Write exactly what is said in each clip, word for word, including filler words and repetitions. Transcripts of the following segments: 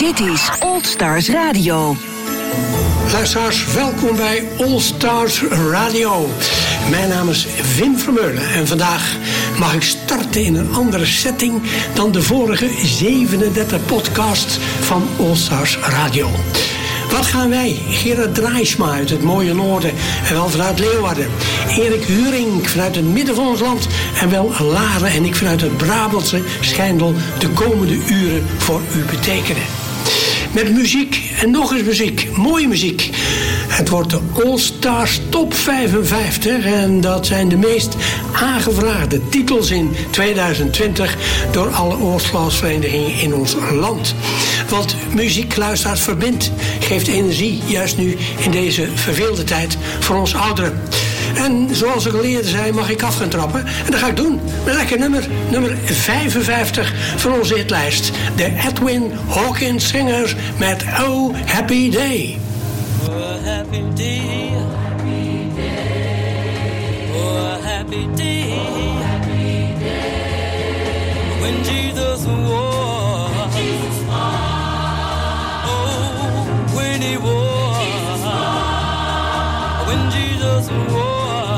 Dit is All Stars Radio. Luisteraars, welkom bij All Stars Radio. Mijn naam is Wim Vermeulen en vandaag mag ik starten in een andere setting dan de vorige zevenendertig podcasts van All Stars Radio. Wat gaan wij? Gerard Draaisma uit het mooie noorden en wel vanuit Leeuwarden. Erik Huring vanuit het midden van ons land en wel Laren en ik vanuit het Brabantse Schijndel de komende uren voor u betekenen. Met muziek en nog eens muziek, mooie muziek. Het wordt de All Stars Top vijfenvijftig en dat zijn de meest aangevraagde titels in tweeduizend twintig door alle oorlogsverenigingen in ons land. Want muziek, luisteraars, verbindt, geeft energie, juist nu in deze verveelde tijd voor ons ouderen. En zoals ik al eerder zei, mag ik af gaan trappen. En dat ga ik doen met lekker nummer, nummer vijfenvijftig van onze hitlijst. De Edwin Hawkins Singers met Oh Happy Day. Oh happy day, happy day. Oh happy day, happy day. When Jesus was, when Jesus was. Oh, when he was, Jesus was. When Jesus was.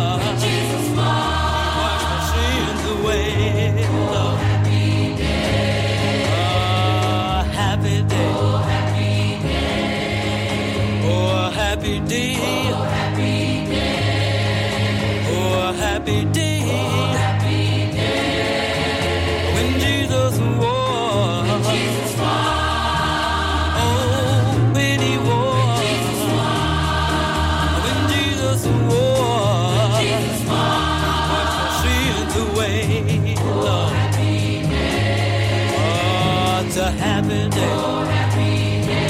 Happy day, oh happy day, oh happy day, oh happy day. When Jesus was, when Jesus was. Oh when he was, Jesus was. When Jesus was, when Jesus was. Washed my sins away, Lord. Oh happy day, oh it's a happy day. Oh, happy day.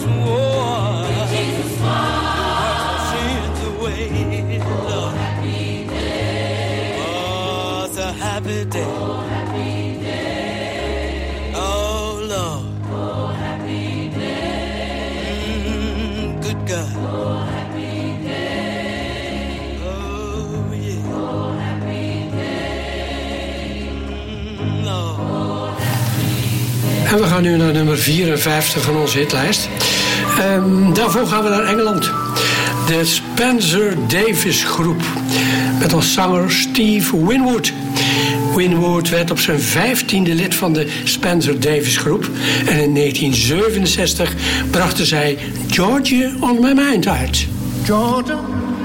war. Jesus washes away, Lord. Happy day. Oh, it's a happy day. Oh, happy day. Oh, Lord. Oh, happy day. Mm, good God. Oh, happy day. Oh, yeah. Oh, happy day. Mm, Lord. En we gaan nu naar nummer vierenvijftig van onze hitlijst. Um, daarvoor gaan we naar Engeland. De Spencer Davis Groep. Met als zanger Steve Winwood. Winwood werd op zijn vijftiende lid van de Spencer Davis Groep. En in negentien zevenenzestig brachten zij Georgia on My Mind uit. Georgia,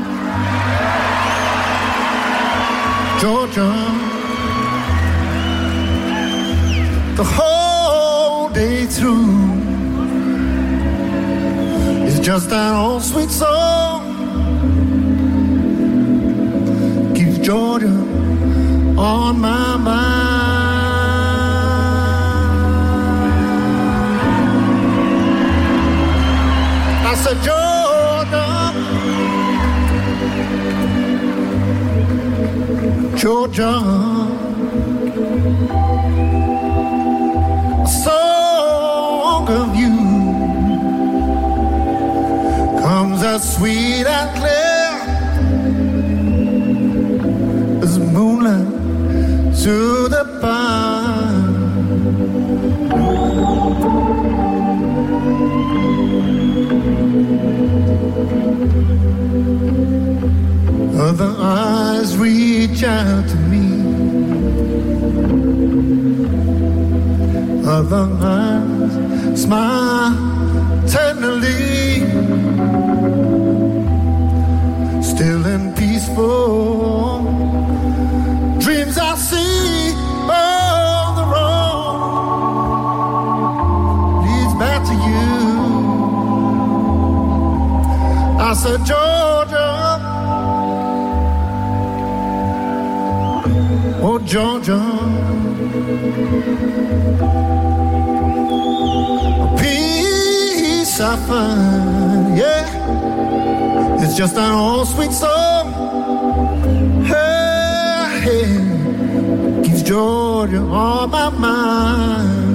Georgia, the whole day through is just that old sweet song. Keeps Georgia on my mind. I said, Georgia, Georgia, a song of you comes as sweet and clear as moonlight to the pine. Other eyes reach out to me. Other eyes smile tenderly. Still and peaceful dreams I see on the road leads back to you. I said, Georgia, oh Georgia, peace I find, yeah, it's just an old sweet song. Hey, hey, keeps Georgia on my mind.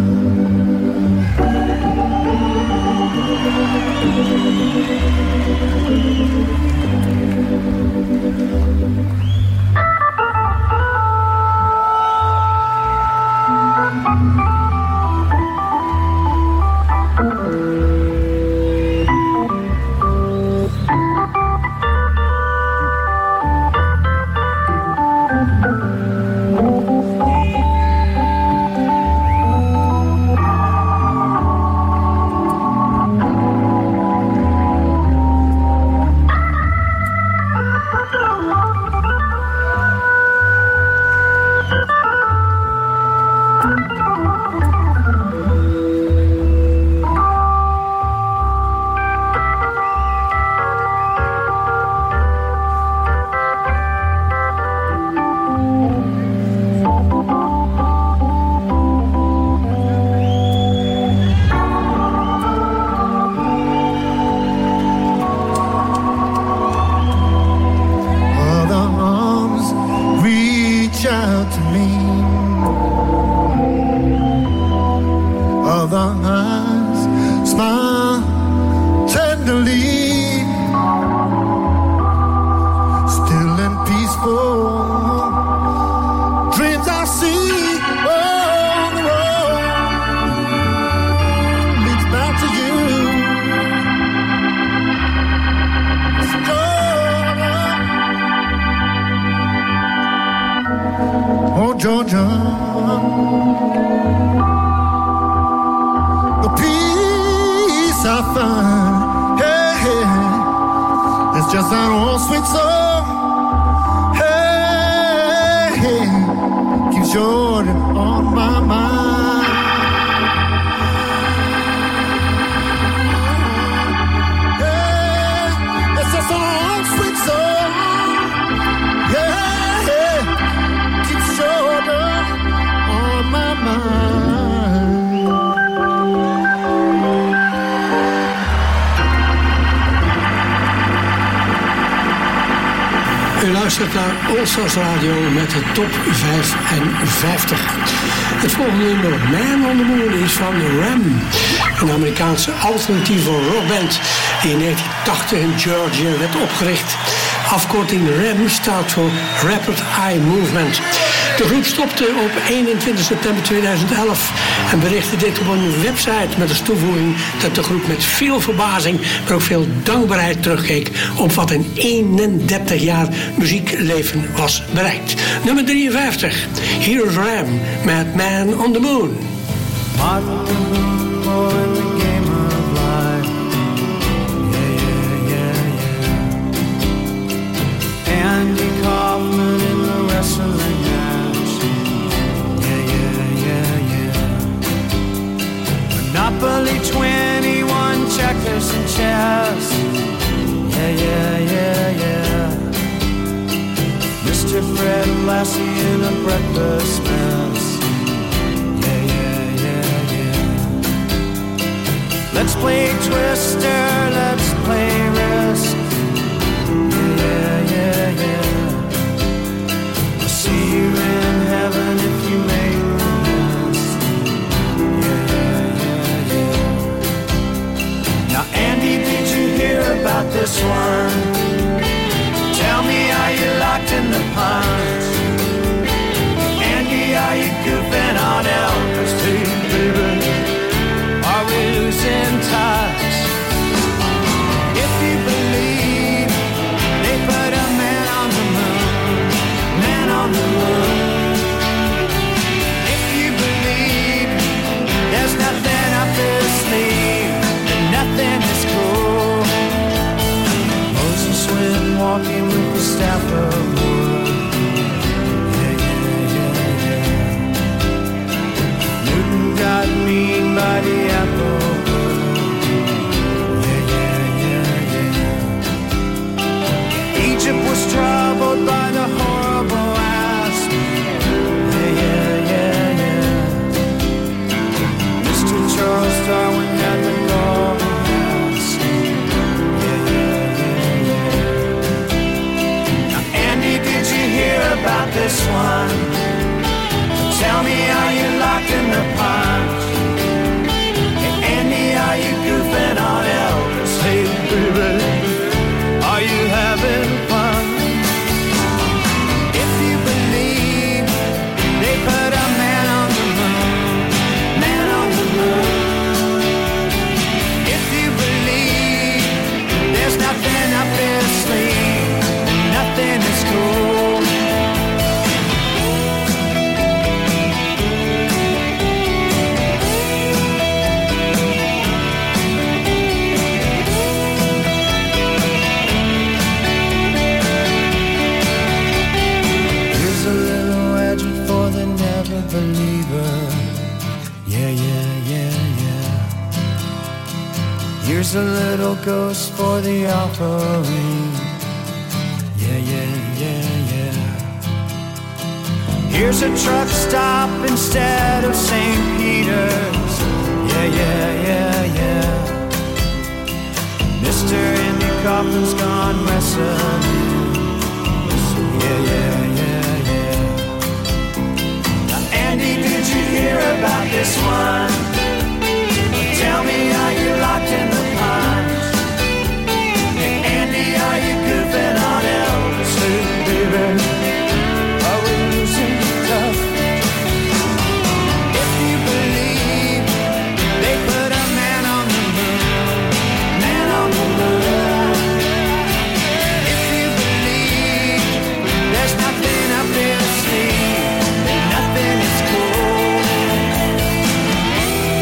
Georgia, the peace I find, hey, hey, it's just an old sweet song, hey, hey, keeps Georgia on my mind. Hey, it's just an old sweet song, yeah, hey, keeps Georgia on my mind. luistert naar All Stars Radio met de top vijfenvijftig. Het volgende nummer, Man on the Moon, is van Ram. Een Amerikaanse alternatieve rockband die in negentien tachtig in Georgia werd opgericht. Afkorting RAM staat voor Rapid Eye Movement. De groep stopte op eenentwintig september tweeduizend elf en berichtte dit op een website met als toevoeging dat de groep met veel verbazing, maar ook veel dankbaarheid terugkeek op wat in eenendertig jaar muziekleven was bereikt. Nummer drieënvijftig, hier is Ram met Man on the Moon. Andy Kaufman in the wrestling match. Yeah, yeah, yeah, yeah. Monopoly twenty-one, checkers and chess. Yeah, yeah, yeah, yeah. Mister Fred Lassie in a breakfast mess. Yeah, yeah, yeah, yeah. Let's play Twister, let's play Risk. Yeah, yeah, yeah. I'll see you in heaven if you make the list. Yeah, yeah, yeah. Now, Andy, did you hear about this one? Tell me, are you locked in the punch? Andy, are you goofing on Elvis too, baby? Are we losing touch? If you believe they put a man on the moon, man on the moon. If you believe there's nothing up his sleeve, then nothing is cool. Moses went walking with the staff of wood. Yeah, yeah, yeah, yeah. Newton got mean by the apple. Egypt was troubled by the horrible asp. Yeah, yeah, yeah, yeah. Mister Charles Darwin had the golden mask. Yeah, yeah, yeah, yeah. Now, Andy, did you hear about this one? Tell me, are you locked in the punch? Hey, Andy, are you goofing on Elvis? Hey, baby, are you having fun? If you believe they put a man on the moon, man on the moon. If you believe there's nothing up his sleeve, nothing is cool. Believer, yeah, yeah, yeah, yeah. Here's a little ghost for the offering, yeah, yeah, yeah, yeah. Here's a truck stop instead of Saint Peter's, yeah, yeah, yeah, yeah. Mister Andy Kaufman's gone wrestling, yeah, yeah, yeah. Andy, did you hear about this one? Tell me, are you locked in the punch? Hey, Andy, are you goofing on Elvis? Hey, baby, are we losing touch? If you believe they put a man on the moon, man on the moon. If you believe there's nothing up their sleeve, nothing is cool.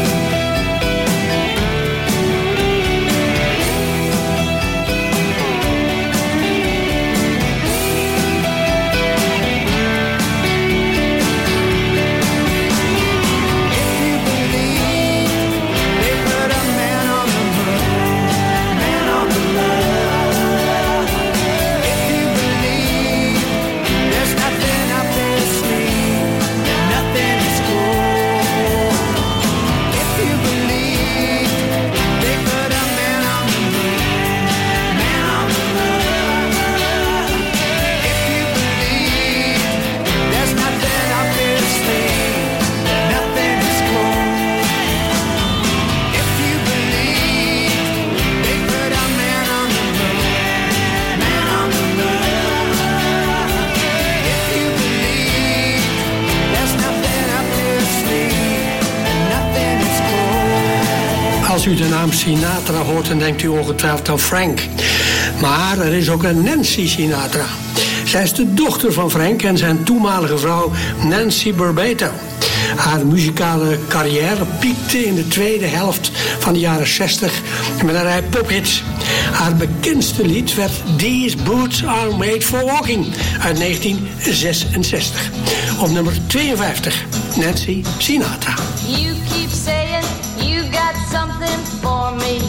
Als u de naam Sinatra hoort, dan denkt u ongetwijfeld aan Frank. Maar er is ook een Nancy Sinatra. Zij is de dochter van Frank en zijn toenmalige vrouw Nancy Barbato. Haar muzikale carrière piekte in de tweede helft van de jaren zestig met een rij pophits. Haar bekendste lied werd These Boots Are Made for Walking uit negentien zesenzestig. Op nummer tweeënvijftig, Nancy Sinatra. You keep saying you got something for me,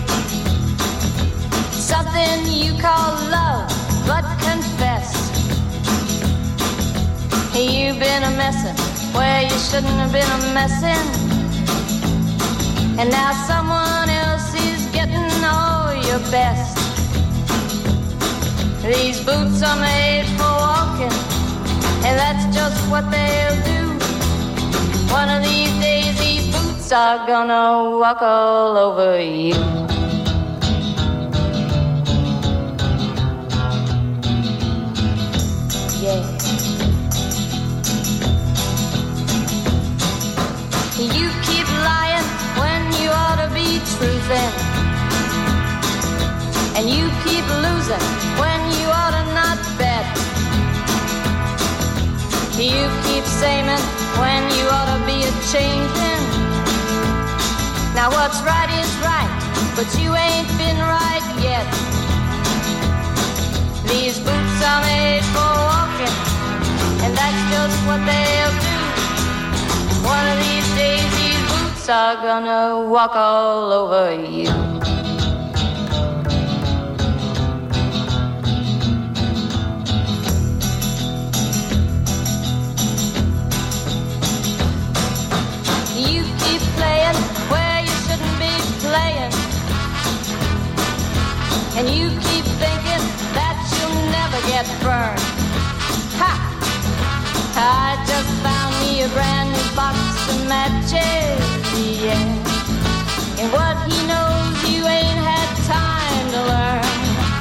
something you call love, but confess you've been a messin' where you shouldn't have been a messin', and now someone else is getting all your best. These boots are made for walking, and that's just what they'll do. One of these days these boots are gonna walk all over you. Yeah. You keep lying when you ought to be truthin', and you keep losing when you ought to not bet. You keep saying when you ought to be a-changin'. Now what's right is right, but you ain't been right yet. These boots are made for walking, and that's just what they'll do. One of these days these boots are gonna walk all over you. You keep playing where you shouldn't be playing, and you keep thinking that you'll never get burned. Ha! I just found me a brand new box of matches, yeah. And what he knows you ain't had time to learn.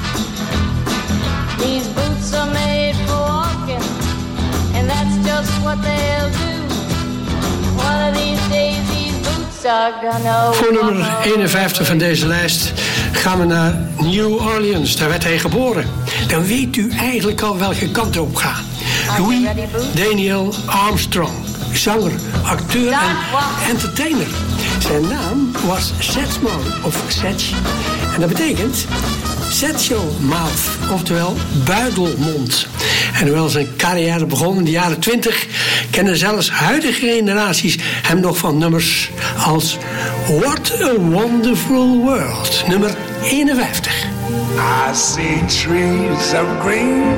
These boots are made for walking, and that's just what they'll do. One of these days these boots are gonna Voor nummer eenenvijftig van deze lijst gaan we naar New Orleans. Daar werd hij geboren. Dan weet u eigenlijk al welke kant op gaat. Louis Daniel Armstrong, zanger, acteur en entertainer. Zijn naam was Satchmo of Satch. En dat betekent Satchel Mouth, oftewel buidelmond. En hoewel zijn carrière begon in de jaren twintig, kennen zelfs huidige generaties hem nog van nummers als What a Wonderful World, nummer eenenvijftig. I see trees of green,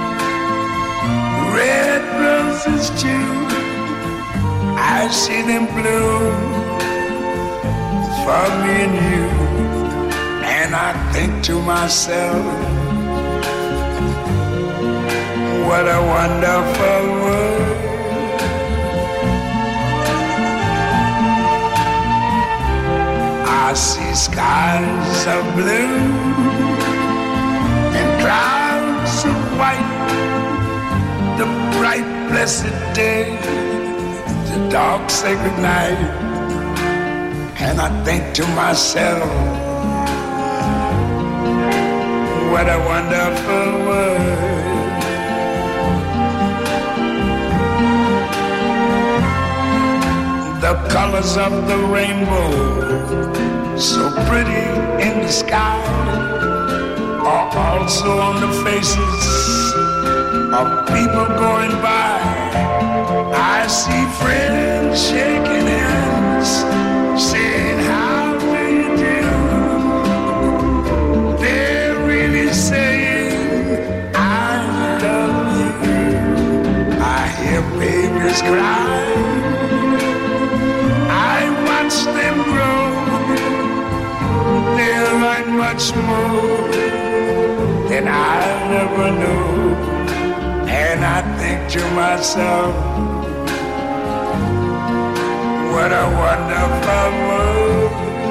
red roses too. I see them bloom for me and you. And I think to myself, what a wonderful world. I see skies of blue and clouds of white, the bright blessed day, the dark sacred night. And I think to myself, what a wonderful world. The colors of the rainbow, so pretty in the sky, are also on the faces of people going by. I see friends shaking hands, saying how do you do. They're really saying I love you. I hear babies cry, I watch them grow. They'll learn much more than I'll never know. And I think to myself, what a wonderful world.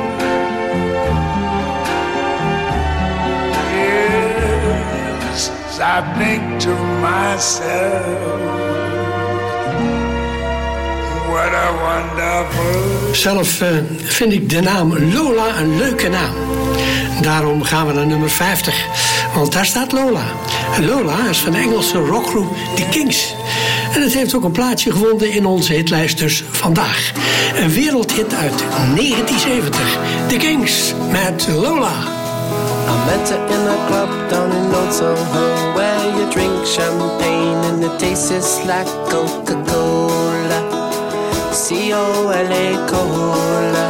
Yes, I think to myself, what a wonderful... Zelf uh, vind ik de naam Lola een leuke naam. Daarom gaan we naar nummer vijftig. Want daar staat Lola. En Lola is van de Engelse rockgroep The Kings. En het heeft ook een plaatsje gevonden in onze hitlijst dus vandaag. Een wereldhit uit negentien zeventig. The Kings met Lola. I met her in a club down in Old Soho, where you drink champagne and it tastes like Coca-Cola, C O L A Cola.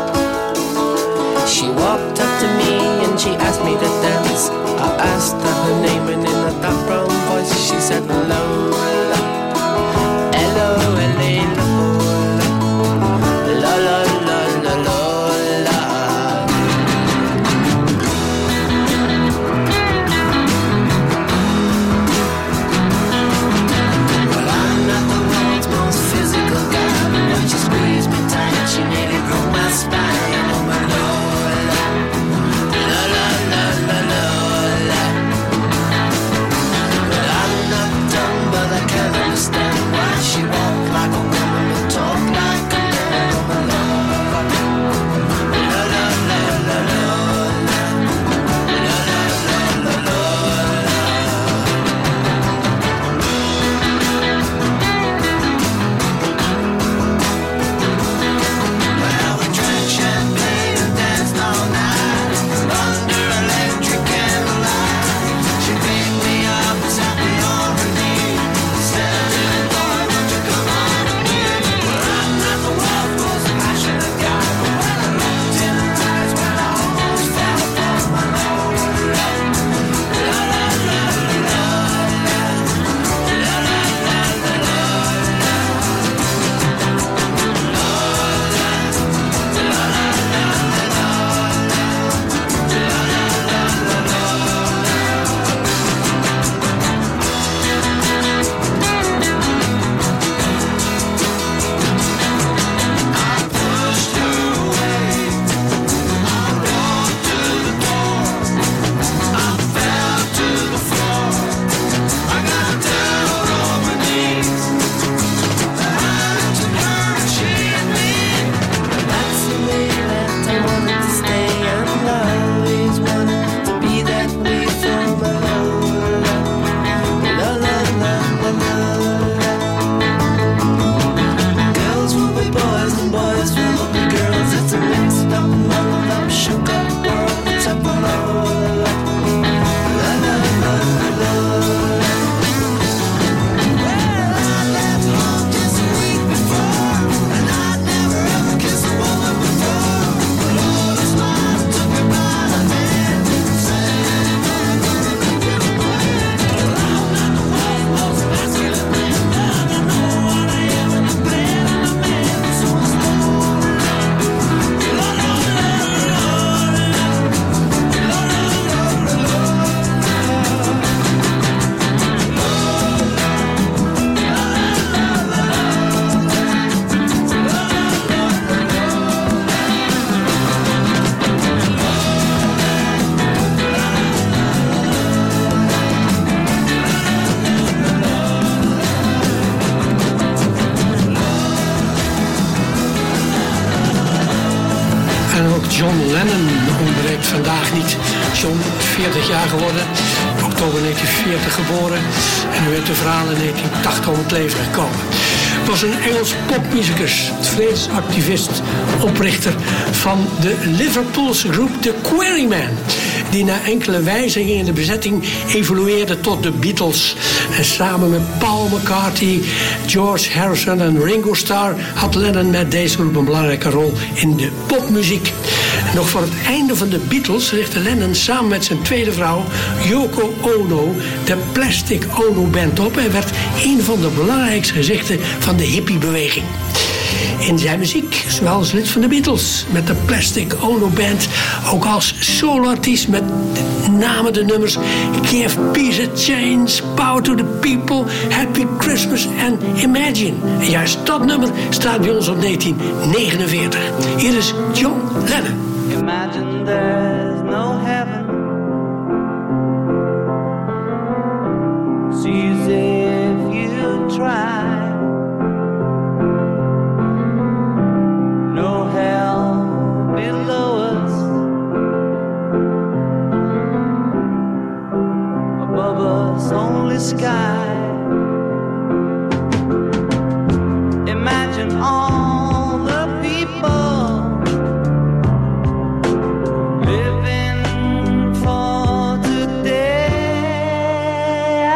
She walked up to me and she asked me to dance. I asked her her name and in a dark brown voice she said Lola, L O L A Lola, la la la la Lola. Well, I'm not the world's most physical guy, but when she squeezed me tight she nearly broke my spine. Oh my Lola, la la la la Lola. But I'm not dumb, but I can't understand why she walked like a woman but talk like a man. Oh my Lola, la la la la Lola, la la la la Lola. Well, we drank champagne and danced all night under electric candlelight. She picked me up, sat me on her knee, said, "Little boy, won't you come on with me?" Well, I'm not the world's most passionate guy, but when I looked in her eyes, well, I almost fell for my Lola. La la la la Lola, la la la la Lola, that's the way that I wanted to stay, and I always wanted to be that way for my Lola. La la la la Lola. Girls will be boys and boys will be girls. It's a mixed up, muddled up, shook up world. It's up on Lola. La la la la Lola. Well, I left home just a week before, and I'd never ever kissed a woman before. But Lola smiled, took me by the hand, said, "I'm gonna make you a plan." Well, I'm not the world's most masculine man, but I don't know what I am, and I'm glad I'm a man. So it's Lola, la la la Lola, la la la la En ook John Lennon ontbreekt vandaag niet. John, veertig jaar geworden, oktober negentien veertig geboren. En hij werd de verhaal in negentien tachtig om het leven gekomen. Was een Engels popmuzikus, vredesactivist, oprichter van de Liverpoolse groep The Quarrymen, die na enkele wijzigingen in de bezetting evolueerde tot de Beatles. En samen met Paul McCartney, George Harrison en Ringo Starr had Lennon met deze groep een belangrijke rol in de popmuziek. Nog voor het einde van de Beatles richtte Lennon samen met zijn tweede vrouw Yoko Ono de Plastic Ono Band op en werd een van de belangrijkste gezichten van de hippiebeweging. In zijn muziek, zowel als lid van de Beatles met de Plastic Ono Band, ook als soloartiest met namen de nummers Give Peace a Chance, Power to the People, Happy Christmas en Imagine. En juist dat nummer staat bij ons op negentien negenenveertig. Hier is John Lennon. Imagine there's no heaven. See as if you try. starry sky. Imagine all the people living for today.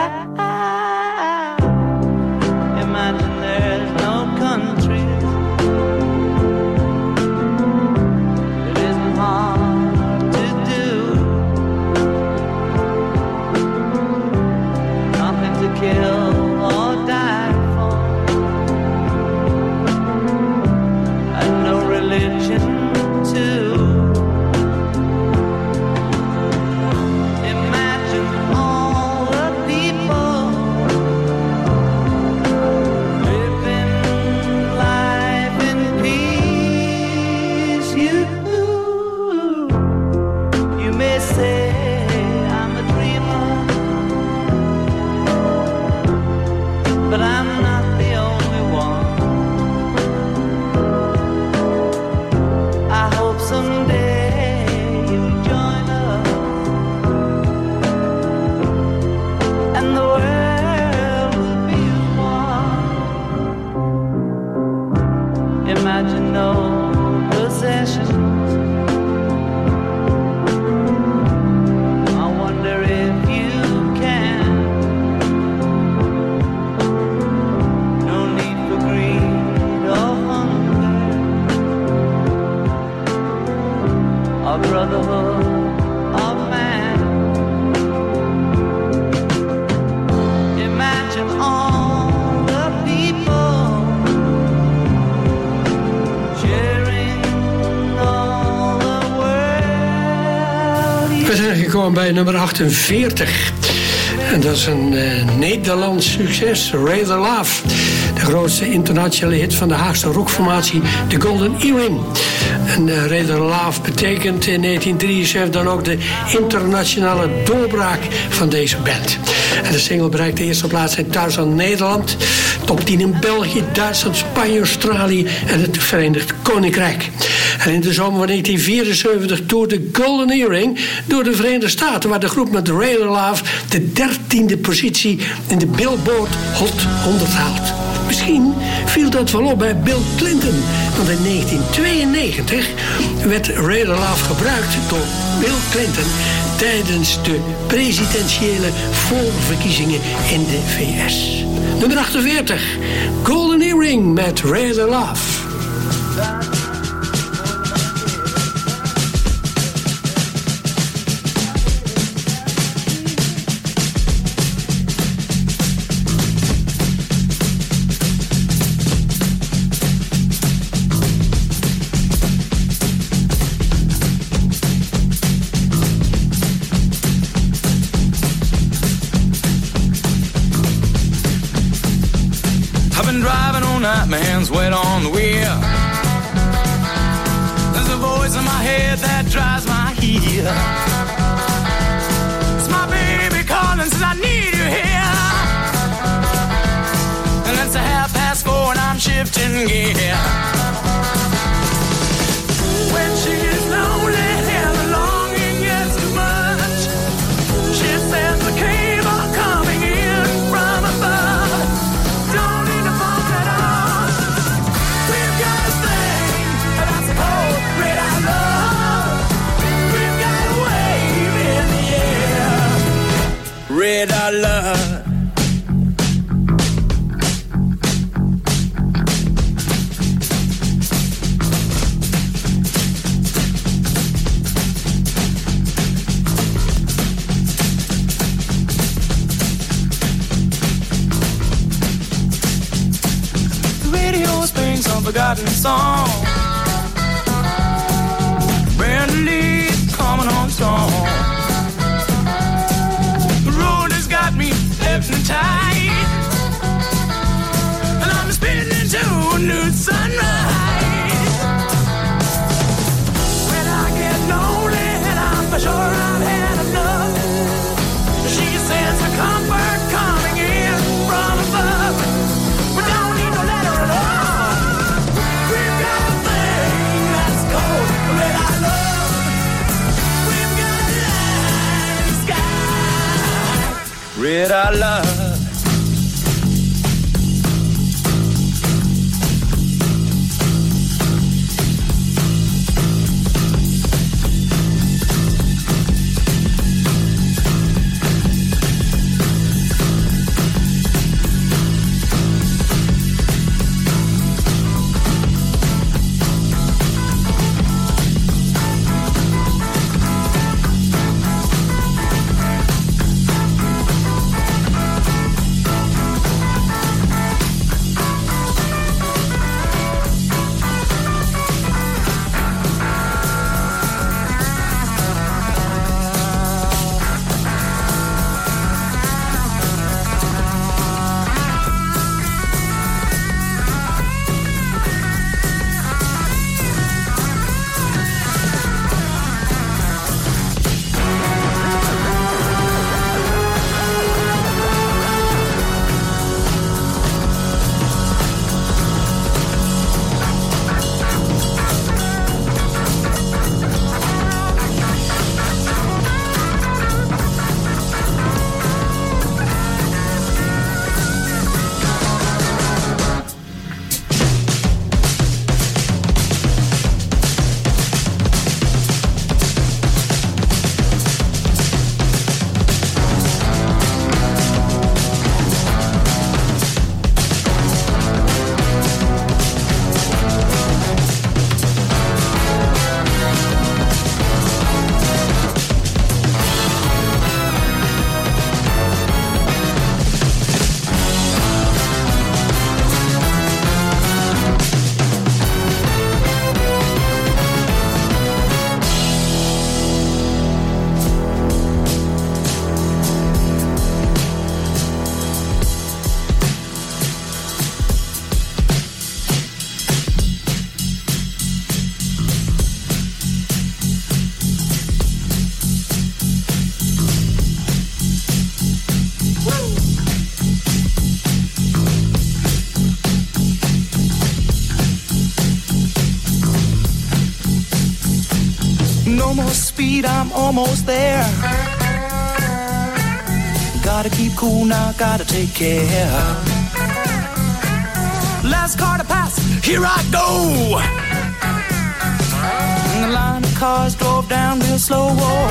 Imagine there's no countries. It isn't hard to do. Nothing to kill or die for, and no religion too. Imagine all the people living life in peace. You, you may say I'm a dreamer, but I'm not the only one. I hope someday you'll join us, and the world will be as one. Imagine no possessions. I wonder if you can. No need for greed or hunger, or brotherhood of man. Imagine all the people sharing all the world. We zijn gekomen bij nummer achtenveertig. En dat is een uh, Nederlands succes, Rather Love. De grootste internationale hit van de Haagse rockformatie, The Golden Earring. En uh, Rather Love betekent in negentien drieënzeventig dan ook de internationale doorbraak van deze band. En de single bereikt de eerste plaats in Duitsland, Nederland. Top tien in België, Duitsland, Spanje, Australië en het Verenigd Koninkrijk. En in de zomer van negentien vierenzeventig toerde Golden Earring door de Verenigde Staten, waar de groep met Rather Love de dertiende positie in de Billboard Hot honderd haalt. Misschien viel dat wel op bij Bill Clinton, want in negentien tweeënnegentig werd Rather Love gebruikt door Bill Clinton tijdens de presidentiële voorverkiezingen in de V S. Nummer achtenveertig, Golden Earring met Rather Love. My hands wet on the wheel. There's a voice in my head that drives my heel. It's my baby calling, says I need you here. And it's a half past four and I'm shifting gear. When she's lonely and the longing gets too much, she says the cable coming in from above. Don't need to phone at all. We've got a thing that's called red eye love. We've got a wave in the air. Red eye love. Forgotten song. Brand new leaf coming on strong. The road has got me hypnotized, and I'm spinning into a new sunrise. When I get lonely and I'm for sure I've had enough, she says the comfort coming in from above. We don't need no letter at all. Red eye love. No more speed, I'm almost there. Gotta keep cool now, gotta take care. Last car to pass, here I go. And the line of cars drove down real slow.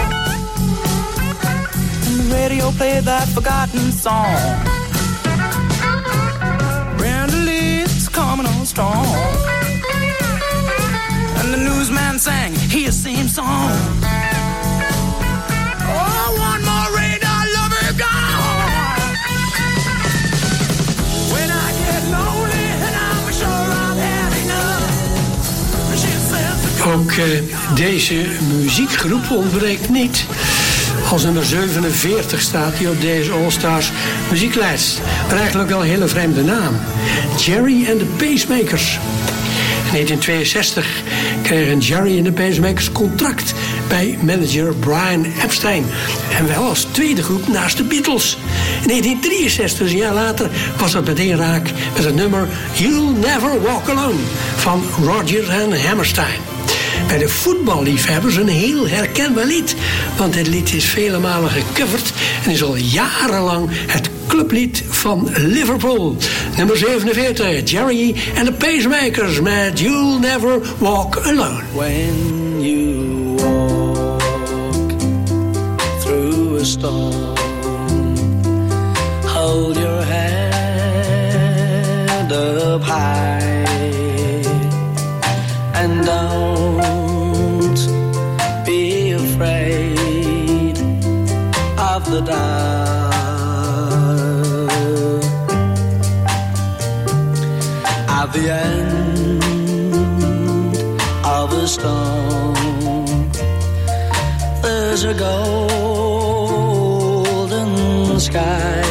And the radio played that forgotten song. Brenda Lee's coming on strong. And the newsman sang his same song. Oh, one more radar lover gone. When I get lonely and I'm sure I've had enough. She says Ook uh, deze muziekgroep ontbreekt niet. Als nummer zevenenveertig staat hij op deze All-Stars muzieklijst. Maar eigenlijk wel een hele vreemde naam. Jerry and the Pacemakers. In negentien tweeënzestig kregen Jerry and the Pacemakers contract bij manager Brian Epstein. En wel als tweede groep naast de Beatles. In negentien drieënzestig, dus een jaar later, was dat meteen raak met het nummer You'll Never Walk Alone van Rodgers and Hammerstein. Bij de voetballiefhebbers een heel herkenbaar lied. Want dit lied is vele malen gecoverd en is al jarenlang het clublied van Liverpool. Nummer zevenenveertig, Jerry and the Pacemakers met You'll Never Walk Alone. when you walk through a storm, hold your head up high and don't be afraid of the dark. At the end of a storm, there's a golden sky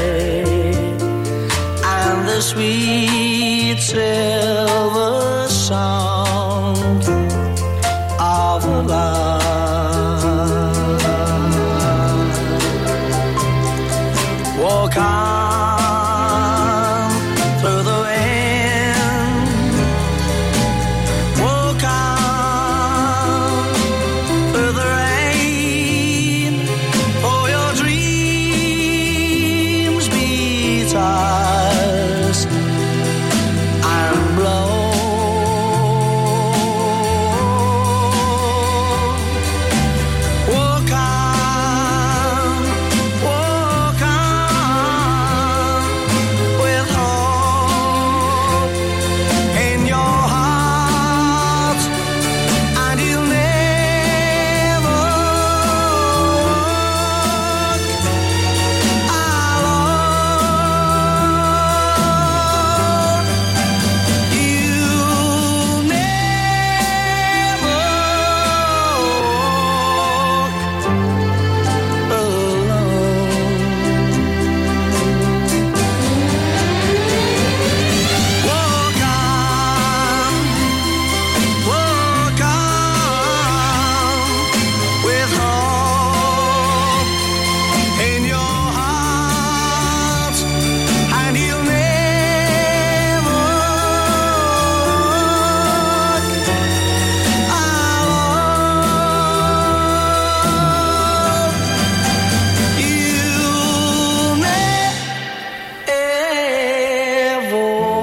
and the sweet silver song of love. Walk on through the wind, walk on through the rain, for your dreams be tossed and blown. Walk on, walk on, with hope in your heart, and you'll never walk alone. You'll never walk alone. Walk on, walk on, with hope in your heart, and you'll never walk alone. You'll never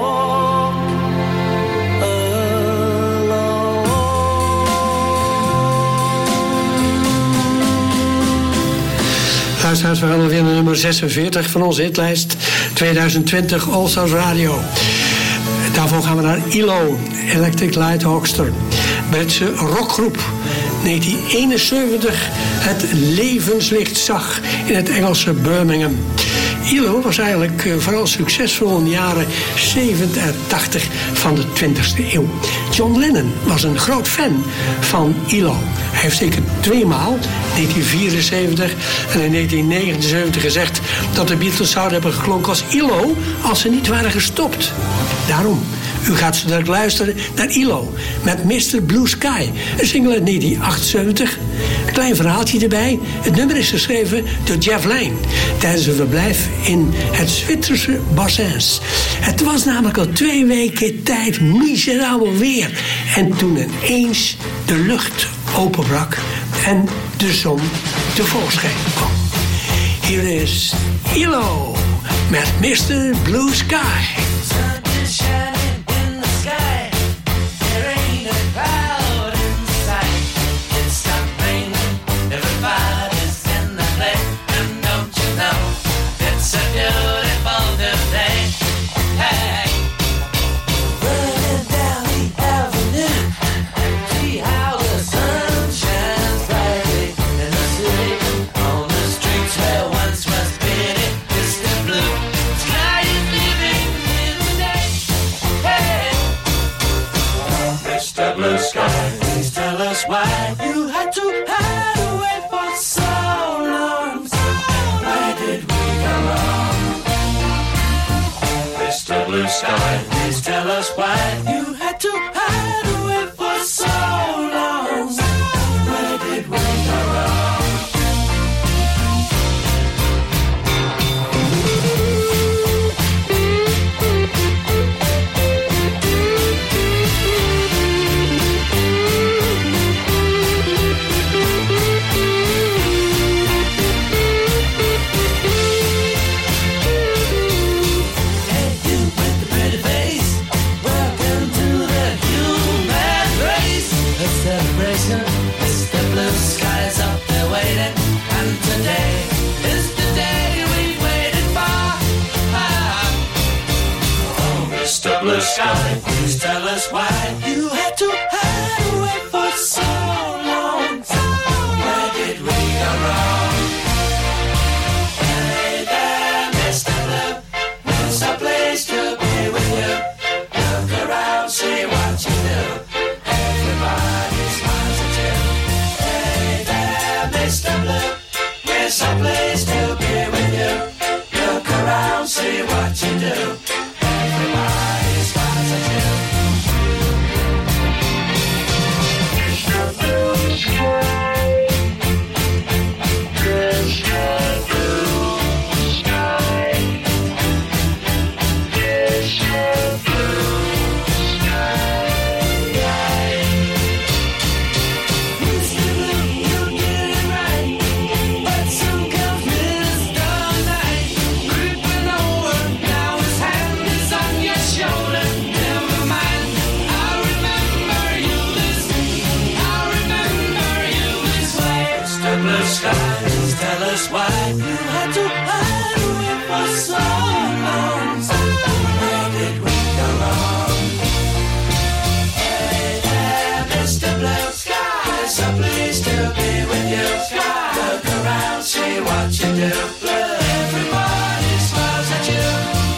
Luisteraars, we gaan alweer naar nummer zesenveertig van onze hitlijst tweeduizend twintig All Stars Radio. Daarvoor gaan we naar I L O, Electric Light Orchestra. Britse rockgroep. negentien eenenzeventig het levenslicht zag in het Engelse Birmingham. I L O was eigenlijk eh, vooral succesvol in de jaren zeventig en tachtig van de twintigste eeuw. John Lennon was een groot fan van I L O. Hij heeft zeker tweemaal, negentien vierenzeventig en in negentien negenenzeventig, gezegd dat de Beatles zouden hebben geklonken als I L O als ze niet waren gestopt. Daarom, u gaat zo direct luisteren naar I L O met mister Blue Sky, een single uit negentien achtenzeventig. Een klein verhaaltje erbij. Het nummer is geschreven door Jeff Lynne tijdens een verblijf in het Zwitserse Bassins. Het was namelijk al twee weken tijd miserabel weer. En toen ineens de lucht openbrak en de zon tevoorschijn kwam. Hier is E L O met mister Blue Sky. Sun is shining in the sky. There ain't a cloud in sight. It stopped raining. Everybody's in the play. And don't you know, it's a beautiful new day. Hey, running down the avenue. See how the sun shines brightly in the city. On the streets where once was pity, distant blue. Sky is living in the day. Hey, Mister Blue Sky, please tell us why you had to hide away for so long. Where did we go wrong? Mister Blue Sky, please tell us why you had to hide away for so long. Where did we go wrong? Hey, you with the pretty face, welcome to the human race. A celebration, Mister Blue Sky's up there waiting, and today is the day we've waited for. Ah. Oh, Mister Blue Sky, please tell us why you had to hide away for so long. Where did we go wrong? Hey there, Mister Blue, there's a place to be with you. Look around, see what you do. Everybody smiles at you. Hey there, Mister Blue, there's a place to be with you. Look around, see what you do. Everybody smiles at you. Tell us why you had to hide away for so long. Where did we go wrong? Hey there, Mister Blue Sky, there's a place to be with you. Look around, see what you do. Blue, everybody smiles at you.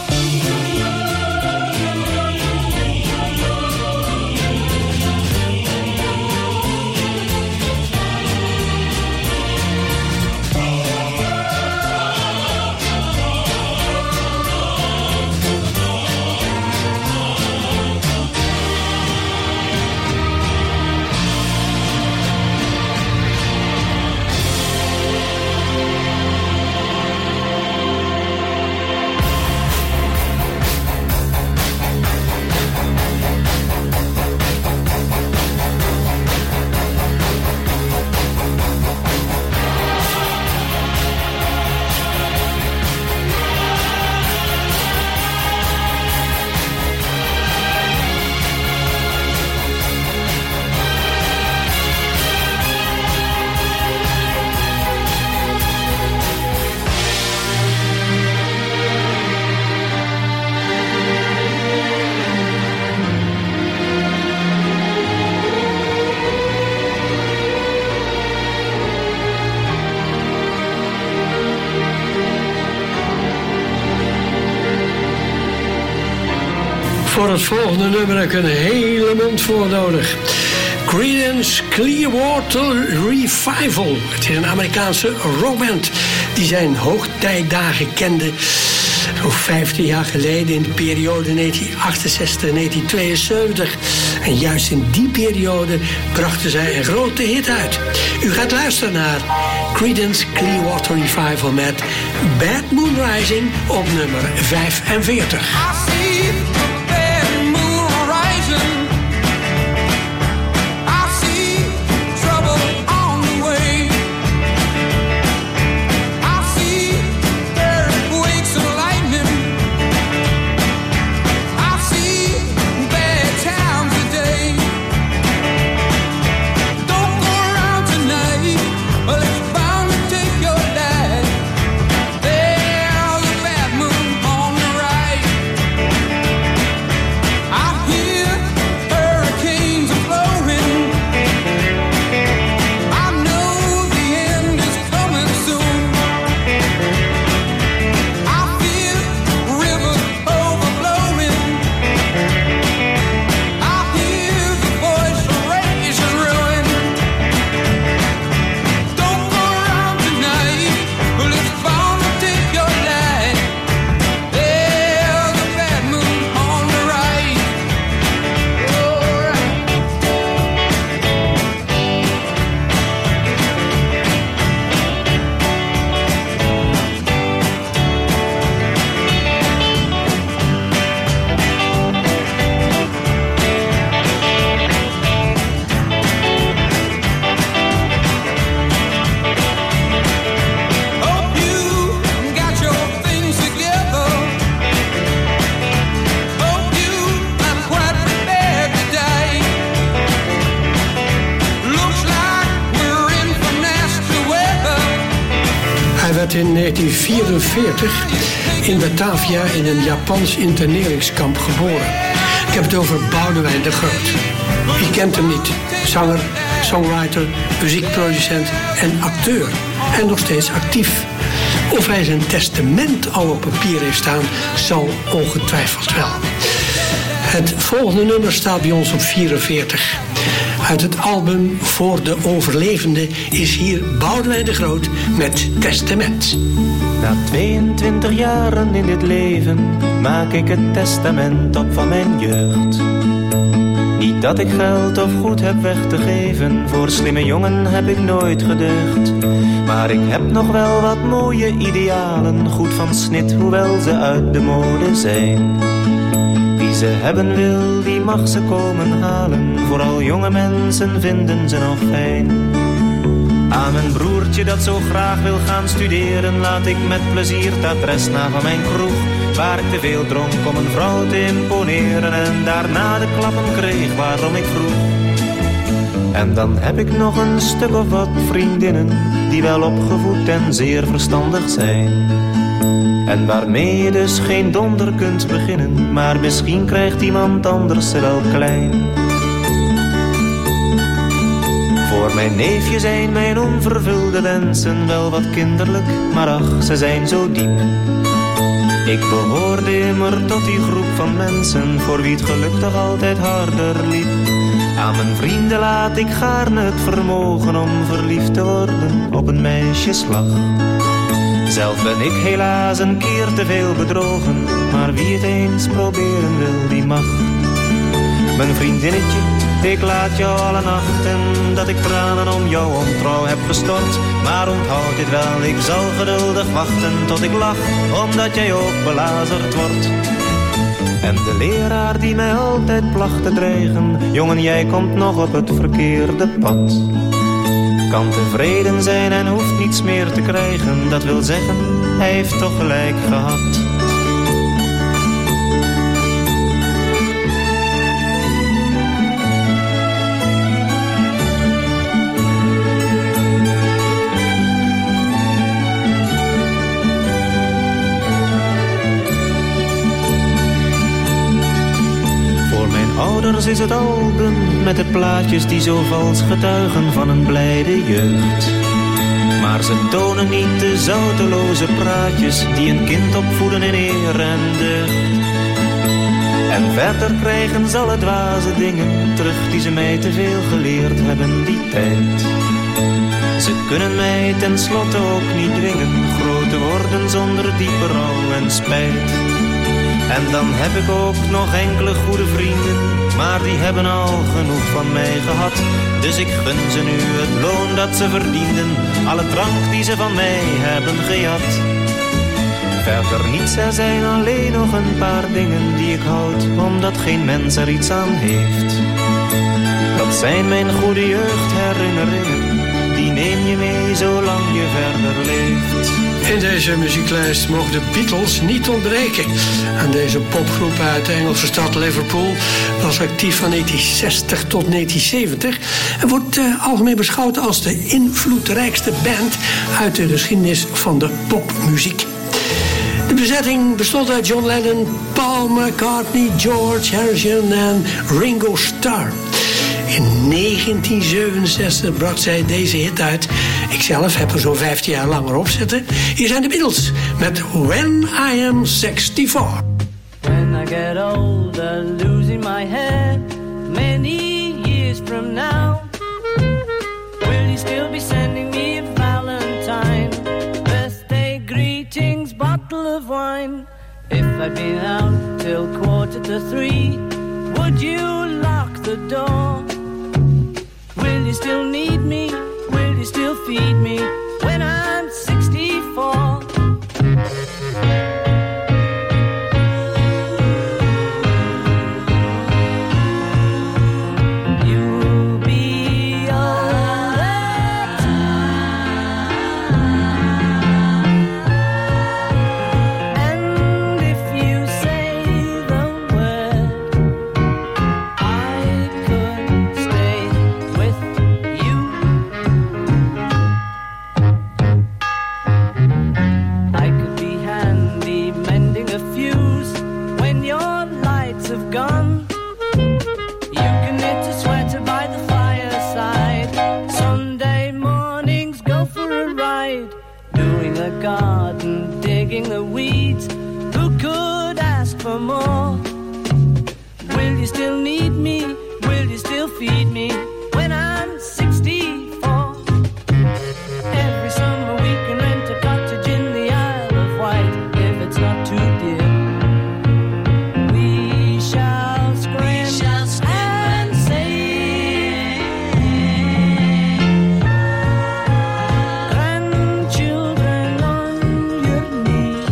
Voor het volgende nummer heb ik een hele mond voor nodig. Creedence Clearwater Revival. Het is een Amerikaanse rockband die zijn hoogtijdagen kende zo'n vijftien jaar geleden in de periode negentien achtenzestig tot negentien tweeënzeventig. En juist in die periode brachten zij een grote hit uit. U gaat luisteren naar Creedence Clearwater Revival met Bad Moon Rising op nummer vijfenveertig. I see the bad moon rising. I see trouble werd in negentien vierenveertig in Batavia in een Japans interneringskamp geboren. Ik heb het over Boudewijn de Groot. Wie kent hem niet? Zanger, songwriter, muziekproducent en acteur. En nog steeds actief. Of hij zijn testament al op papier heeft staan, zal ongetwijfeld wel. Het volgende nummer staat bij ons op vierenveertig. Uit het album Voor de Overlevende is hier Boudewijn de Groot met Testament. Na tweeëntwintig jaren in dit leven maak ik het testament op van mijn jeugd. Niet dat ik geld of goed heb weg te geven, voor slimme jongen heb ik nooit gedeugd. Maar ik heb nog wel wat mooie idealen, goed van snit, hoewel ze uit de mode zijn. Wie ze hebben wil, die mag ze komen halen, vooral jonge mensen vinden ze nog fijn. Aan mijn broertje dat zo graag wil gaan studeren, laat ik met plezier het adres na van mijn kroeg, waar ik te veel dronk om een vrouw te imponeren en daarna de klappen kreeg waarom ik vroeg. En dan heb ik nog een stuk of wat vriendinnen die wel opgevoed en zeer verstandig zijn. En waarmee je dus geen donder kunt beginnen, maar misschien krijgt iemand anders ze wel klein. Voor mijn neefje zijn mijn onvervulde wensen wel wat kinderlijk, maar ach, ze zijn zo diep. Ik behoorde immer tot die groep van mensen voor wie het geluk toch altijd harder liep. Aan mijn vrienden laat ik gaarne het vermogen om verliefd te worden op een meisjeslag. Zelf ben ik helaas een keer te veel bedrogen, maar wie het eens proberen wil, die mag. Mijn vriendinnetje, ik laat jou alle nachten dat ik tranen om jouw ontrouw heb gestort. Maar onthoud dit wel, ik zal geduldig wachten tot ik lach, omdat jij ook belazerd wordt. En de leraar die mij altijd placht te dreigen, jongen, jij komt nog op het verkeerde pad. Kan tevreden zijn en hoeft niets meer te krijgen, dat wil zeggen, hij heeft toch gelijk gehad. Ouders is het album met de plaatjes die zo vals getuigen van een blijde jeugd. Maar ze tonen niet de zouteloze praatjes die een kind opvoeden in eer en deugd. En verder krijgen ze alle dwaze dingen terug die ze mij te veel geleerd hebben die tijd. Ze kunnen mij tenslotte ook niet dwingen groot te worden zonder diepe rouw en spijt. En dan heb ik ook nog enkele goede vrienden, maar die hebben al genoeg van mij gehad. Dus ik gun ze nu het loon dat ze verdienden, alle drank die ze van mij hebben gejat. Verder niets, er zijn alleen nog een paar dingen die ik houd, omdat geen mens er iets aan heeft. Dat zijn mijn goede jeugdherinneringen, die neem je mee zolang je verder leeft. In deze muzieklijst mogen de Beatles niet ontbreken. En deze popgroep uit de Engelse stad Liverpool was actief van negentien zestig tot negentien zeventig... en wordt uh, algemeen beschouwd als de invloedrijkste band uit de geschiedenis van de popmuziek. De bezetting bestond uit John Lennon, Paul McCartney, George Harrison en Ringo Starr. In negentien zevenenzestig bracht zij deze hit uit. Ikzelf heb er zo'n vijftien jaar langer op zitten. Hier zijn de Beatles met When I Am sixty-four. When I get older, losing my head, many years from now, will you still be sending me a Valentine, birthday greetings, bottle of wine? If I'd been out till quarter to three, would you lock the door? Will you still need me? Will you still feed me when I'm sixty-four? You'll be alright. And if you say the word, I could stay with you. weeding the weeds. Who could ask for more? Will you still need me? Will you still feed me when I'm sixty-four? Every summer we can rent a cottage in the Isle of Wight if it's not too dear. We shall scream, we shall scream and say, grandchildren on your knee,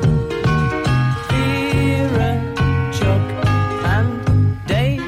Vera, Chuck and Dave.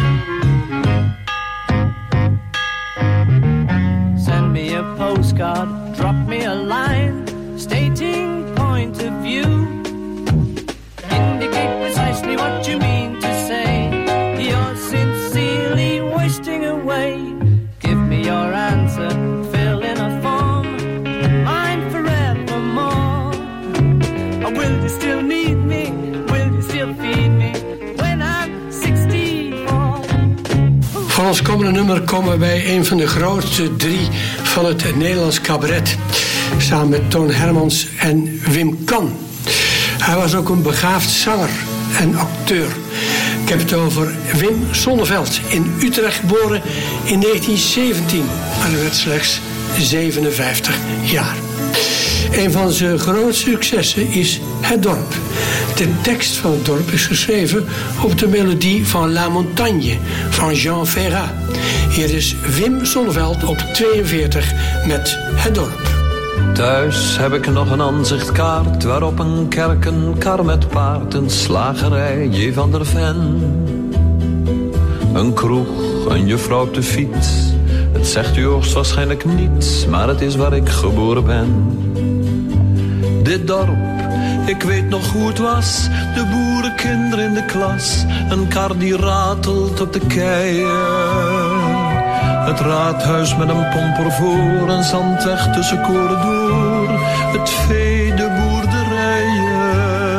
Send me a postcard, drop me a line, stating point of view. Indicate precisely what you mean to say. You're sincerely wasting away. Give me your answer, fill in a form, mine forevermore. Or will you still need me? Will you still feed me when I'm sixty-four? Voor ons komende nummer komen we bij een van de grootste drie van het Nederlands cabaret. Samen met Toon Hermans en Wim Kan. Hij was ook een begaafd zanger en acteur. Ik heb het over Wim Sonneveld, in Utrecht geboren in negentien zeventien. Maar hij werd slechts zevenenvijftig jaar. Een van zijn grootste successen is Het Dorp. De tekst van Het Dorp is geschreven op de melodie van La Montagne van Jean Ferrat. Hier is Wim Sonneveld op tweeënveertig met Het Dorp. Thuis heb ik nog een aanzichtkaart waarop een kerk, een kar met paard, een slagerij, J. van der Ven. Een kroeg, een juffrouw op de fiets. Het zegt u hoogstwaarschijnlijk niets, maar het is waar ik geboren ben. Dit dorp, ik weet nog hoe het was, de boerenkinderen in de klas. Een kar die ratelt op de keien. Het raadhuis met een pomper voor, een zandweg tussen koren door. Het vee, de boerderijen.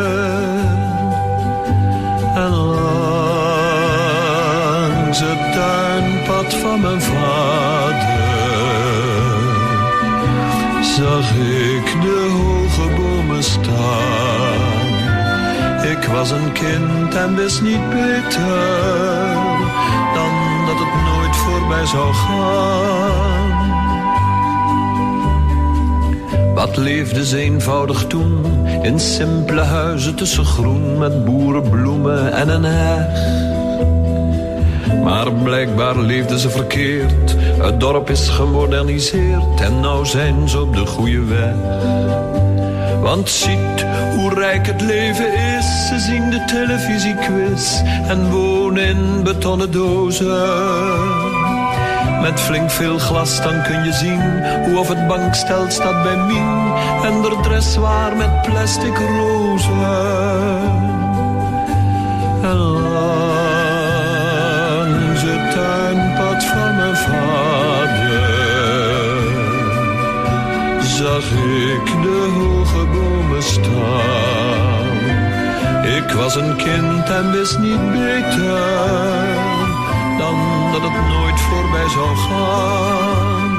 En langs het tuinpad van mijn vader zag ik de hoge bomen staan. Ik was een kind en wist niet beter dan dat het nooit voorbij zou gaan. Wat leefde ze eenvoudig toen, in simpele huizen tussen groen met boerenbloemen en een heg. Maar blijkbaar leefden ze verkeerd, het dorp is gemoderniseerd en nou zijn ze op de goede weg. Want ziet hoe rijk het leven is, ze zien de televisiequiz en wonen in betonnen dozen. Met flink veel glas dan kun je zien hoe of het bankstel staat bij Mien en de dressoir met plastic rozen. En langs het tuinpad van mijn vader zag ik de hoge bomen staan. Ik was een kind en wist niet beter dan dat het nooit voorbij zou gaan.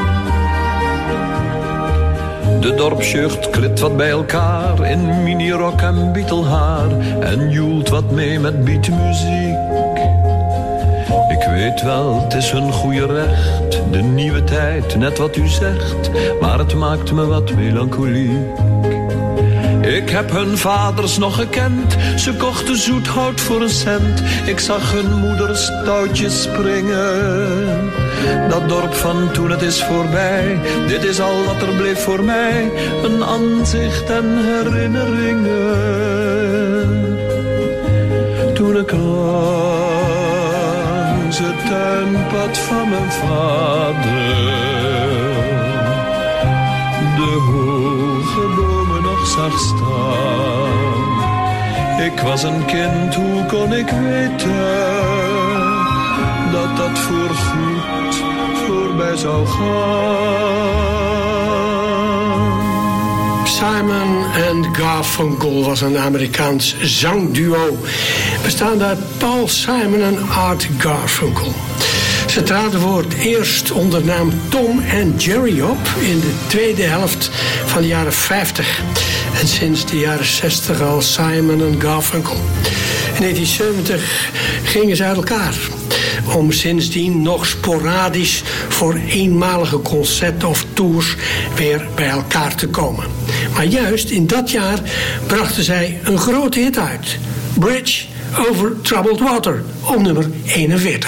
De dorpsjeugd klit wat bij elkaar in minirok en bietelhaar en joelt wat mee met beatmuziek. Ik weet wel, het is hun goede recht, de nieuwe tijd, net wat u zegt, maar het maakt me wat melancholiek. Ik heb hun vaders nog gekend, ze kochten zoethout voor een cent. Ik zag hun moeders touwtjes springen. Dat dorp van toen, het is voorbij, dit is al wat er bleef voor mij. Een aanzicht en herinneringen. Toen ik langs het tuinpad van mijn vader de hoge bomen nog zag staan. Ik was een kind, hoe kon ik weten dat dat voorgoed voorbij zou gaan? Simon and Garfunkel was een Amerikaans zangduo, bestaande uit Paul Simon en Art Garfunkel. Ze traden voor het eerst onder de naam Tom en Jerry op in de tweede helft van de jaren vijftig. En sinds de jaren zestig al Simon en Garfunkel. In negentien zeventig gingen ze uit elkaar. Om sindsdien nog sporadisch voor eenmalige concerten of tours weer bij elkaar te komen. Maar juist in dat jaar brachten zij een grote hit uit. Bridge over Troubled Water op nummer eenenveertig.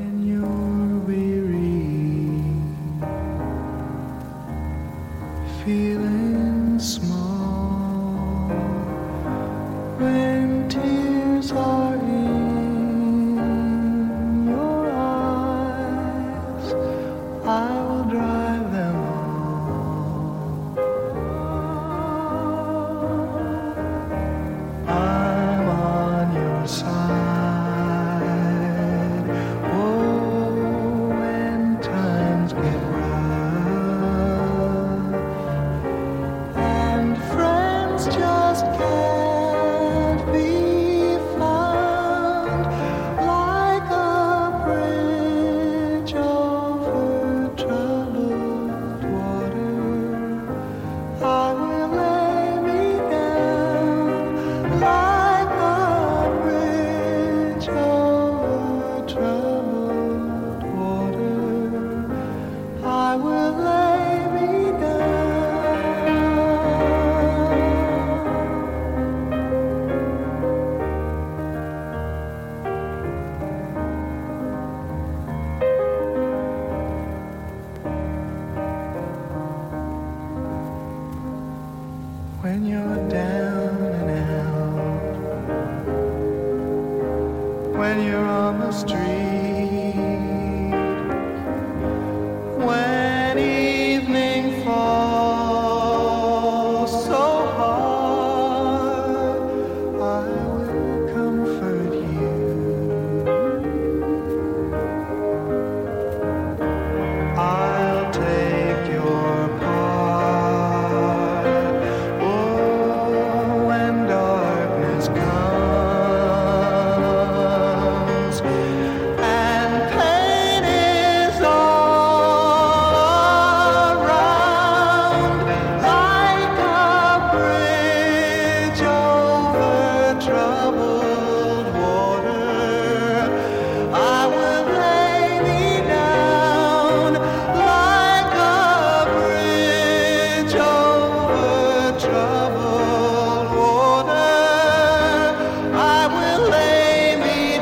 When you're down and out, when you're on the street, when evening falls so hard, I will comfort you. I'll take your part. Oh, when darkness comes and pain is all around, like a bridge over troubled water, I will lay me down like a bridge over troubled water. I will lay me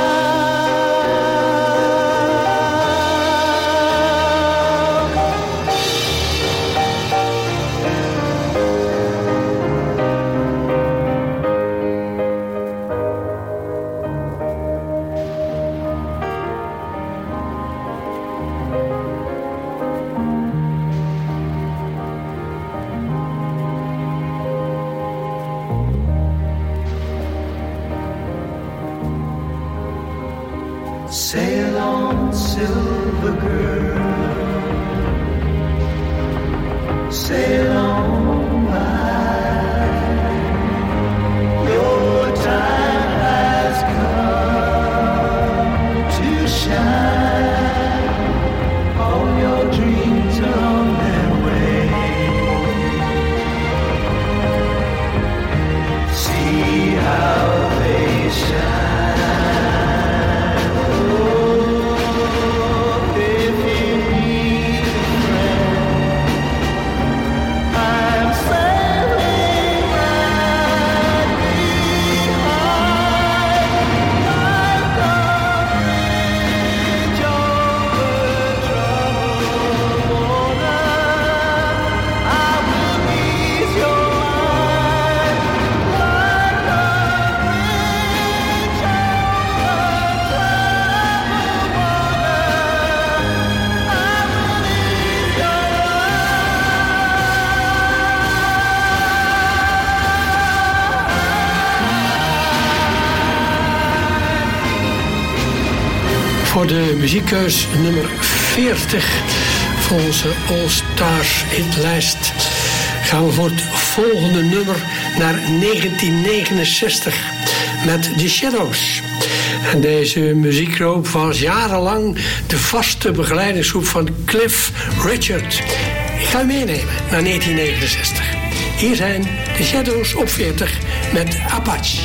Sail on, silver girl, sail on by. Your time has come to shine. All your dreams are on their way. See how they shine. Voor de muziekkeus nummer veertig van onze All Stars hitlijst gaan we voor het volgende nummer naar negentien negenenzestig met The Shadows. En deze muziekgroep was jarenlang de vaste begeleidingsgroep van Cliff Richard. Ik ga u meenemen naar negentien negenenzestig. Hier zijn de Shadows op veertig met Apache.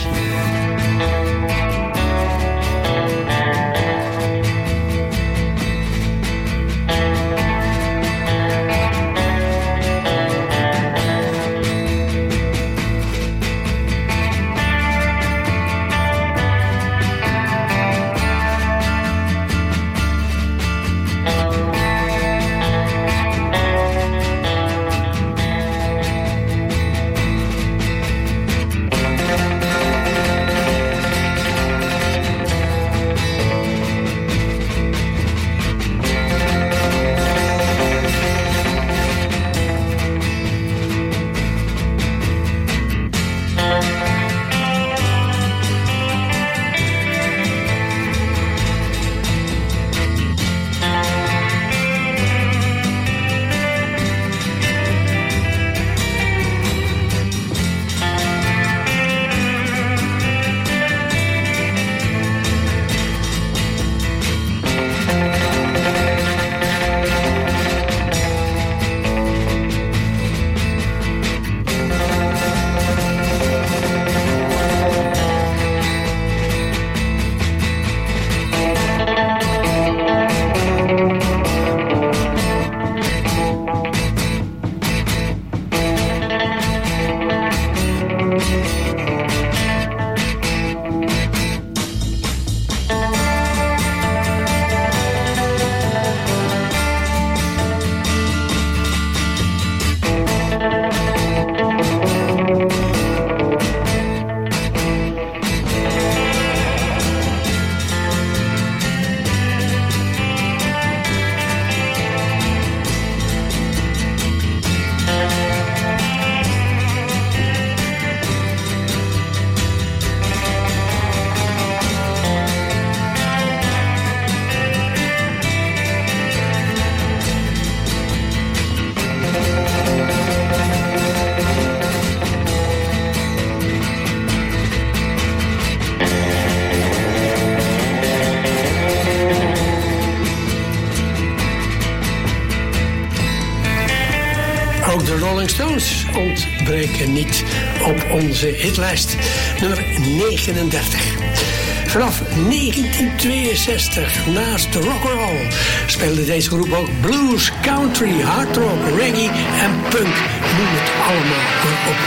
Ook de Rolling Stones ontbreken niet op onze hitlijst. Nummer negenendertig. Vanaf negentien tweeënzestig, naast de rock'n'roll, speelde deze groep ook blues, country, hard rock, reggae en punk. Noem het allemaal maar op.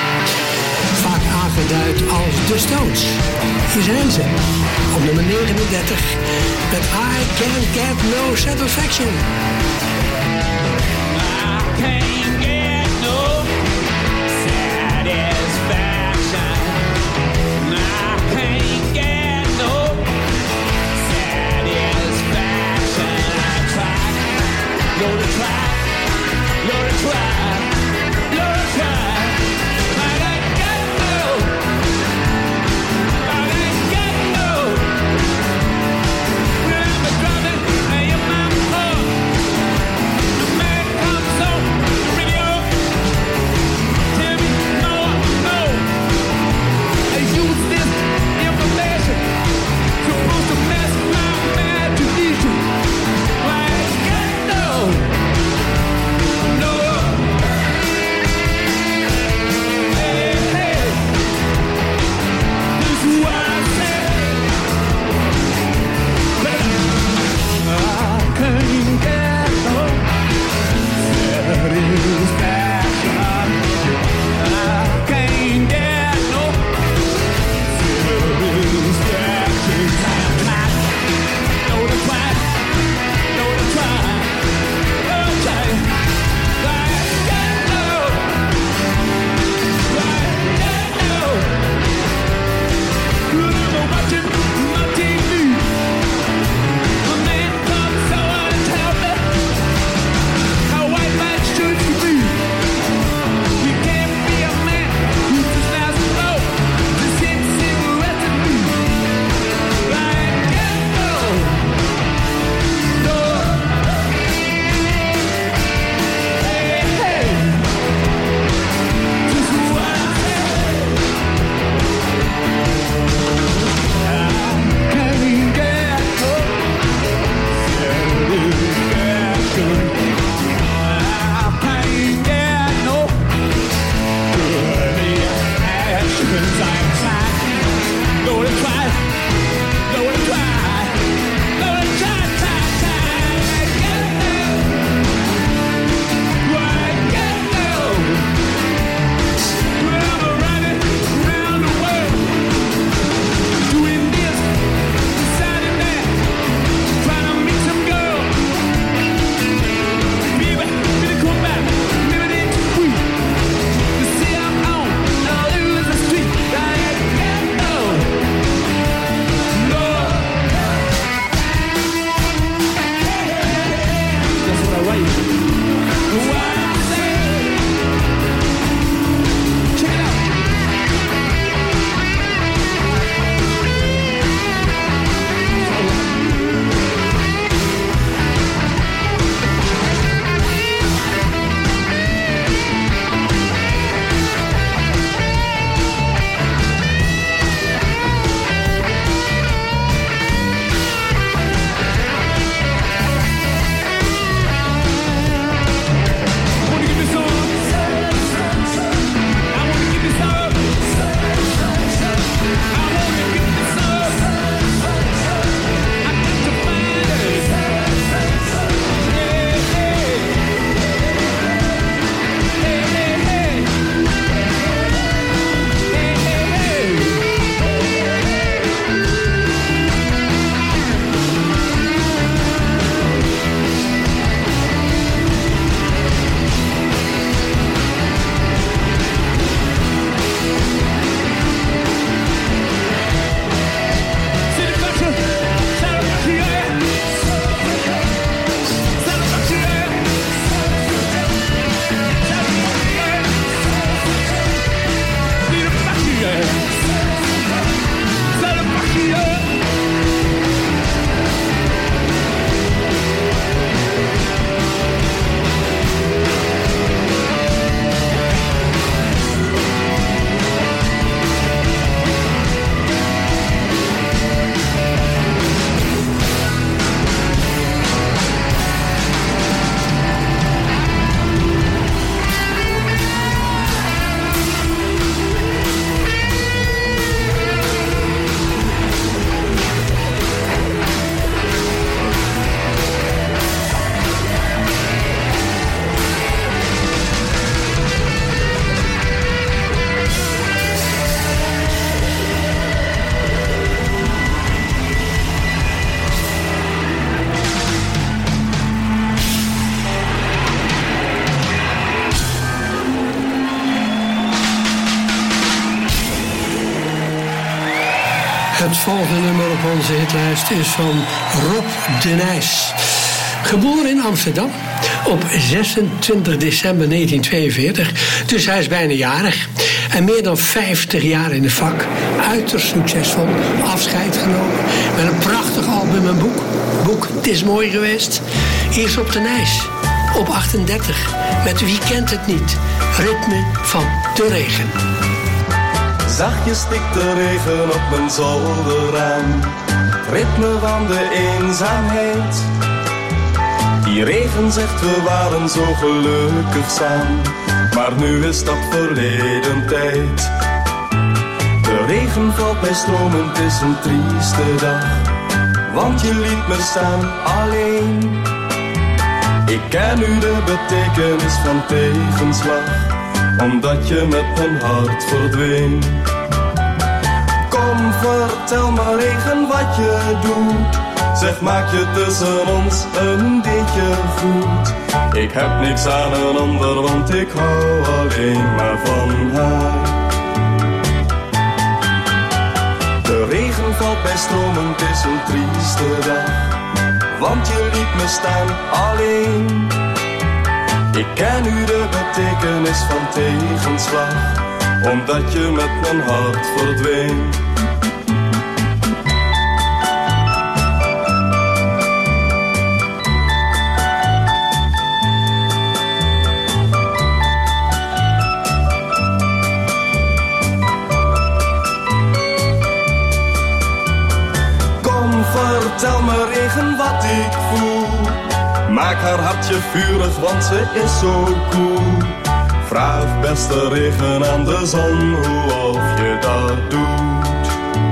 Vaak aangeduid als de Stones. Hier zijn ze, op nummer negenendertig, met I Can't Get No Satisfaction. I can't get no satisfaction. I can't get no satisfaction. I tried, gonna try, gonna try, gonna try. I ain't got no, I ain't got no. When I'm driving in my car, the man comes on the radio. Tell me no, no. I use this information supposed to mess my imagination. I ain't got no. Het volgende nummer op onze hitlijst is van Rob de Nijs. Geboren in Amsterdam op zesentwintig december negentien tweeënveertig, dus hij is bijna jarig. En meer dan vijftig jaar in het vak, uiterst succesvol, afscheid genomen. Met een prachtig album en boek. Boek, het is mooi geweest. Hier is Rob de Nijs, op achtendertig, met Wie kent het niet? Ritme van de regen. Zachtjes stikt de regen op mijn zolderraam. Het ritme van de eenzaamheid. Die regen zegt we waren zo gelukkig samen, maar nu is dat verleden tijd. De regen valt bij stromen, het is een trieste dag, want je liet me staan alleen. Ik ken nu de betekenis van tegenslag, omdat je met mijn hart verdween. Kom, vertel me regen wat je doet. Zeg, maak je tussen ons een beetje goed. Ik heb niks aan een ander, want ik hou alleen maar van haar. De regen valt bij stromen, het is een trieste dag, want je liet me staan alleen. Ik ken nu de betekenis van tegenslag, omdat je met mijn hart verdween. Vertel me regen wat ik voel. Maak haar hartje vurig, want ze is zo cool. Vraag beste regen aan de zon hoe of je dat doet.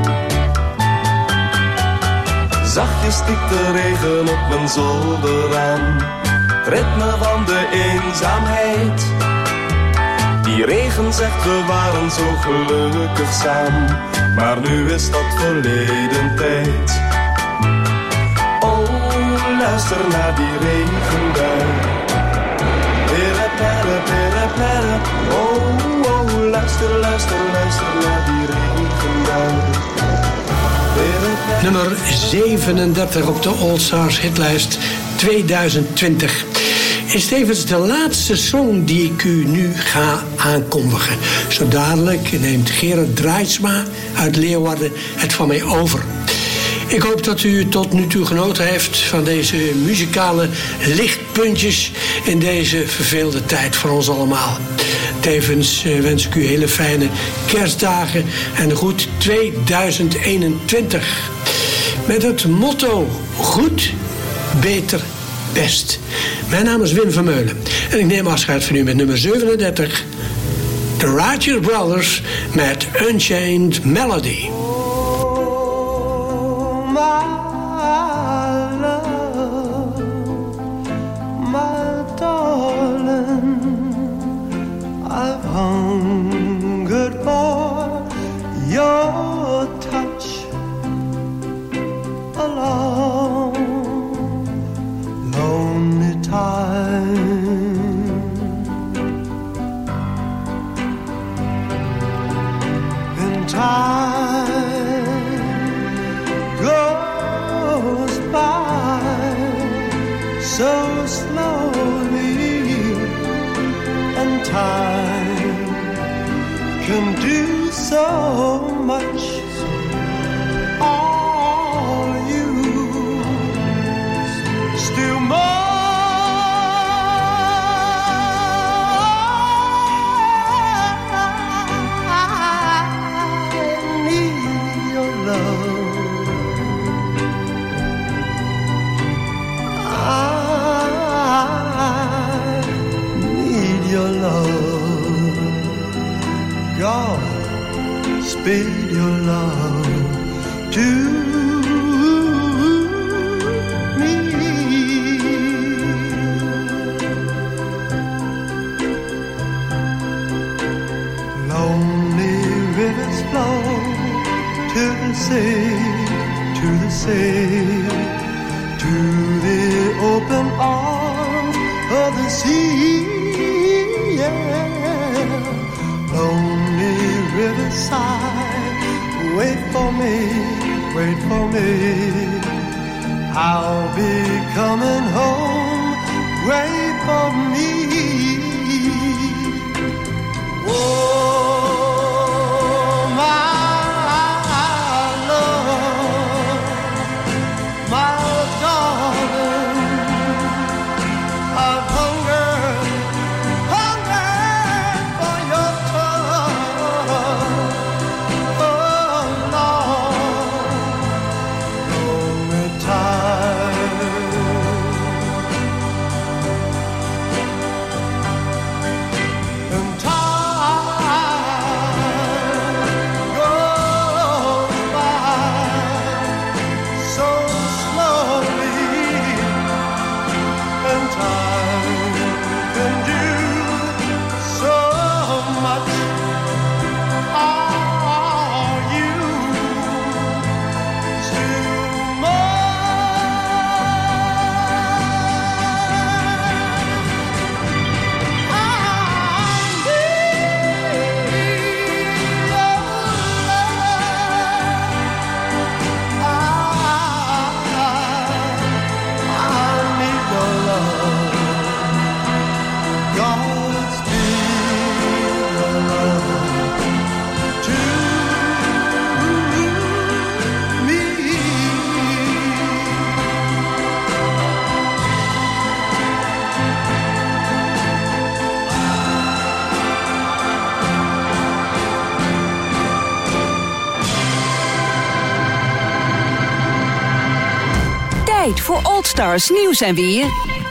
Zachtjes stikt de regen op mijn zolderraam. Het ritme van de eenzaamheid. Die regen zegt we waren zo gelukkig samen, maar nu is dat verleden tijd. Luister naar die regenbui. Pere, pere, pere, pere. Oh, oh, luister, luister, luister naar die regenbui. Pere, pere. Nummer zevenendertig op de All Stars hitlijst tweeduizend twintig. Is tevens de laatste song die ik u nu ga aankondigen. Zo dadelijk neemt Gerard Draaisma uit Leeuwarden het van mij over. Ik hoop dat u tot nu toe genoten heeft van deze muzikale lichtpuntjes in deze verveelde tijd voor ons allemaal. Tevens wens ik u hele fijne kerstdagen en een goed tweeduizend eenentwintig. Met het motto goed, beter, best. Mijn naam is Wim Vermeulen en ik neem afscheid van u met nummer zevenendertig. The Righteous Brothers met Unchained Melody. Hungered for your touch a long, lonely time. And time goes by so slowly, and time can do so much. All you still more. I need your love. I need your love. God, speed your love to me. Lonely rivers flow to the sea, to the sea, to the open arms of the sea. Yeah. Lonely riverside wait for me, wait for me. I'll be coming home, wait for me. Oh, my love, my darling, I've hungered, hungered for your touch. Oh, Lord, lonely time. And time goes by so slowly, and time can do so much. Are you still Tijd voor Old Stars nieuws en weer.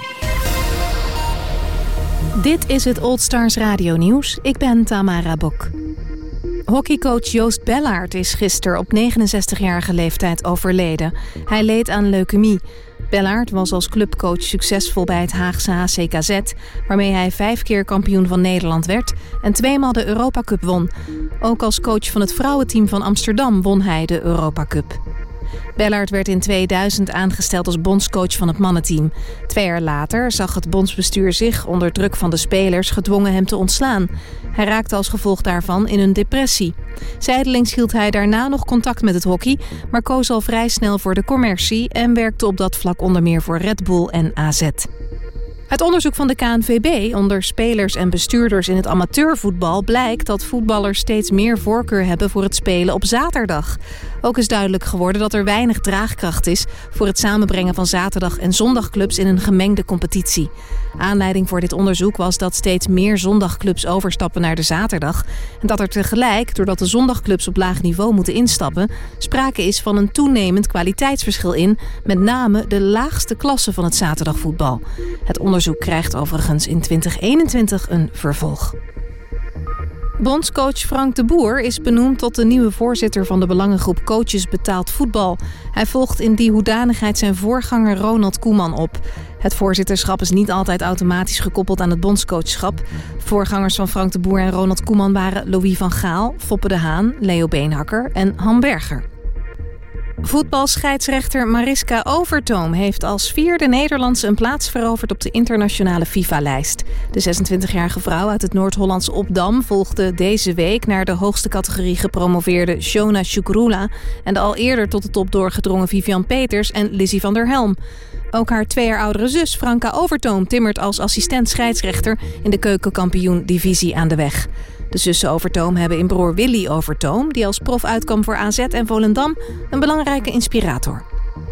Dit is het Old Stars Radio Nieuws. Ik ben Tamara Bok. Hockeycoach Joost Bellaert is gisteren op negenenzestigjarige leeftijd overleden. Hij leed aan leukemie. Bellaert was als clubcoach succesvol bij het Haagse H C K Z... waarmee hij vijf keer kampioen van Nederland werd en tweemaal de Europa Cup won. Ook als coach van het vrouwenteam van Amsterdam won hij de Europa Cup. Bellaert werd in tweeduizend aangesteld als bondscoach van het mannenteam. Twee jaar later zag het bondsbestuur zich onder druk van de spelers gedwongen hem te ontslaan. Hij raakte als gevolg daarvan in een depressie. Zijdelings hield hij daarna nog contact met het hockey, maar koos al vrij snel voor de commercie en werkte op dat vlak onder meer voor Red Bull en A Z. Uit onderzoek van de K N V B onder spelers en bestuurders in het amateurvoetbal blijkt dat voetballers steeds meer voorkeur hebben voor het spelen op zaterdag. Ook is duidelijk geworden dat er weinig draagkracht is voor het samenbrengen van zaterdag- en zondagclubs in een gemengde competitie. Aanleiding voor dit onderzoek was dat steeds meer zondagclubs overstappen naar de zaterdag en dat er tegelijk, doordat de zondagclubs op laag niveau moeten instappen, sprake is van een toenemend kwaliteitsverschil in, met name de laagste klasse van het zaterdagvoetbal. Het onderzoek krijgt overigens in twintig eenentwintig een vervolg. Bondscoach Frank de Boer is benoemd tot de nieuwe voorzitter van de belangengroep Coaches Betaald Voetbal. Hij volgt in die hoedanigheid zijn voorganger Ronald Koeman op. Het voorzitterschap is niet altijd automatisch gekoppeld aan het bondscoachschap. Voorgangers van Frank de Boer en Ronald Koeman waren Louis van Gaal, Foppe de Haan, Leo Beenhakker en Han Berger. Voetbalscheidsrechter Mariska Overtoom heeft als vierde Nederlandse een plaats veroverd op de internationale FIFA-lijst. De zesentwintigjarige vrouw uit het Noord-Hollandse Opdam volgde deze week naar de hoogste categorie gepromoveerde Shona Shukrula en de al eerder tot de top doorgedrongen Vivian Peters en Lizzie van der Helm. Ook haar twee jaar oudere zus Franka Overtoom timmert als assistent scheidsrechter in de keukenkampioen-divisie aan de weg. De zussen Overtoom hebben in broer Willy Overtoom, die als prof uitkwam voor A Z en Volendam, een belangrijke inspirator.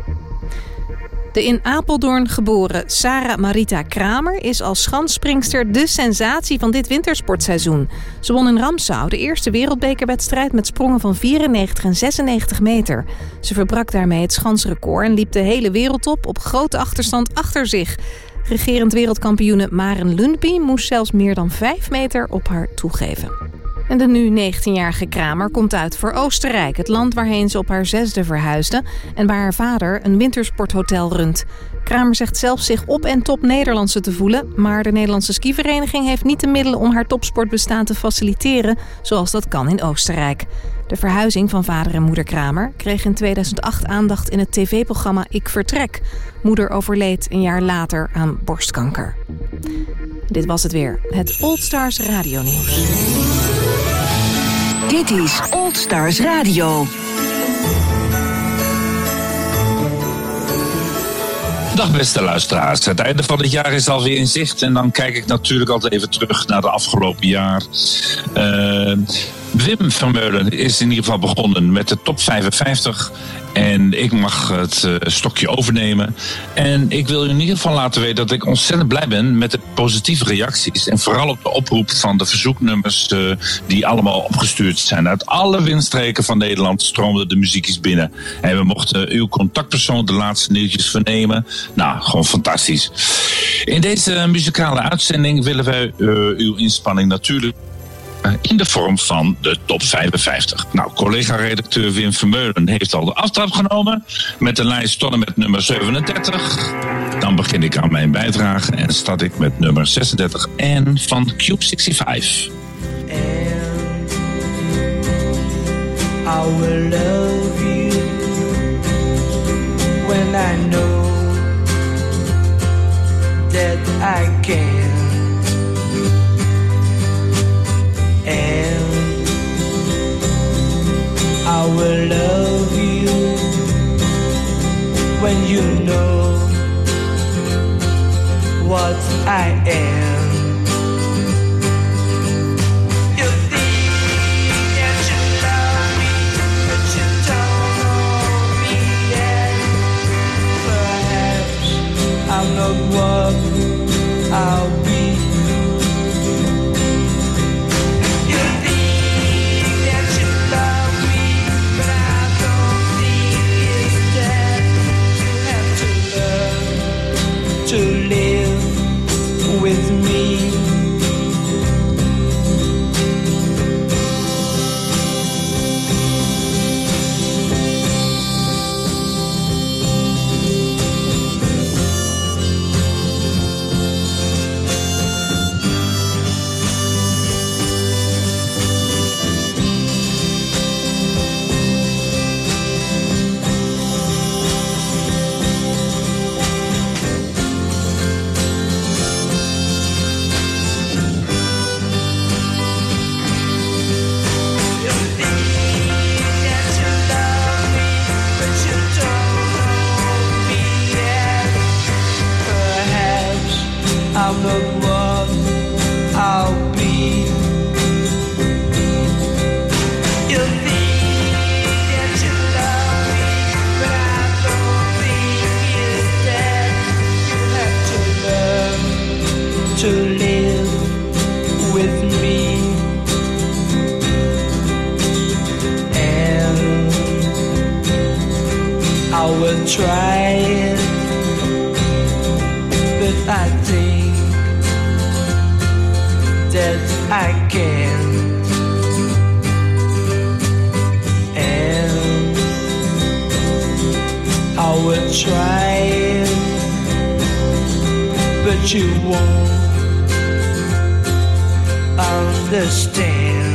De in Apeldoorn geboren Sarah Marita Kramer is als schansspringster de sensatie van dit wintersportseizoen. Ze won in Ramsau de eerste wereldbekerwedstrijd met sprongen van vierennegentig en zesennegentig meter. Ze verbrak daarmee het schansrecord en liep de hele wereldtop op grote achterstand achter zich. Regerend wereldkampioene Maren Lundby moest zelfs meer dan vijf meter op haar toegeven. En de nu negentienjarige Kramer komt uit voor Oostenrijk, het land waarheen ze op haar zesde verhuisde en waar haar vader een wintersporthotel runt. Kramer zegt zelf zich op en top Nederlandse te voelen, maar de Nederlandse skivereniging heeft niet de middelen om haar topsportbestaan te faciliteren, zoals dat kan in Oostenrijk. De verhuizing van vader en moeder Kramer kreeg in tweeduizend acht aandacht in het tv-programma Ik Vertrek. Moeder overleed een jaar later aan borstkanker. Dit was het weer, het Old Stars Radio Nieuws. Dit is Old Stars Radio. Dag beste luisteraars, het einde van het jaar is alweer in zicht en dan kijk ik natuurlijk altijd even terug naar de afgelopen jaar. Uh, Wim Vermeulen is in ieder geval begonnen met de top vijfenvijftig en ik mag het uh, stokje overnemen. En ik wil u in ieder geval laten weten dat ik ontzettend blij ben met de positieve reacties en vooral op de oproep van de verzoeknummers uh, die allemaal opgestuurd zijn. Uit alle windstreken van Nederland stroomden de muziekjes binnen. En we mochten uw contactpersoon de laatste nieuwtjes vernemen. Nou, gewoon fantastisch. In deze muzikale uitzending willen wij uh, uw inspanning natuurlijk in de vorm van de top vijfenvijftig. Nou, collega-redacteur Wim Vermeulen heeft al de aftrap genomen met de lijst tot en met nummer zevenendertig. Dan begin ik aan mijn bijdrage en start ik met nummer zesendertig en van Cube zesenzestig. And I will love you when I know that I can. And I will love you when you know what I am. You think that you love me, but you don't know me yet. Perhaps I'm not what I'll be. To live with me. I'm not what I'll be. You think that you love me, but I don't think it's that. You have to learn to live with me. And I will try it, but I think that I can. And I will try it, but you won't understand.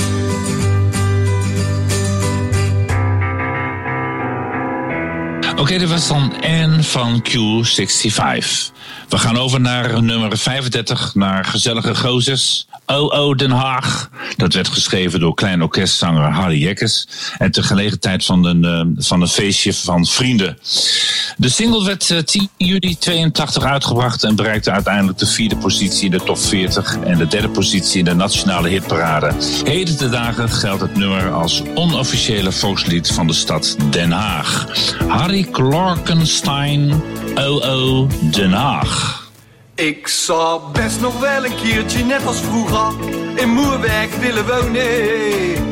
Oké, okay, dat was dan Anne van Q zesenzestig. We gaan over naar nummer vijfendertig, naar Gezellige Gozers. O O Den Haag. Dat werd geschreven door klein orkestzanger Harry Jekkes. En ter gelegenheid van een, uh, van een feestje van vrienden. De single werd uh, tien juli tweeëntachtig uitgebracht en bereikte uiteindelijk de vierde positie in de top veertig en de derde positie in de nationale hitparade. Heden de dagen geldt het nummer als onofficiële volkslied van de stad Den Haag. Harry Clarkenstein, O O Den Haag. Ik zou best nog wel een keertje, net als vroeger, in Moerwijk willen wonen.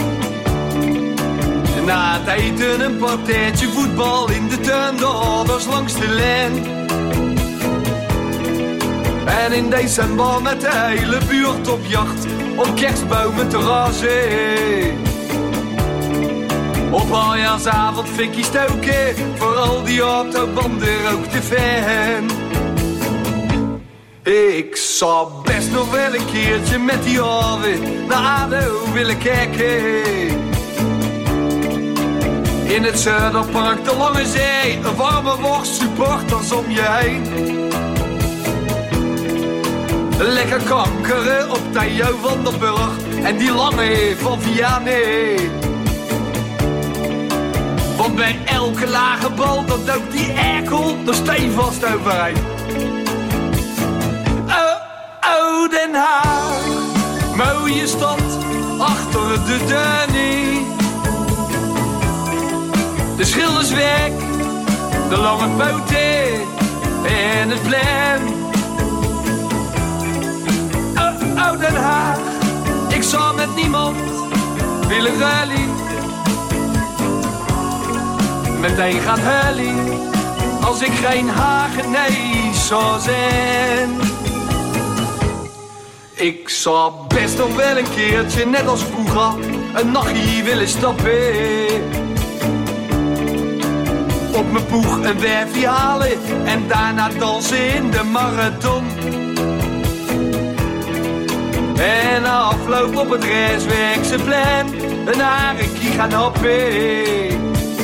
Na het eten een partijtje voetbal in de tuin, de ouders langs de lijn. En in december met de hele buurt op jacht, om kerstbomen te razen. Op aljaarsavond fikkie stoken, vooral die autobanden rook de fan. Ik zou best nog wel een keertje met die Arvid naar ADO willen kijken. In het Zuiderpark, de Lange Zee, een warme worst, supporters om je heen. Lekker kankeren op Theo van der Burg en die lange van Vianney. Want bij elke lage bal, dan loopt die erkel er steenvast overheen. Oh, oh, Den Haag, mooie stad, achter de Dunnie. De schilderswerk, de lange poten en het plan. Oh, oh, Den Haag, ik zou met niemand willen rally. Meteen gaan huilen, als ik geen Hagenees zou zijn. Ik zou best nog wel een keertje, net als vroeger, een nachtje willen stappen. Op mijn poeg een werfje halen en daarna dansen in de marathon. En na afloop op het restwerkse plan een harenkie gaan happen.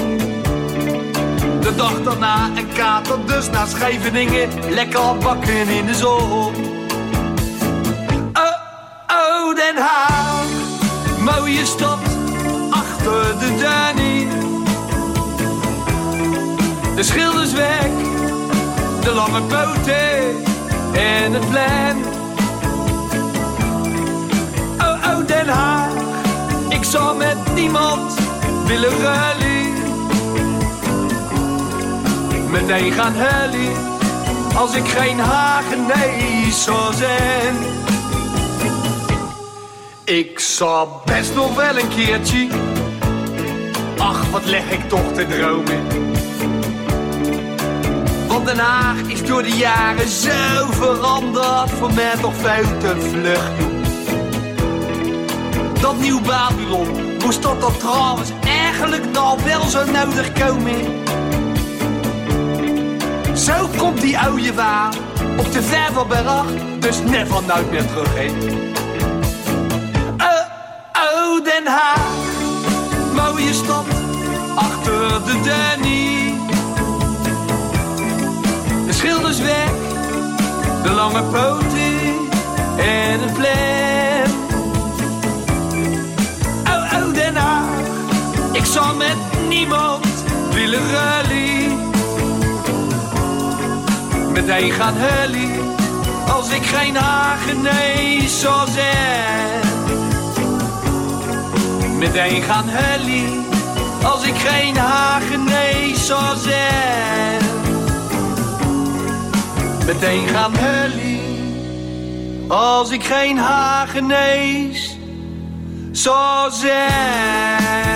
De dag daarna een kater, dus naar Scheveningen, lekker bakken in de zon. Oh, oh, Den Haag, mooie stad, achter de Dunnie. De schilderswerk, de lange poten en het plan. Oh, oh, Den Haag, ik zou met niemand willen ruilen. Meteen gaan huilen, als ik geen Hagenees zou zijn. Ik zou best nog wel een keertje, ach wat leg ik toch te dromen. Want Den Haag is door de jaren zo veranderd, voor mij toch veel te vlug. Dat nieuw Babylon, moest dat dan trouwens eigenlijk nog wel zo nodig komen? Zo komt die oude waar op de Vervelberg, dus never nooit meer terug heen. Oh, oh, Den Haag, mooie stad, achter de Dunnie. De schilderswerk, de lange poten en het plan. Oh, oh, Den Haag, ik zou met niemand willen ruilen. Meteen gaan huilen, als ik geen Hagenees zou zijn. Meteen gaan huilen, als ik geen Hagenees zou zijn. Meteen gaan huilen, als ik geen Hagenees zou zijn.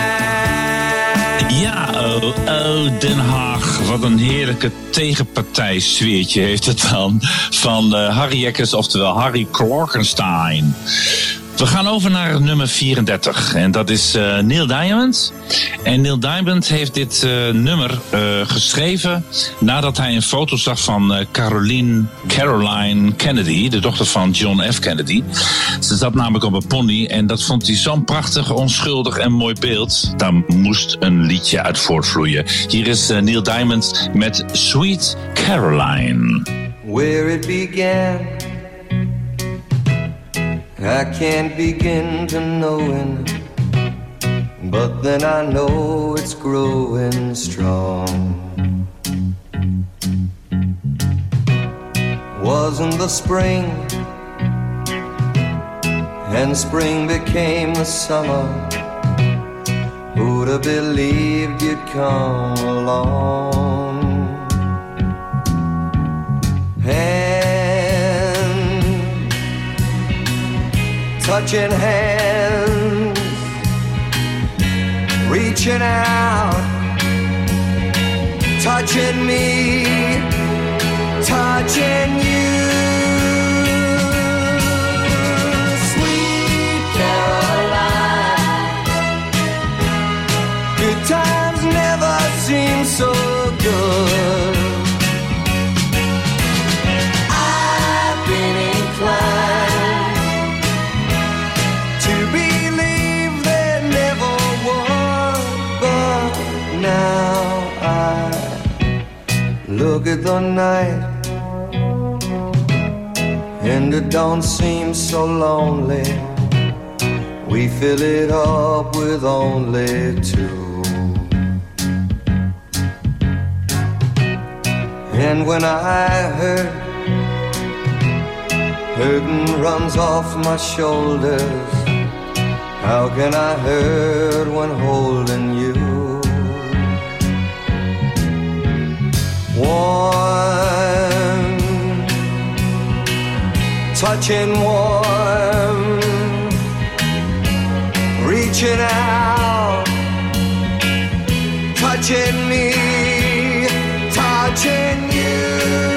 Ja, oh, oh, Den Haag. Wat een heerlijke tegenpartijsfeertje heeft het dan. Van uh, Harry Jekkers, oftewel Harry Klorkenstein. We gaan over naar nummer vierendertig. En dat is uh, Neil Diamond. En Neil Diamond heeft dit uh, nummer uh, geschreven nadat hij een foto zag van uh, Caroline, Caroline Kennedy, de dochter van John F. Kennedy. Ze zat namelijk op een pony en dat vond hij zo'n prachtig, onschuldig en mooi beeld. Daar moest een liedje uit voortvloeien. Hier is uh, Neil Diamond met Sweet Caroline. Where it began, I can't begin to knowing, but then I know it's growing strong. Wasn't the spring, and spring became the summer. Who'd have believed you'd come along? And touching hands, reaching out, touching me, touching you. Sweet Caroline, good times never seem so good. I've been inclined to believe there never was, but now I look at the night and it don't seem so lonely. we fill it up with only two. And when I hurt, hurting runs off my shoulders. How can I hurt when holding you? Warm, touching warm, reaching out, touching me, touching you.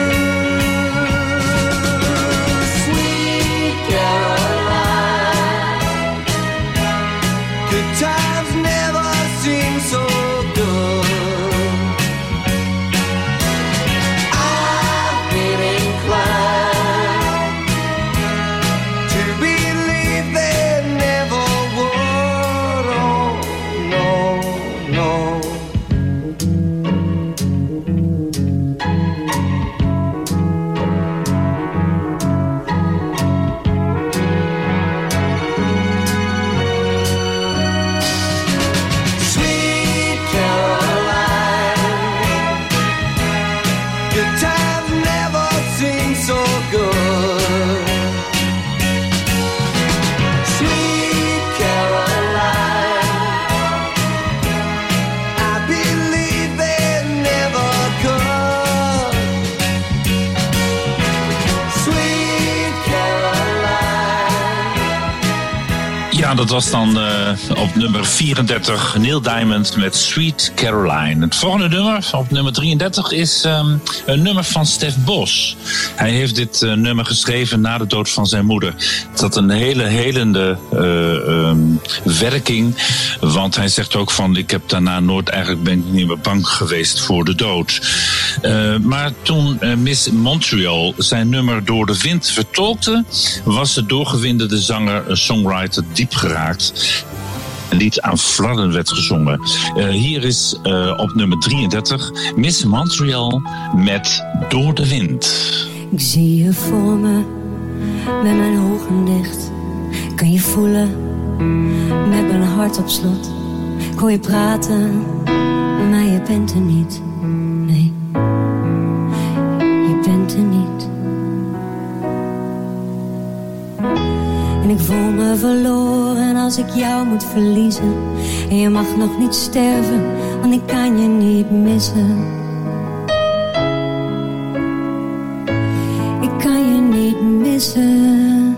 Sweet Caroline, good times never seem so good. I've been inclined to believe they never would. Oh, no, no. Sweet Caroline, good times never seem so good. Sweet Caroline, I believe they never could. Sweet Caroline. Ja, dat was dan uh, op nummer vierendertig Neil Diamond met Sweet Caroline. Het volgende nummer, op nummer drieëndertig, is um, een nummer van Stef Bos. Hij heeft dit uh, nummer geschreven na de dood van zijn moeder. Het had een hele helende uh, um, werking, want hij zegt ook van, ik heb daarna nooit, eigenlijk ben ik niet meer bang geweest voor de dood. Uh, maar toen uh, Miss Montreal zijn nummer Door de Wind vertolkte, was de doorgewinterde zanger, uh, songwriter diep geraakt. Een lied aan flarden werd gezongen. Uh, hier is uh, op nummer drieëndertig Miss Montreal met Door de Wind. Ik zie je voor me, met mijn ogen dicht. Kan je voelen, met mijn hart op slot. Ik hoor je praten, maar je bent er niet. Nee, je bent er niet. En ik voel me verloren als ik jou moet verliezen. En je mag nog niet sterven, want ik kan je niet missen. Ik kan je niet missen.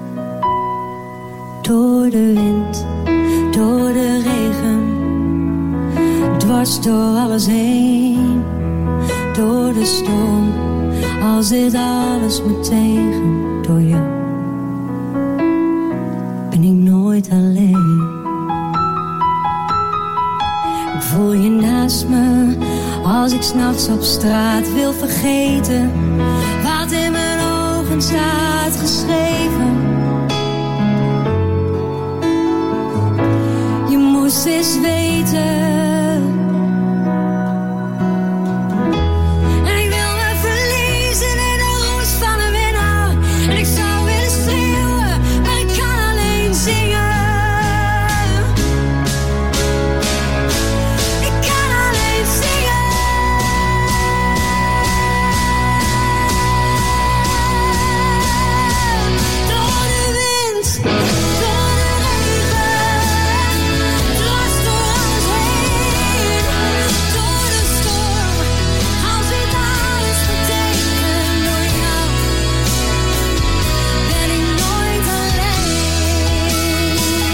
Door de wind, door de regen, dwars door alles heen. Door de storm, als dit alles me tegen. Door jou ben ik nooit alleen. Ik voel je naast me, als ik 's nachts op straat wil vergeten wat in mijn ogen staat geschreven. Je moest eens weten. En ik wil me verliezen in de roes van een winnaar. En ik zou willen schreeuwen, maar ik kan alleen zingen. Ik kan alleen zingen. Door de wind, door de regen, dwars door alles heen. Door de storm, als dit alles betekent. Door jou ben ik nooit alleen.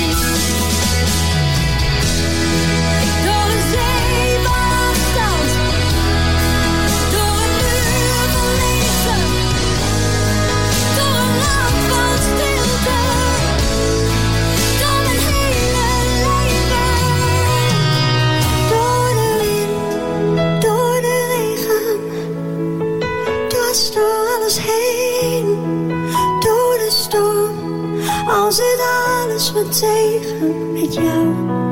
Door een zee van afstand, door een muur van leegte, door een land van stilte, door mijn hele leven. Door de wind, door de regen, dwars door alles heen. Door de storm, als dit alles me tegen. Met jou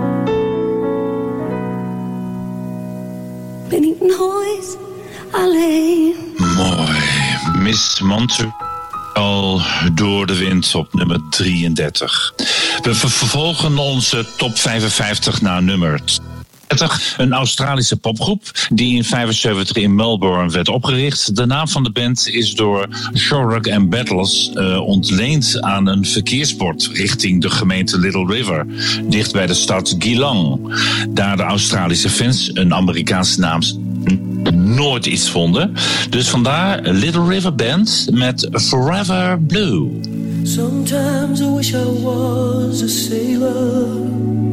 ben ik nooit alleen. Mooi. Miss Montreal Al door de wind op nummer drieëndertig. We ver- vervolgen onze top vijfenvijftig naar nummer dertig. Een Australische popgroep die in vijfenzeventig in Melbourne werd opgericht. De naam van de band is door Shorrock and Battles uh, ontleend aan een verkeersbord richting de gemeente Little River, dicht bij de stad Geelong. Daar de Australische fans een Amerikaanse naam nooit iets vonden. Dus vandaar Little River Band met Forever Blue. Sometimes I wish I was a sailor,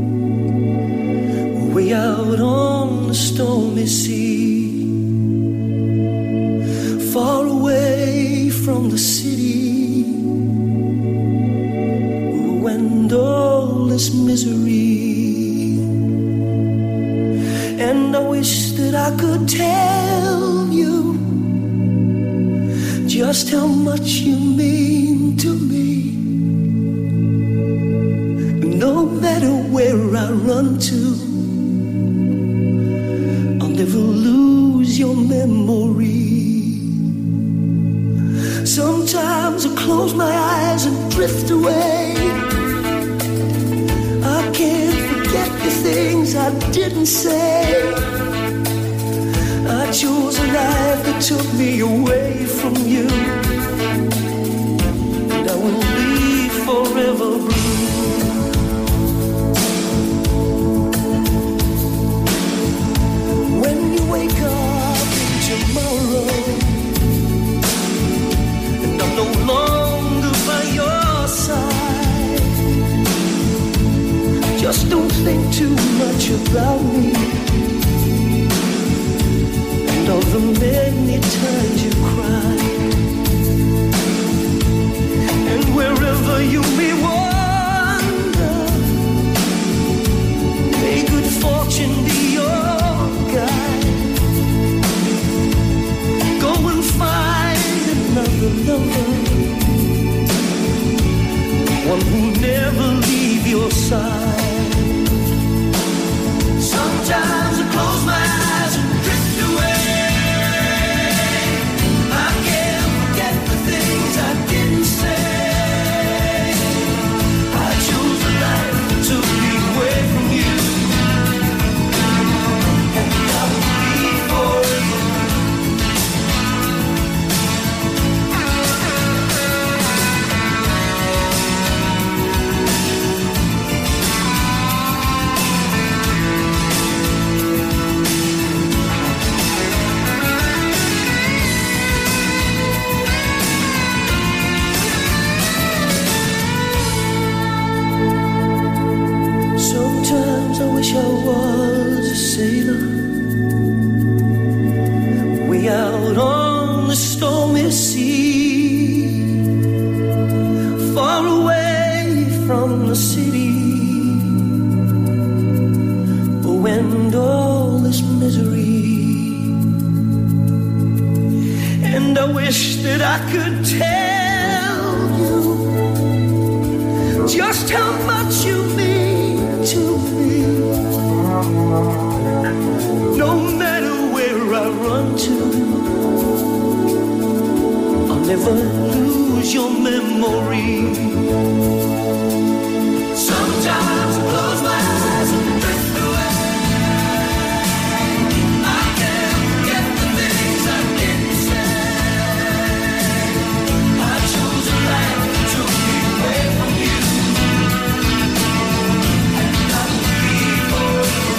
way out on the stormy sea, far away from the city, and all this misery. And I wish that I could tell you just how much you mean to me. No matter where I run to, I'll never lose your memory. Sometimes I close my eyes and drift away. I can't forget the things I didn't say. I chose a life that took me away from you, and I will be forever blue. When you wake up tomorrow and I'm no longer by your side, just don't think too much about me and all the many times you cried. And wherever you may wander, may good fortune be your guide. Go and find another lover, one who'll never leave your side. Sometimes I close my eyes and drift away. I can't forget the things I didn't say. I chose a life that took me away from you, and I will be forever. Sometimes I wish I was a sailor, way out on the stormy sea, far away from the city, oh, and all this misery. And I wish that I could tell you just how much you mean to me. No matter where I run to, I'll never lose your memory. Sometimes I close my eyes and drift away. I can't forget the things I didn't say. I chose a life that took me away from you, and I will be forever.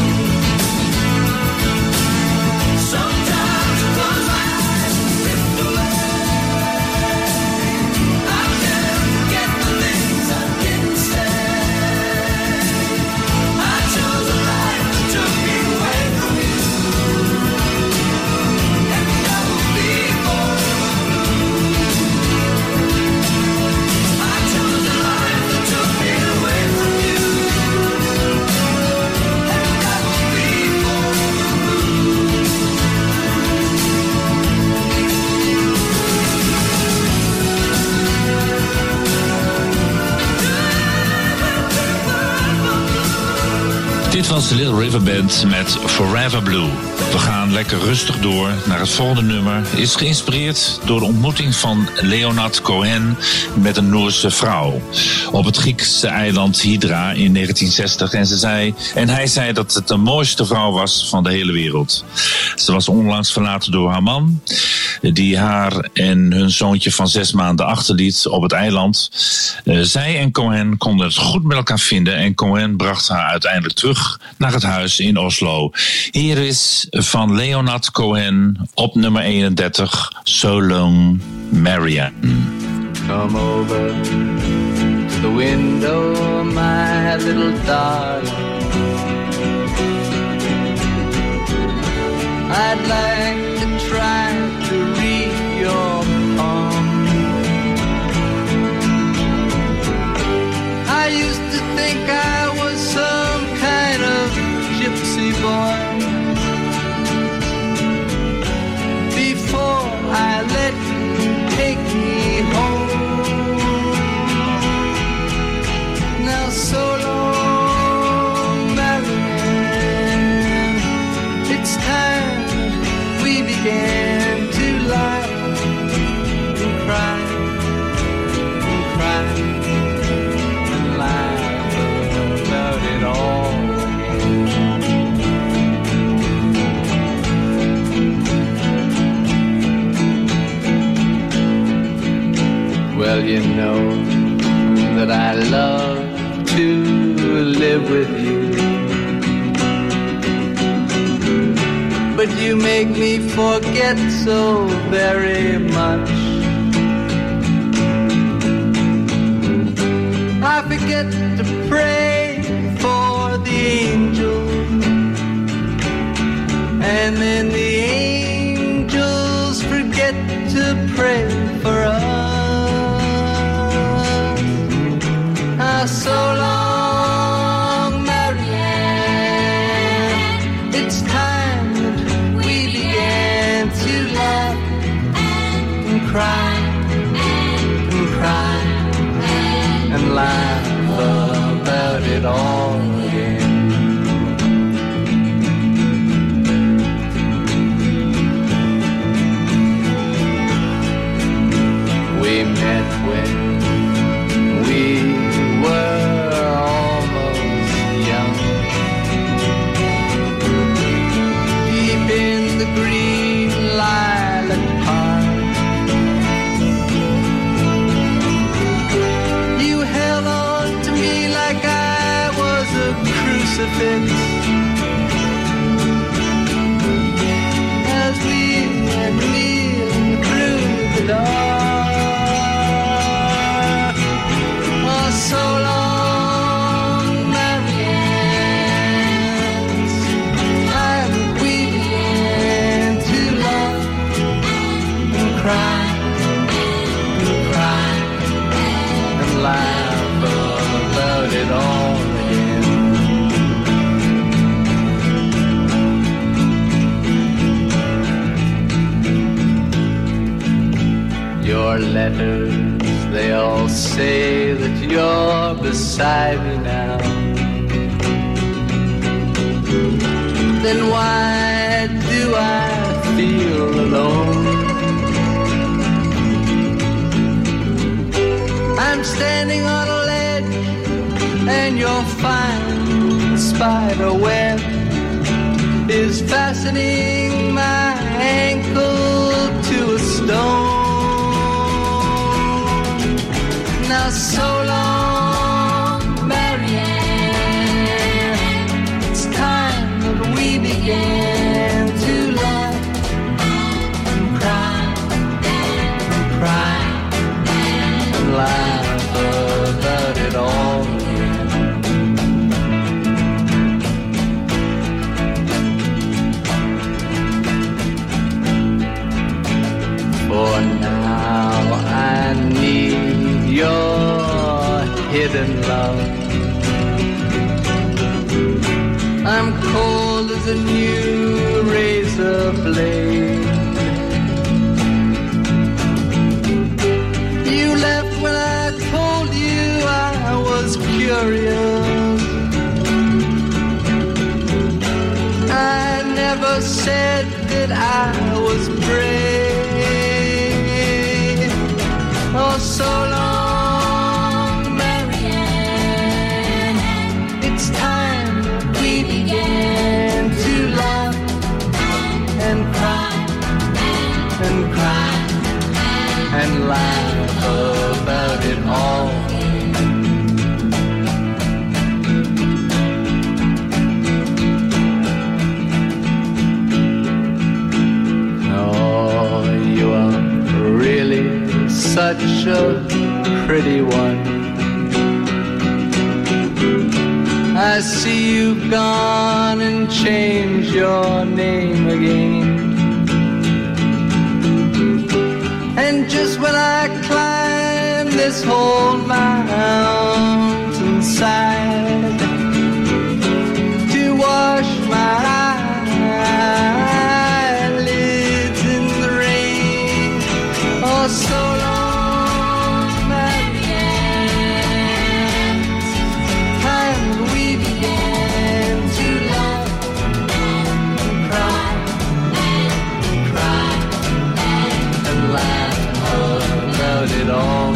Sometimes I close my eyes and drift away. I can't forget the things Dit was de Little River Band met Forever Blue. We gaan lekker rustig door naar het volgende nummer. Is geïnspireerd door de ontmoeting van Leonard Cohen met een Noorse vrouw op het Griekse eiland Hydra in negentien zestig. En, ze zei, en hij zei dat het de mooiste vrouw was van de hele wereld. Ze was onlangs verlaten door haar man, die haar en hun zoontje van zes maanden achterliet op het eiland. Uh, zij en Cohen konden het goed met elkaar vinden en Cohen bracht haar uiteindelijk terug naar het huis in Oslo. Hier is van Leonard Cohen op nummer eenendertig, So Long, Marianne. Come over to the window, my little darling. I'd like to try to read your palm. I used to think I was some kind of gypsy boy before I let you take me home. Now so long, Marianne, it's time we began to lie and cry and cry and laugh about it all again. Well, you know that I love to live with you, but you make me forget so very much. I forget to pray for the angels, and then the angels forget to pray for us. Ah, so long, Marianne, it's time that we began to laugh and cry and cry and laugh about it all again. We met when we were almost young, deep in the green lilac park. You held on to me like I was a crucifix as we went kneeling through the dark. Oh, so long, Marianne, time we began to love and cry and cry and laugh about it all again. Your letters, they all say that you're beside me now. Then why do I feel alone? I'm standing on a ledge and your fine spider web is fastening my ankle to a stone. Now so long, Marianne, it's time that we began to laugh and cry and cry and laugh about it all again. For now I need your hidden love. I'm cold as a new razor blade. You left when I told you I was curious. never said that I was brave. Oh, so long, Marianne. It's time we began to laugh and cry and cry and laugh about it all. Oh, you are really such a pretty one. I see you've gone and changed your name again. And just when I climb this whole mountainside to wash my eyelids in the rain, oh, so long, Marianne, time we began to laugh and cry and cry and laugh about it all.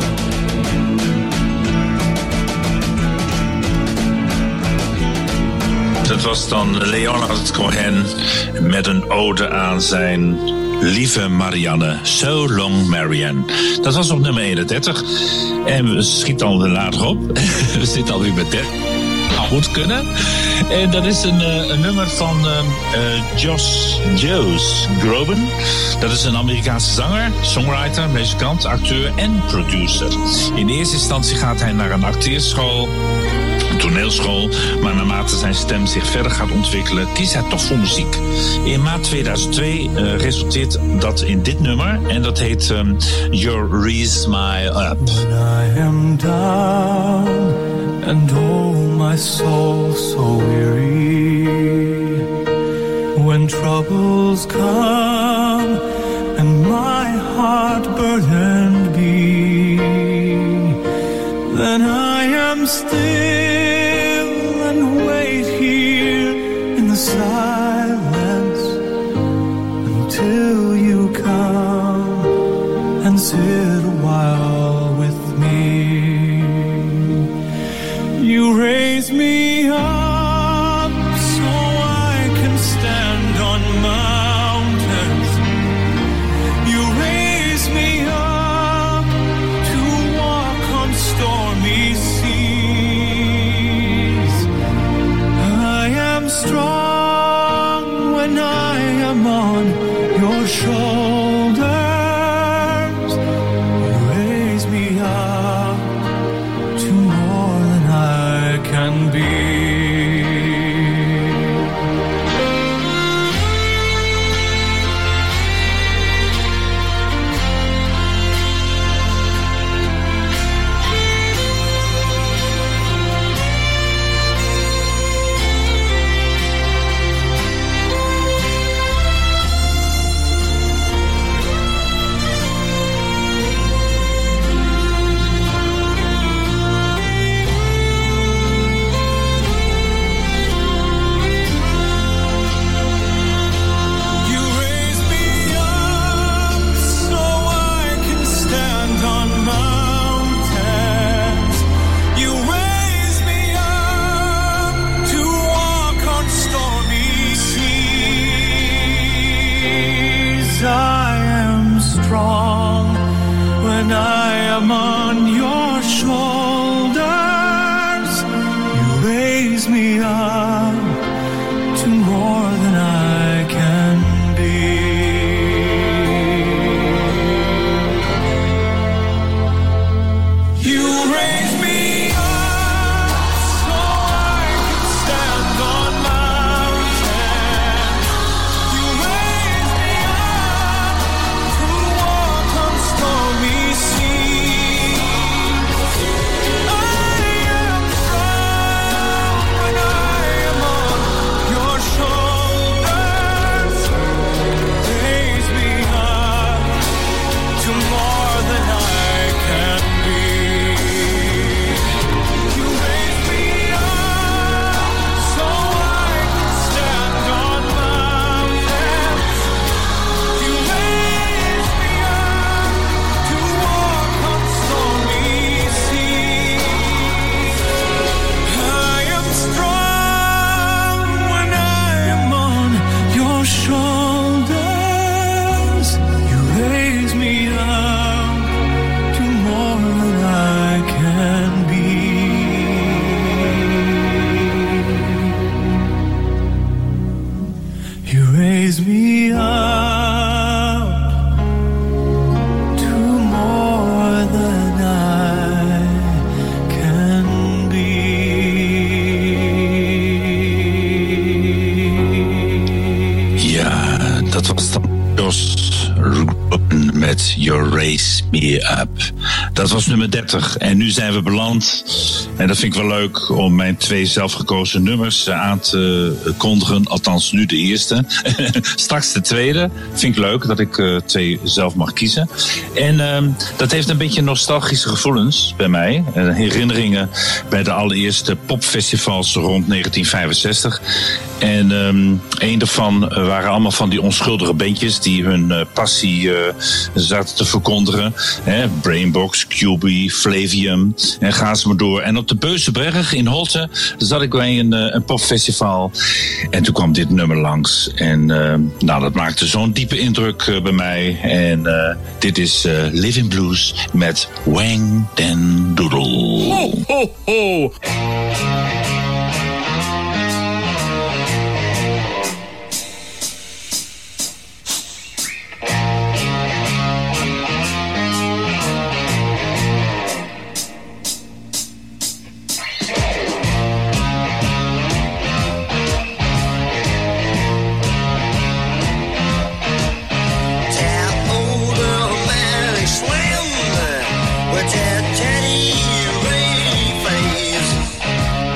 Dat was dan Leonard Cohen met een ode aan zijn lieve Marianne. So Long Marianne. Dat was op nummer eenendertig. En we schieten al later op. We zitten alweer bij dertig. Dat moet kunnen. En dat is een, een nummer van uh, uh, Josh Joes Groban. Dat is een Amerikaanse zanger, songwriter, muzikant, acteur en producer. In eerste instantie gaat hij naar een acteerschool, een toneelschool, maar naarmate zijn stem zich verder gaat ontwikkelen, kiest hij toch voor muziek. In maart tweeduizend twee uh, resulteert dat in dit nummer en dat heet um, You Raise My Up. When I am down and oh my soul so weary, when troubles come and my heart burdened be, then I am still and wait here in the silence until you come and sit a while with me. You raise me up so I can stand on mountains. You raise me up to walk on stormy seas. I am strong when I am on your shoulders. You raise me up to more than I can be. You raise me up so I can stand on mountains. You raise me up to walk on stormy seas. I am strong when I am on your shoulders. You raise me up to more than I can be. You raise me up so I can stand on mountains. You raise me up to walk on stormy seas. I am strong when I am on your shoulders. Raise me up to more than I can be. Me Up. Dat was nummer dertig. En nu zijn we beland. En dat vind ik wel leuk om mijn twee zelfgekozen nummers aan te kondigen. Althans, nu de eerste. Straks de tweede. Vind ik leuk dat ik uh, twee zelf mag kiezen. En uh, dat heeft een beetje nostalgische gevoelens bij mij. Uh, herinneringen bij de allereerste popfestivals rond negentien vijfenzestig. En um, een daarvan waren allemaal van die onschuldige bandjes die hun uh, passie uh, zaten te verkondigen. Hè? Brainbox, Q B, Flavium en ga ze maar door. En op de Beuzenberg in Holte zat ik bij een, uh, een popfestival. En toen kwam dit nummer langs. En uh, nou, dat maakte zo'n diepe indruk uh, bij mij. En uh, dit is uh, Living Blues met Wang Den Doodle. Ho, ho, ho. With that teddy ray face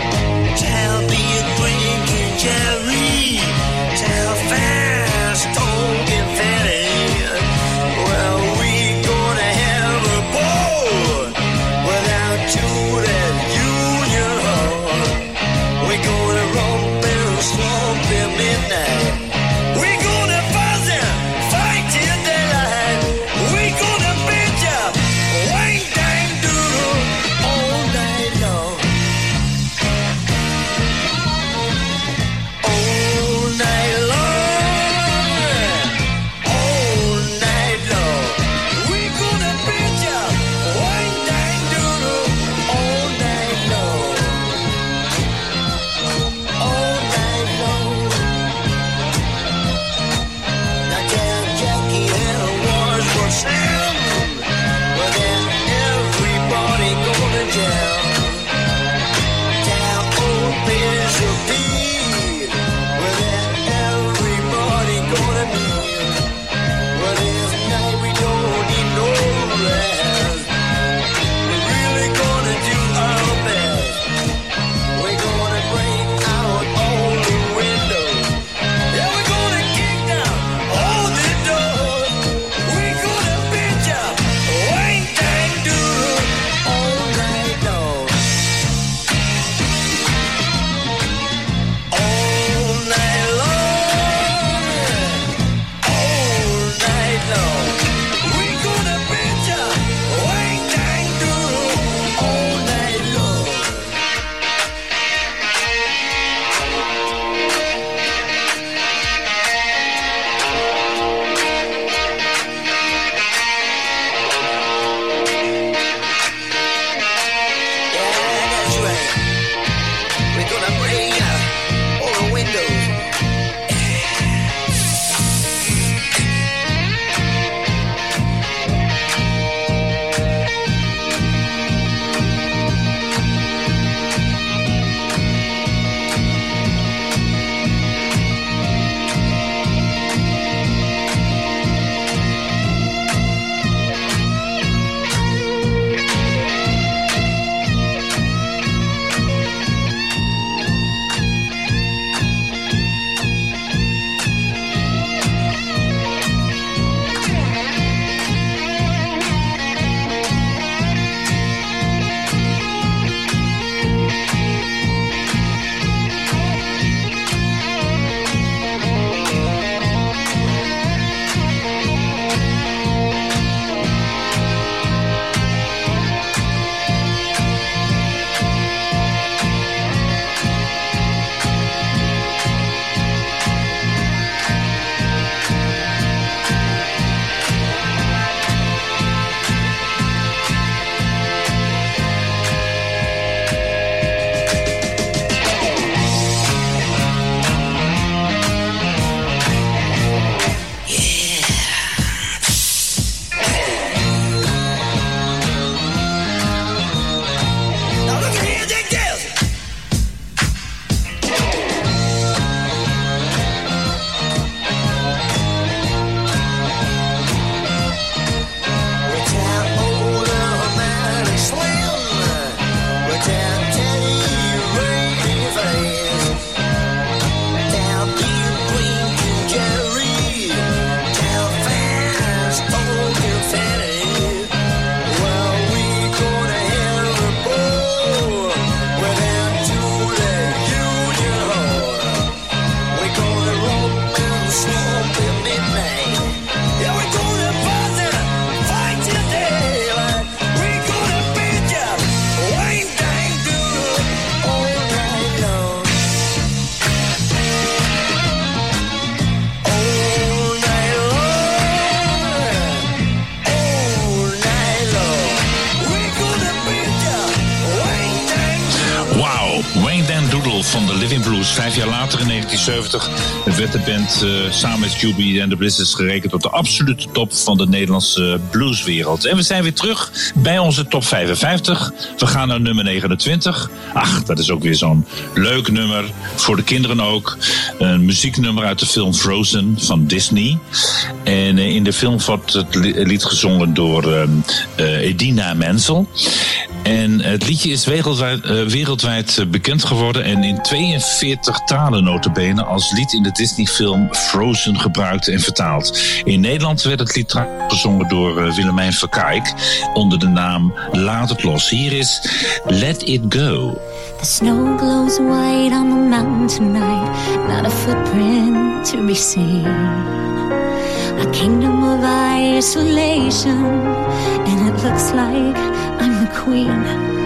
van de Living Blues. Vijf jaar later, in negentien zeventig, werd de band uh, samen met Juby en de Blizzards gerekend tot de absolute top van de Nederlandse blueswereld. En we zijn weer terug bij onze top vijfenvijftig. We gaan naar nummer negenentwintig. Ach, dat is ook weer zo'n leuk nummer. Voor de kinderen ook. Een muzieknummer uit de film Frozen van Disney. En uh, in de film wordt het lied gezongen door uh, uh, Idina Menzel. En het liedje is wereldwijd, uh, wereldwijd bekend geworden en in tweeënveertig talen nota bene als lied in de Disney-film Frozen gebruikt en vertaald. In Nederland werd het lied gezongen door uh, Willemijn Verkijk onder de naam Laat het los. Hier is Let It Go. The snow glows white on the mountain tonight, not a footprint to be seen. A kingdom of isolation, and it looks like I'm the queen.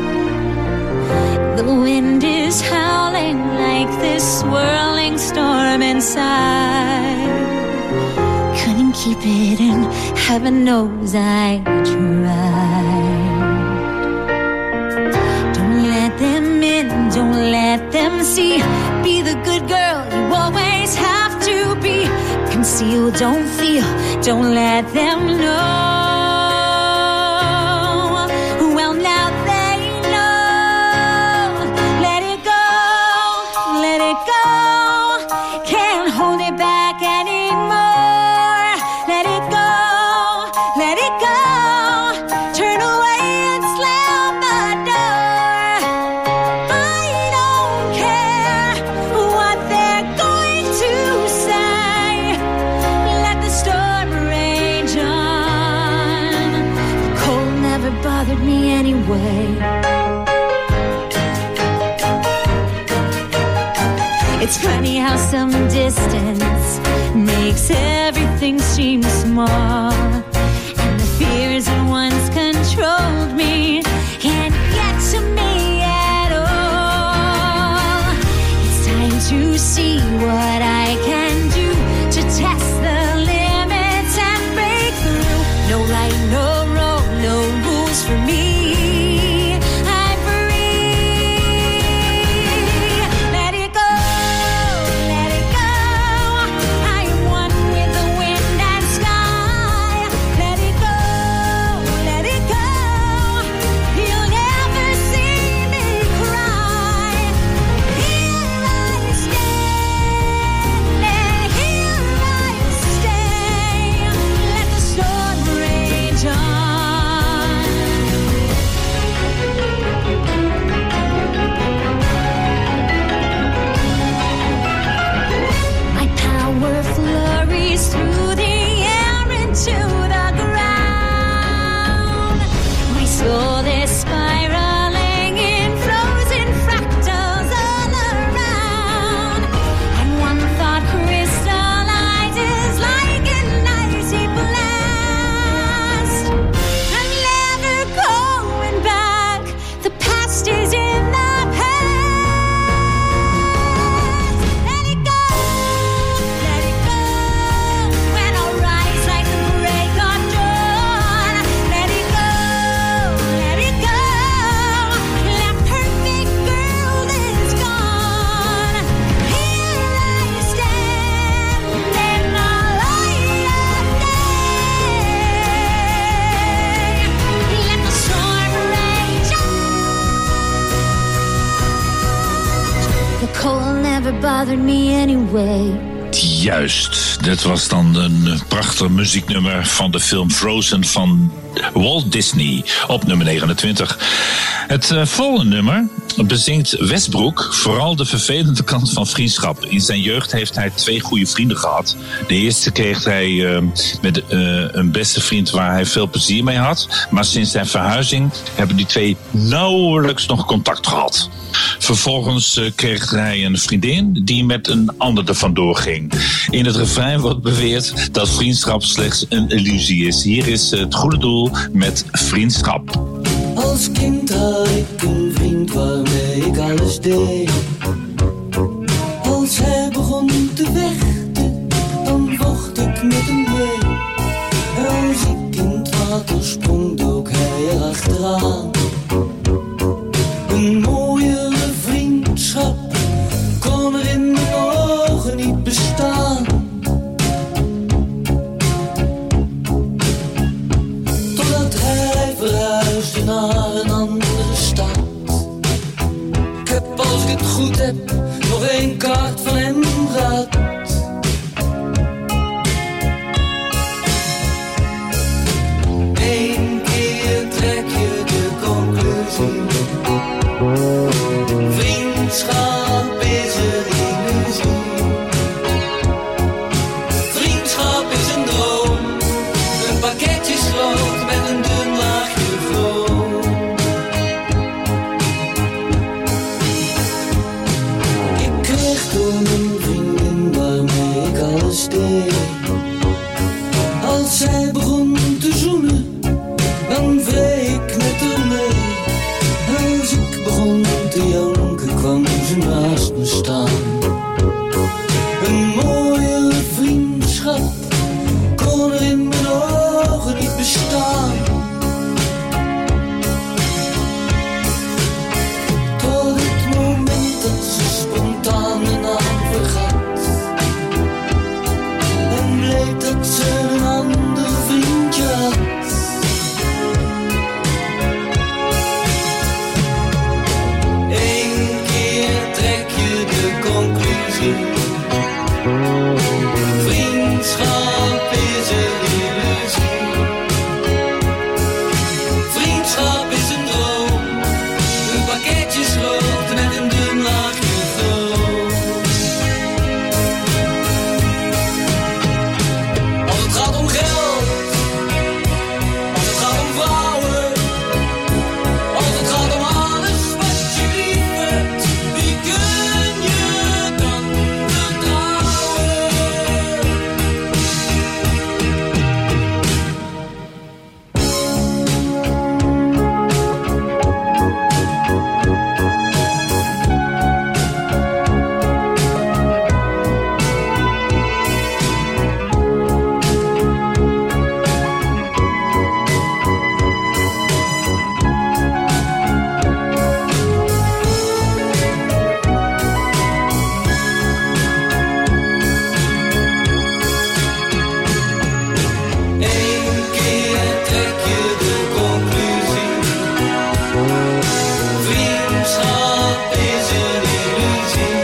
The wind is howling like this swirling storm inside. Couldn't keep it in, heaven knows I tried. Don't let them in, don't let them see. Be the good girl you always have to be. Conceal, don't feel, don't let them know. Well, now they know. Let it go, let it go. Can't hold it back anymore. Let it go, let it go. Turn away and slam the door. I don't care what they're going to say. Let the storm rage on. The cold never bothered me anyway. It's funny how some distance makes everything seem small. And the fears that once controlled me can't get to me at all. It's time to see what I can do to test the limits and break through. No right, no wrong, no rules for me. I'm free. Let it go, let it go. I am one with the wind and sky. Let it go, let it go. You'll never see me cry. Here I stand, and here I stay. Let the storm rage on. My power flurries through the air into the ground. My soul is spiraling in frozen fractals all around. And one thought crystallizes like an icy blast. I'm never going back. The past is in the past. Let it go, let it go. When I rise like the break of dawn. Let it go, let it go. That perfect girl is gone. Here I stand in the light of day. Let the storm rage on. The cold never bothered me anyway. Juist, dat was dan een prachtig muzieknummer van de film Frozen van Walt Disney op nummer negenentwintig. Het uh, volgende nummer bezingt Westbroek vooral de vervelende kant van vriendschap. In zijn jeugd heeft hij twee goede vrienden gehad. De eerste kreeg hij uh, met uh, een beste vriend waar hij veel plezier mee had. Maar sinds zijn verhuizing hebben die twee nauwelijks nog contact gehad. Vervolgens uh, kreeg hij een vriendin die met een ander er vandoor ging. In het refrein wordt beweerd dat vriendschap slechts een illusie is. Hier is uh, het goede doel met vriendschap. Als kind had ik een vriend waarmee ik alles deed. Als hij begon te vechten, dan vocht ik met hem mee. Als ik in het water sprong, dook hij erachteraan. Een mooiere vriendschap goed heb, nog één kaart van hem gehad. Eén keer trek je de conclusie. Vriendschap is een illusie. Vriendschap is een droom. Een pakketje groot met een dun laagje vroom. Ik kreeg toen een vriendin waarmee ik alles deed. Als zij begon te zoenen, dan wreef ik met haar mee. En als ik begon te janken, kwam ze naast me staan. Een mooie vriendschap kon er in mijn ogen niet bestaan. Tot het moment dat ze spontaan mijn naam vergat. En bleek dat ze een ander vriendje had. Eén keer trek je de conclusie. Vriendschap is een illusie. Vriendschap is een droom. Een pakketje groot met een dun laagje vroom. Als het gaat om geld, als het gaat om vrouwen, als het gaat om alles wat je lief hebt, wie kun je dan vertrouwen? Eén keer trek je de conclusie. Vriendschap is een illusie.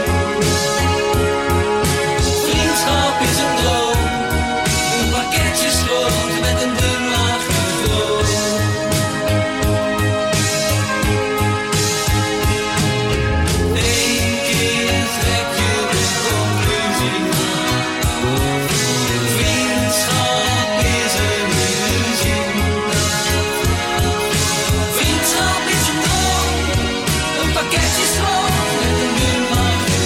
Vriendschap is een droom. Een pakketje groot met een dun laagje vroom. Eén keer trek je de conclusie. Vriendschap is een illusie. Vriendschap is een droom. Een pakketje groot met een dun laagje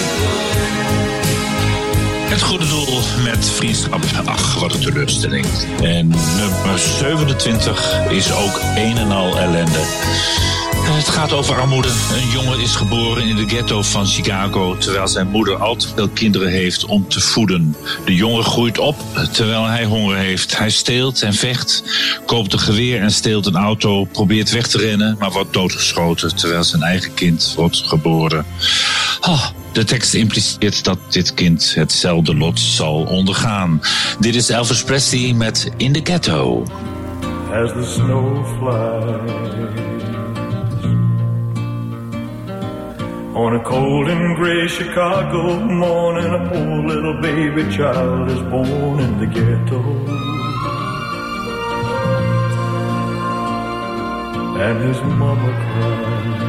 vroom. Het goede doel met vriendschap. Ach, wat een teleurstelling. En nummer zevenentwintig is ook een en al ellende. Het gaat over armoede. Een jongen is geboren in de ghetto van Chicago, terwijl zijn moeder al te veel kinderen heeft om te voeden. De jongen groeit op terwijl hij honger heeft. Hij steelt en vecht, koopt een geweer en steelt een auto, probeert weg te rennen, maar wordt doodgeschoten terwijl zijn eigen kind wordt geboren. Ah, de tekst impliceert dat dit kind hetzelfde lot zal ondergaan. Dit is Elvis Presley met In the Ghetto. As the snow flies on a cold and gray Chicago morning, a poor little baby child is born in the ghetto. And his mama cries,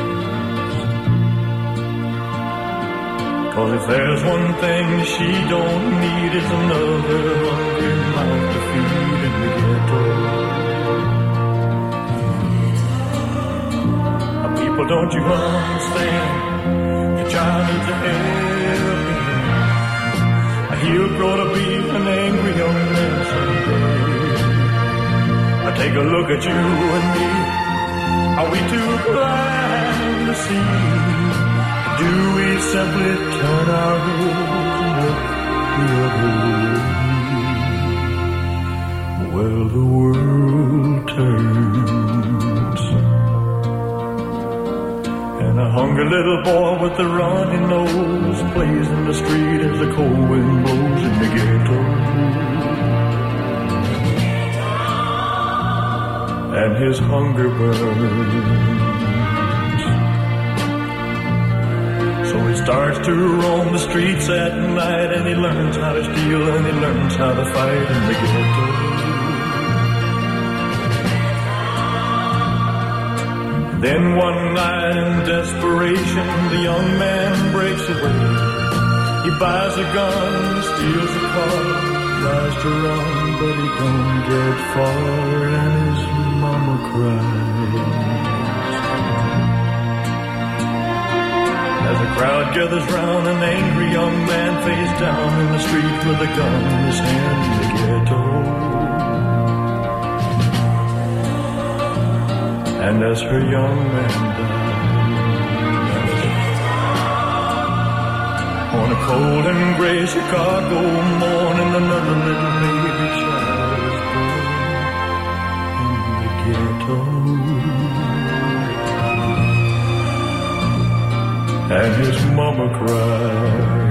'cause if there's one thing she don't need, it's another hungry mouth to feed in the ghetto. People, don't you understand? Your child needs a helping hand. He'll grow to be an angry young man someday. I take a look at you and me. Are we too blind to see? Do we simply turn our heads and look the other way? Well, the world turns, and a hungry little boy with a runny nose plays in the street as the cold wind blows in the ghetto. And his hunger burns. So starts to roam the streets at night, and he learns how to steal, and he learns how to fight in the ghetto. Then one night in desperation, the young man breaks away. He buys a gun, steals a car, tries to run, but he don't get far, and his mama cries. As the crowd gathers round, an angry young man face down in the street with a gun in his hand in the ghetto. And as her young man dies, on a cold and gray Chicago morning, another little baby child is born in the ghetto. And his mama cried.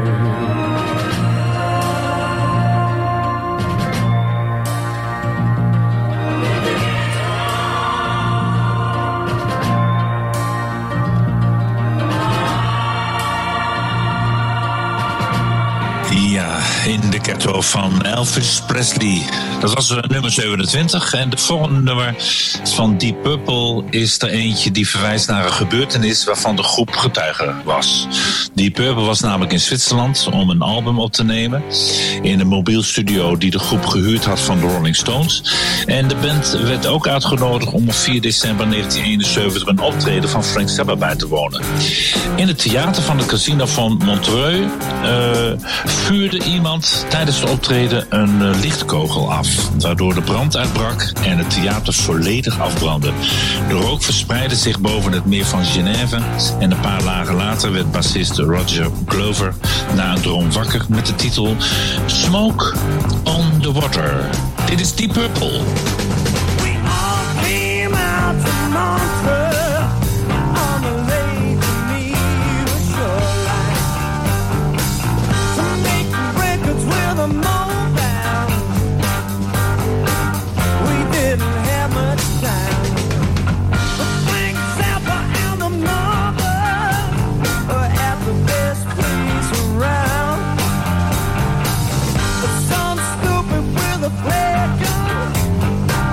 Ja, in de ghetto van Elvis Presley. Dat was nummer zevenentwintig. En de volgende nummer van Deep Purple is er eentje die verwijst naar een gebeurtenis waarvan de groep getuige was. Deep Purple was namelijk in Zwitserland om een album op te nemen in een mobiel studio die de groep gehuurd had van de Rolling Stones. En de band werd ook uitgenodigd om op vier december negentien eenenzeventig een optreden van Frank Zappa bij te wonen. In het theater van het casino van Montreux uh, vuurde iemand tijdens de optreden een uh, lichtkogel af, waardoor de brand uitbrak en het theater volledig afbrandde. De rook verspreidde zich boven het meer van Genève en een paar dagen later werd bassist Roger Glover na een droom wakker met de titel Smoke on the Water. Dit is Deep Purple. Some stupid with a flare gun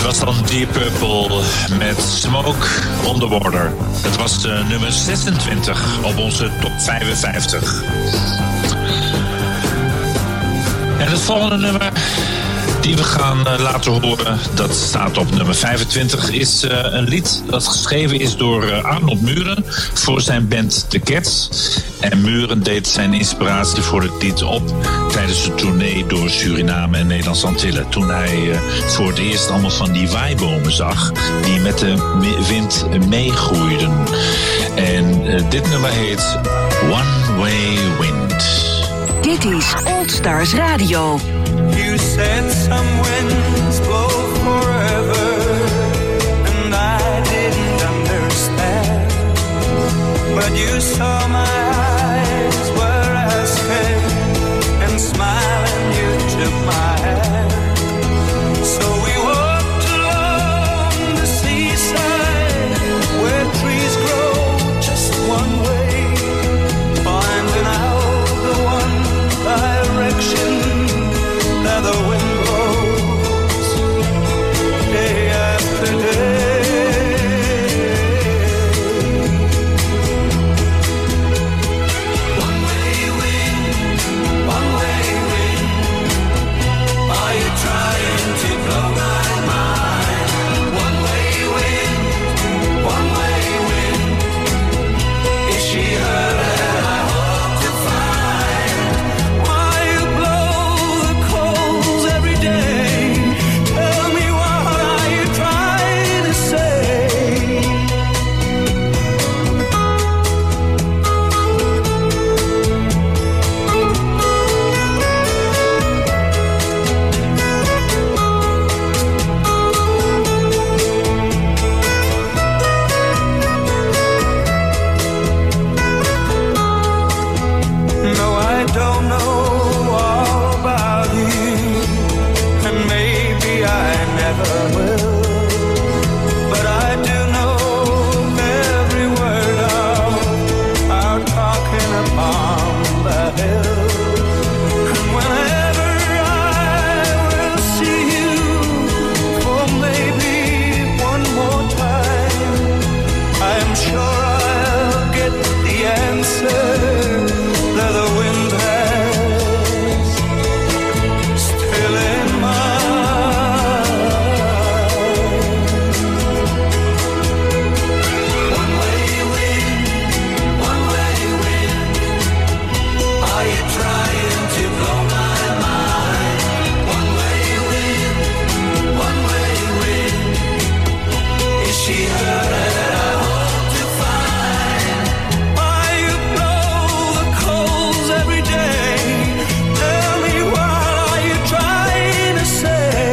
was dan Deep Purple met Smoke on the Water. Het was uh, nummer zesentwintig op onze top vijfenvijftig. En het volgende nummer die we gaan uh, laten horen, dat staat op nummer vijfentwintig, is uh, een lied dat geschreven is door uh, Arnold Muren voor zijn band The Cats. En Muren deed zijn inspiratie voor het lied op tijdens een tournee door Suriname en Nederlandse Antillen. Toen hij uh, voor het eerst allemaal van die waaibomen zag die met de wind meegroeiden. En uh, dit nummer heet One Way Wind. Dit is Old Stars Radio. You said some winds blow forever, and I didn't understand. But you saw my eyes were asking, and smiling you took my hand. So we walked along the seaside, where trees grow just one way, finding out the one direction that the wind blows day after day. One way wind, one way wind. Are you trying to blow my mind? One way wind, one way wind. Is she her that I hope to find? Why you blow the coals every day? Tell me, what are you trying to say? No, I don't know all about you, and maybe I never will. But I do know every word of our talking upon the hill. And whenever I will see you for maybe one more time, I'm sure I'll get the answer that the wind has still in mind. One way wind, one way wind. Are you trying to blow my mind? One way wind, one way wind. Is she her that I hope to find? Why you blow the coals every day? Tell me, what are you trying to say?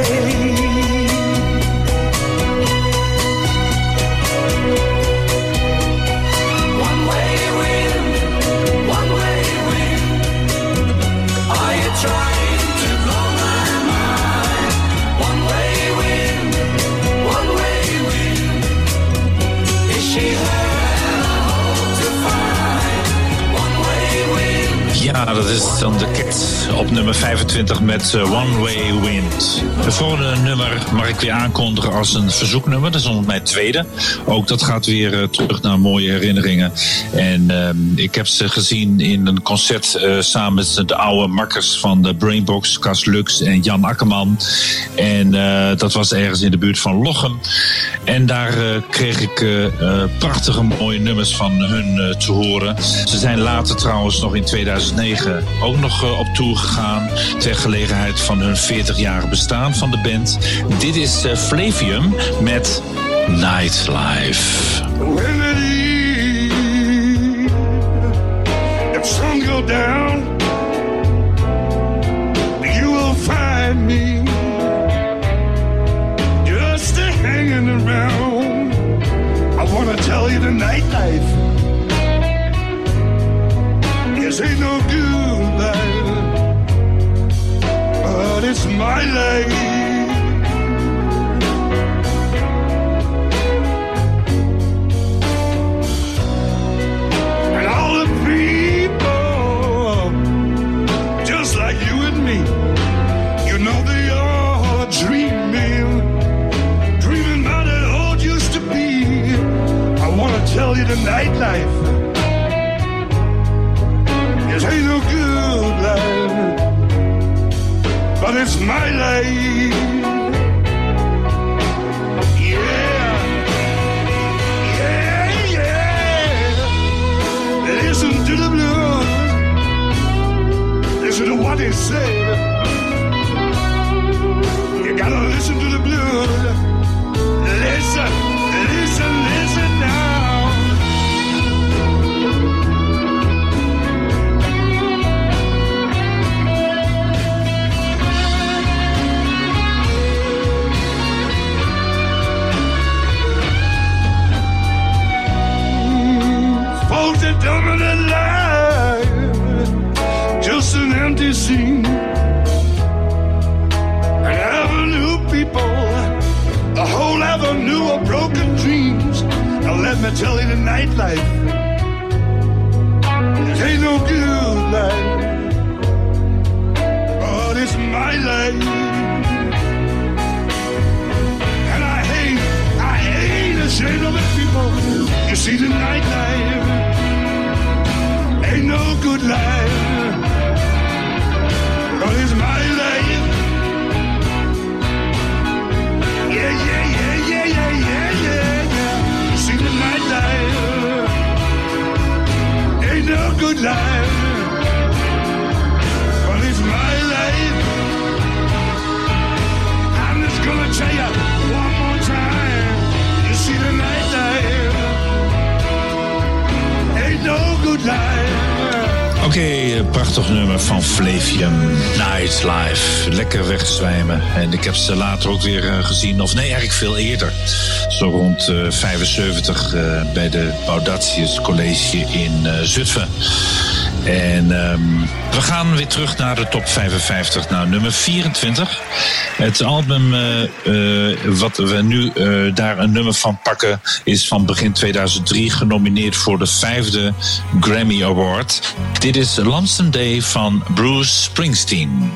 One way wind, one way wind. Are you trying to blow my mind? One way wind, one way wind. Is she her that I hope to find? One way wind. Ja, dat is dan de Cats op nummer vijfentwintig met uh, One Way Wind. De volgende nummer mag ik weer aankondigen als een verzoeknummer. Dat is nog mijn tweede. Ook dat gaat weer uh, terug naar mooie herinneringen. En uh, ik heb ze gezien in een concert uh, samen met de oude makkers van de Brainbox, Cas Lux en Jan Akkerman. En uh, dat was ergens in de buurt van Lochem. En daar uh, kreeg ik uh, uh, prachtige mooie nummers van hun uh, te horen. Ze zijn later trouwens nog in tweeduizend negen ook nog uh, op tour gegaan ter gelegenheid van hun veertig-jarig bestaan van de band. Dit is uh, Flavium met Nightlife. When it eve, if sun go down, you will find me just a hanging around. I wanna tell you the nightlife is ain't no good life, but it's my life. And all the people, just like you and me, you know they are dreaming the nightlife. It ain't no good life, but it's my life. Yeah, yeah, yeah. Listen to the blues. Listen to what they say. You gotta listen to the blues. Listen, listen, listen now. Folks that tell me that life just an empty scene. An avenue people, a whole avenue of broken dreams. Now let me tell you the nightlife, it ain't no good life, but it's my life. And I hate, I ain't ashamed of it, people. You see the nightlife ain't no good life, but it's my life. Yeah, yeah, yeah, yeah, yeah, yeah, yeah, yeah. You see the nightlife ain't no good life, but it's my life. I'm just gonna tell you one more time. You see the nightlife ain't no good life. Oké, okay, prachtig nummer van Flavian, Nightlife. Lekker wegzwijmen. En ik heb ze later ook weer uh, gezien, of nee, eigenlijk veel eerder. Zo rond uh, vijfenzeventig uh, bij de Baudatius College in uh, Zutphen. En um, we gaan weer terug naar de top vijfenvijftig, naar nummer vierentwintig. Het album uh, uh, wat we nu uh, daar een nummer van pakken is van begin tweeduizend drie, genomineerd voor de vijfde Grammy Award. Dit is Lonesome Day van Bruce Springsteen.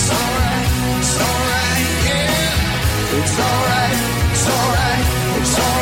It's alright, it's alright, it's alright.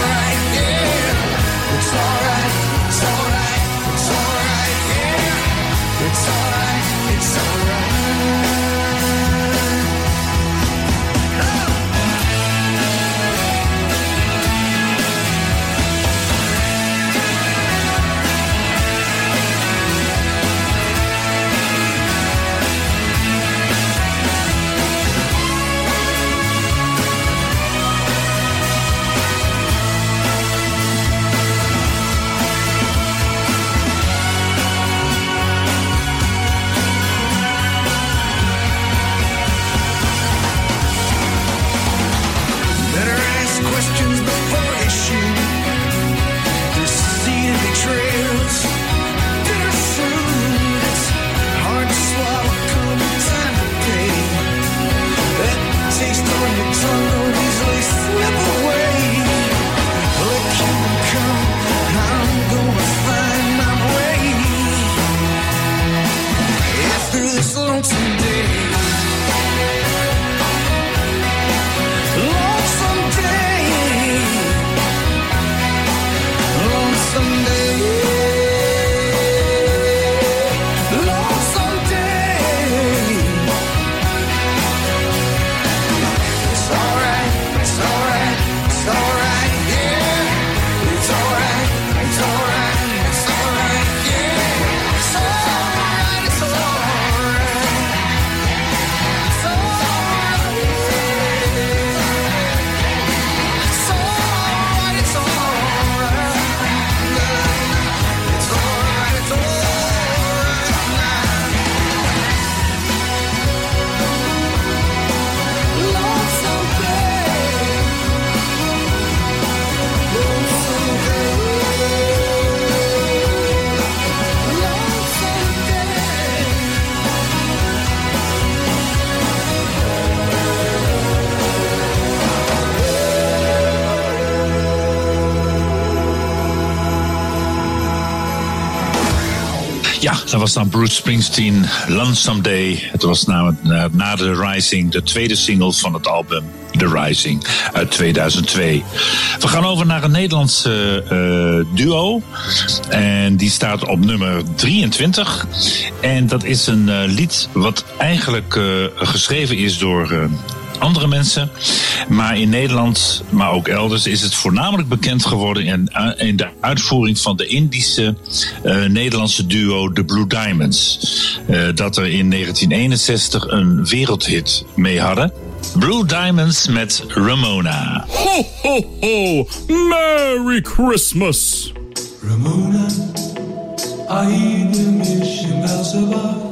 Ja, dat was dan Bruce Springsteen, Lonesome Day. Het was namelijk na, na The Rising de tweede single van het album The Rising uit tweeduizend twee. We gaan over naar een Nederlandse uh, duo. En die staat op nummer drieëntwintig. En dat is een uh, lied wat eigenlijk uh, geschreven is door Uh, andere mensen. Maar in Nederland, maar ook elders, is het voornamelijk bekend geworden in, in de uitvoering van de Indische uh, Nederlandse duo The Blue Diamonds. Uh, dat er in negentien eenenzestig een wereldhit mee hadden. Blue Diamonds met Ramona. Ho, ho, ho! Merry Christmas! Ramona, I hear the mission bells above.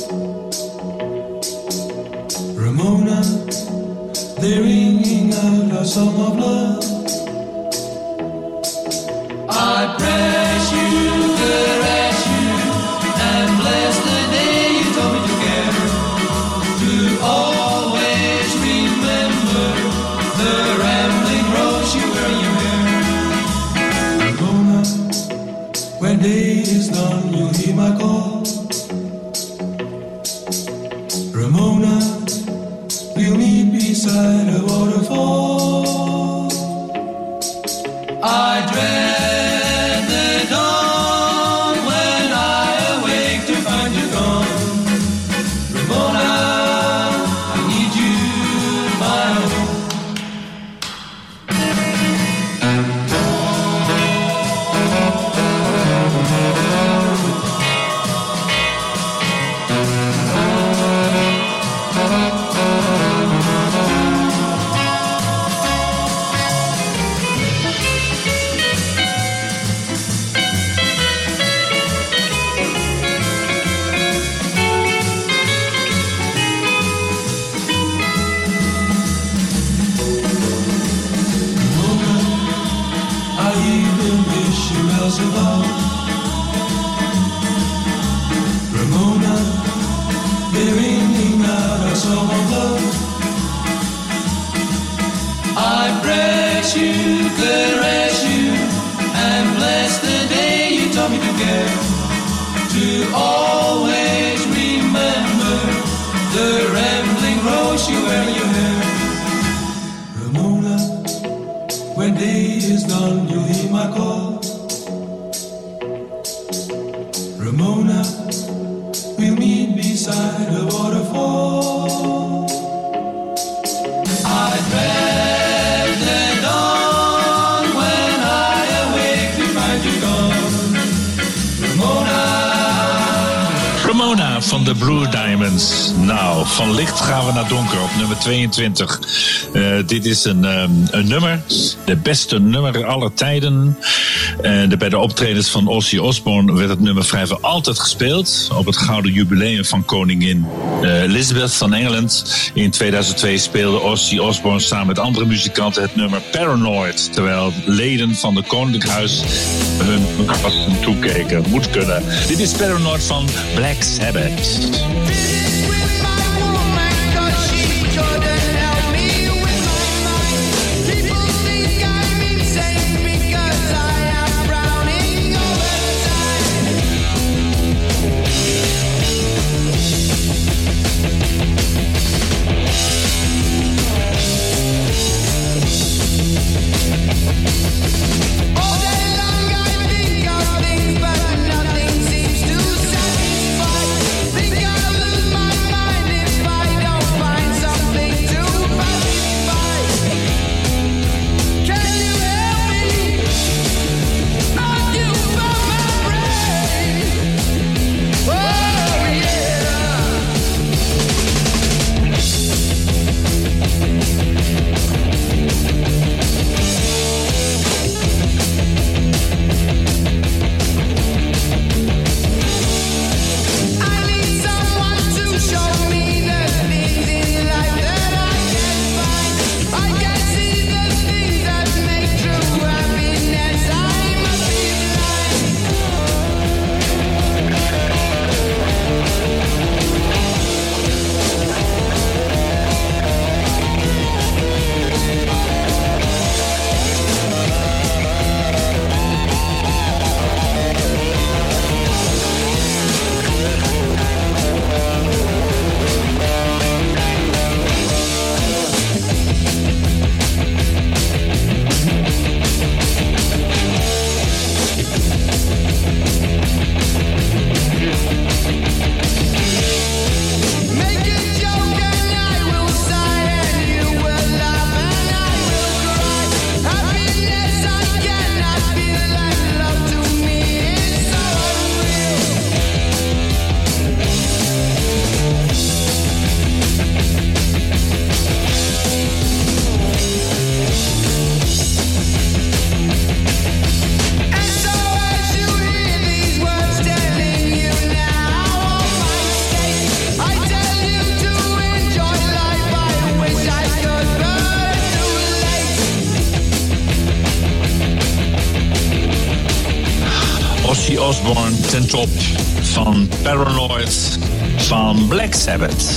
Ramona, they're ringing out a song of love. I press you, caress you, and bless the day you told me to care. To always remember the rambling rose you wear in your hair. Ramona, when day is done, you'll hear my call. Ramona, we'll meet beside a waterfall. I dread the dawn when I awake to find you gone. Ramona, I need you, my own. Ramona, they're ringing out a song of love. I press you, caress you, and bless the day you taught me to care. To always remember the rambling rose you wear in your hair. Ramona, when day is done, you'll hear my call. Ramona, we'll meet beside a waterfall. I dread the dawn when I awake to find you gone. Ramona. Ramona van de Blue Diamonds. Nou, van licht gaan we naar donker op nummer tweeëntwintig. Uh, dit is een, um, een nummer, de beste nummer aller tijden. En bij de optredens van Ozzy Osbourne werd het nummer vrijwel altijd gespeeld. Op het gouden jubileum van koningin uh, Elizabeth van Engeland. In tweeduizend twee speelde Ozzy Osbourne samen met andere muzikanten het nummer Paranoid. Terwijl leden van het koninklijk huis hun gasten toekeken. Moet kunnen. Dit is Paranoid van Black Sabbath. Nothing seems to satisfy. Think I lose my Ozzy Osbourne ten top van Paranoid van Black Sabbath.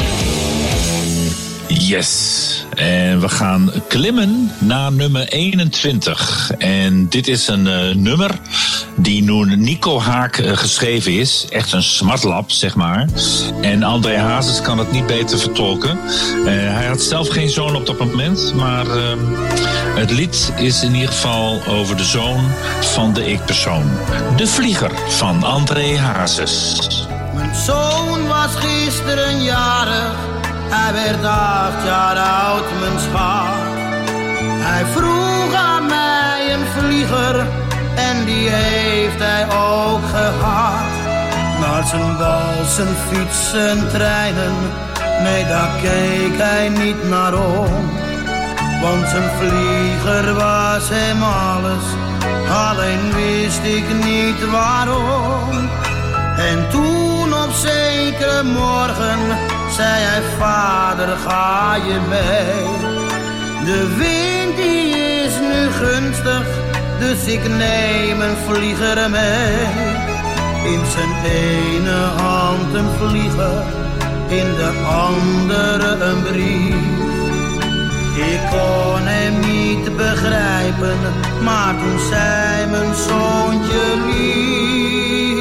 Yes. En we gaan klimmen naar nummer eenentwintig. En dit is een uh, nummer die door Nico Haak uh, geschreven is. Echt een smartlap, zeg maar. En André Hazes kan het niet beter vertolken. Uh, hij had zelf geen zoon op dat moment. Maar uh, het lied is in ieder geval over de zoon van de ik-persoon. De Vlieger van André Hazes. Mijn zoon was gisteren jarig. Hij werd acht jaar oud, mijn schat. Hij vroeg aan mij een vlieger en die heeft hij ook gehad. Naar zijn bal, zijn fiets, zijn treinen, nee daar keek hij niet naar om. Want zijn vlieger was hem alles, alleen wist ik niet waarom. En toen op zekere morgen zei hij, vader, ga je mee? De wind die is nu gunstig, dus ik neem een vlieger mee. In zijn ene hand een vlieger, in de andere een brief. Ik kon hem niet begrijpen, maar toen zei mijn zoontje lief.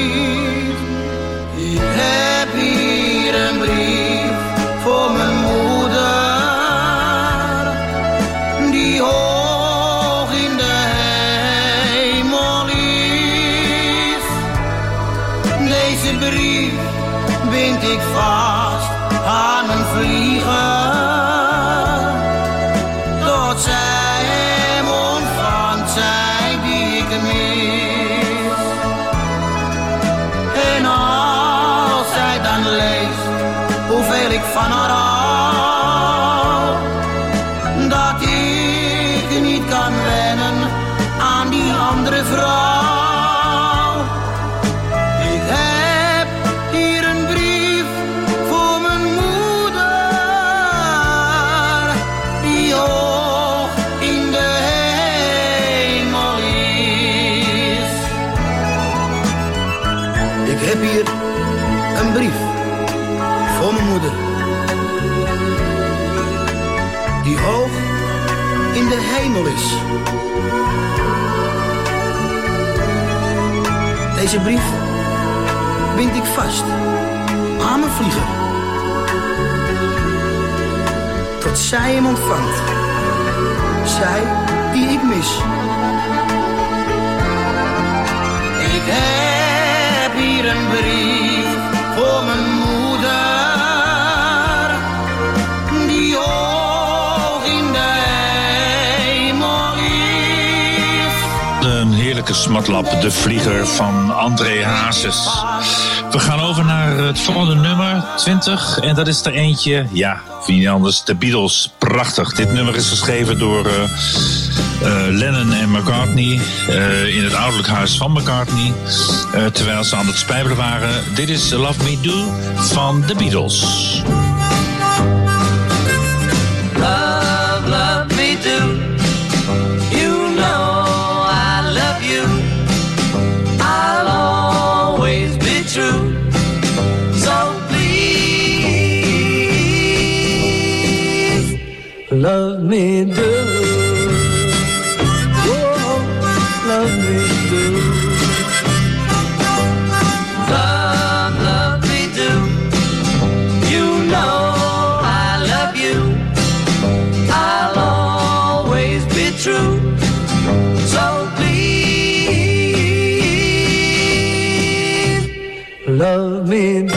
Ik heb hier een brief voor mijn moeder, die hoog in de hemel is. Deze brief bind ik vast aan mijn vlieger, tot zij hem ontvangt, zij die ik mis. En als zij dan leest hoeveel ik van haar hou, dat ik niet kan wennen aan die andere vrouw. Ik heb hier een brief voor mijn moeder, die hoog in de hemel is. Ik heb hier een brief voor mijn moeder, die hoog in de hemel is. Deze brief bind ik vast aan mijn vlieger, tot zij hem ontvangt, zij die ik mis. Ik heb hier een brief voor mijn moeder, die hoog in de hemel is. Een heerlijke smartlap, De Vlieger van André Hazes. We gaan over naar het volgende nummer, twintig. En dat is er eentje, ja, wie niet anders, de Beatles. Prachtig. Dit nummer is geschreven door uh, uh, Lennon en McCartney uh, in het ouderlijk huis van McCartney. Uh, terwijl ze aan het spijbelen waren. Dit is Love Me Do van de Beatles. Love, love me do. You know I love you. I'll always be true. So please, love me do. Oh, love me do. Love, love me do. You know I love you. I'll always be true. So please, love me do.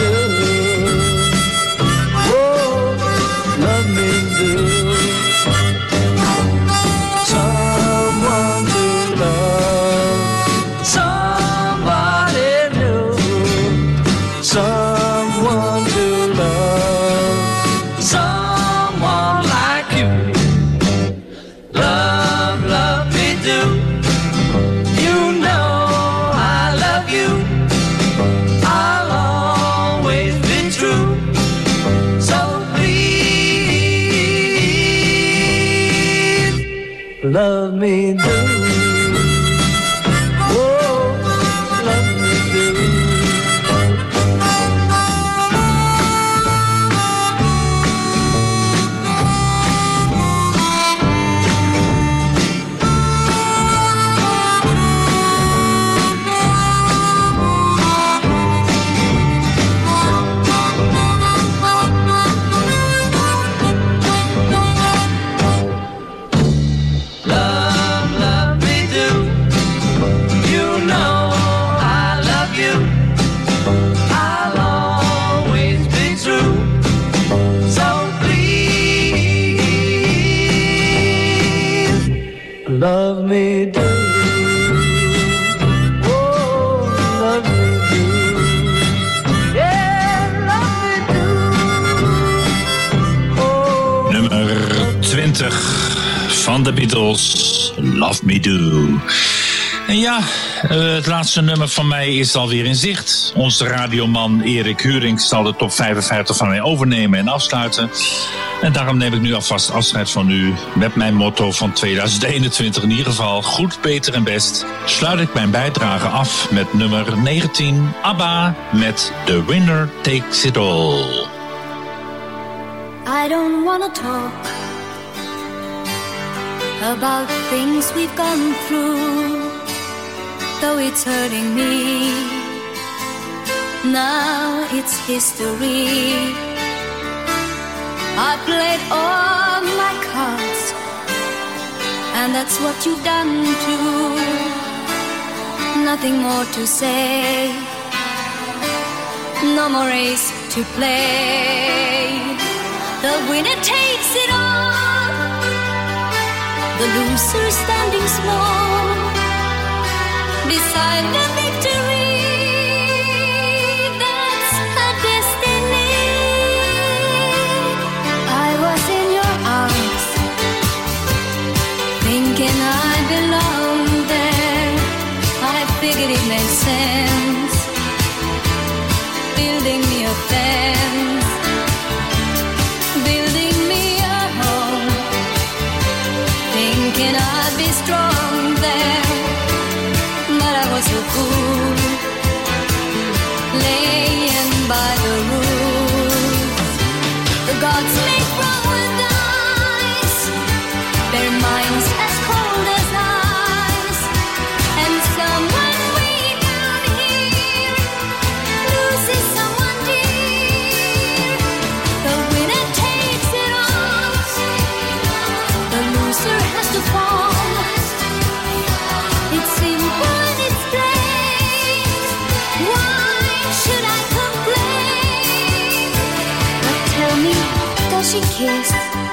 Oh, love me do. Someone to love, somebody new. Someone to love, someone like you. Love, love me do. You know I love you. I'll always be true. So please, love me do. Oh, twintig van de Beatles, Love Me Do. En ja, het laatste nummer van mij is alweer in zicht. Onze radioman Erik Huring zal de top vijfenvijftig van mij overnemen en afsluiten. En daarom neem ik nu alvast afscheid van u met mijn motto van tweeduizend eenentwintig. In ieder geval goed, beter en best. Sluit ik mijn bijdrage af met nummer negentien, ABBA met The Winner Takes It All. I don't wanna talk about things we've gone through, though it's hurting me. Now it's history. I played all my cards, and that's what you've done too. Nothing more to say, no more race to play. The winner takes it all, the loser standing small beside the victory. That's her destiny. I was in your arms, thinking I belonged there. I figured it made sense, building me a fence, building me a home, thinking I'd be strong there. But I was a fool, laying by the rules. The gods make wrong with eyes, their minds as cold as ice. And someone way down here loses someone dear. The winner takes it all, the loser has to fall. It's simple and it's plain. Why should I complain? But tell me, does she kiss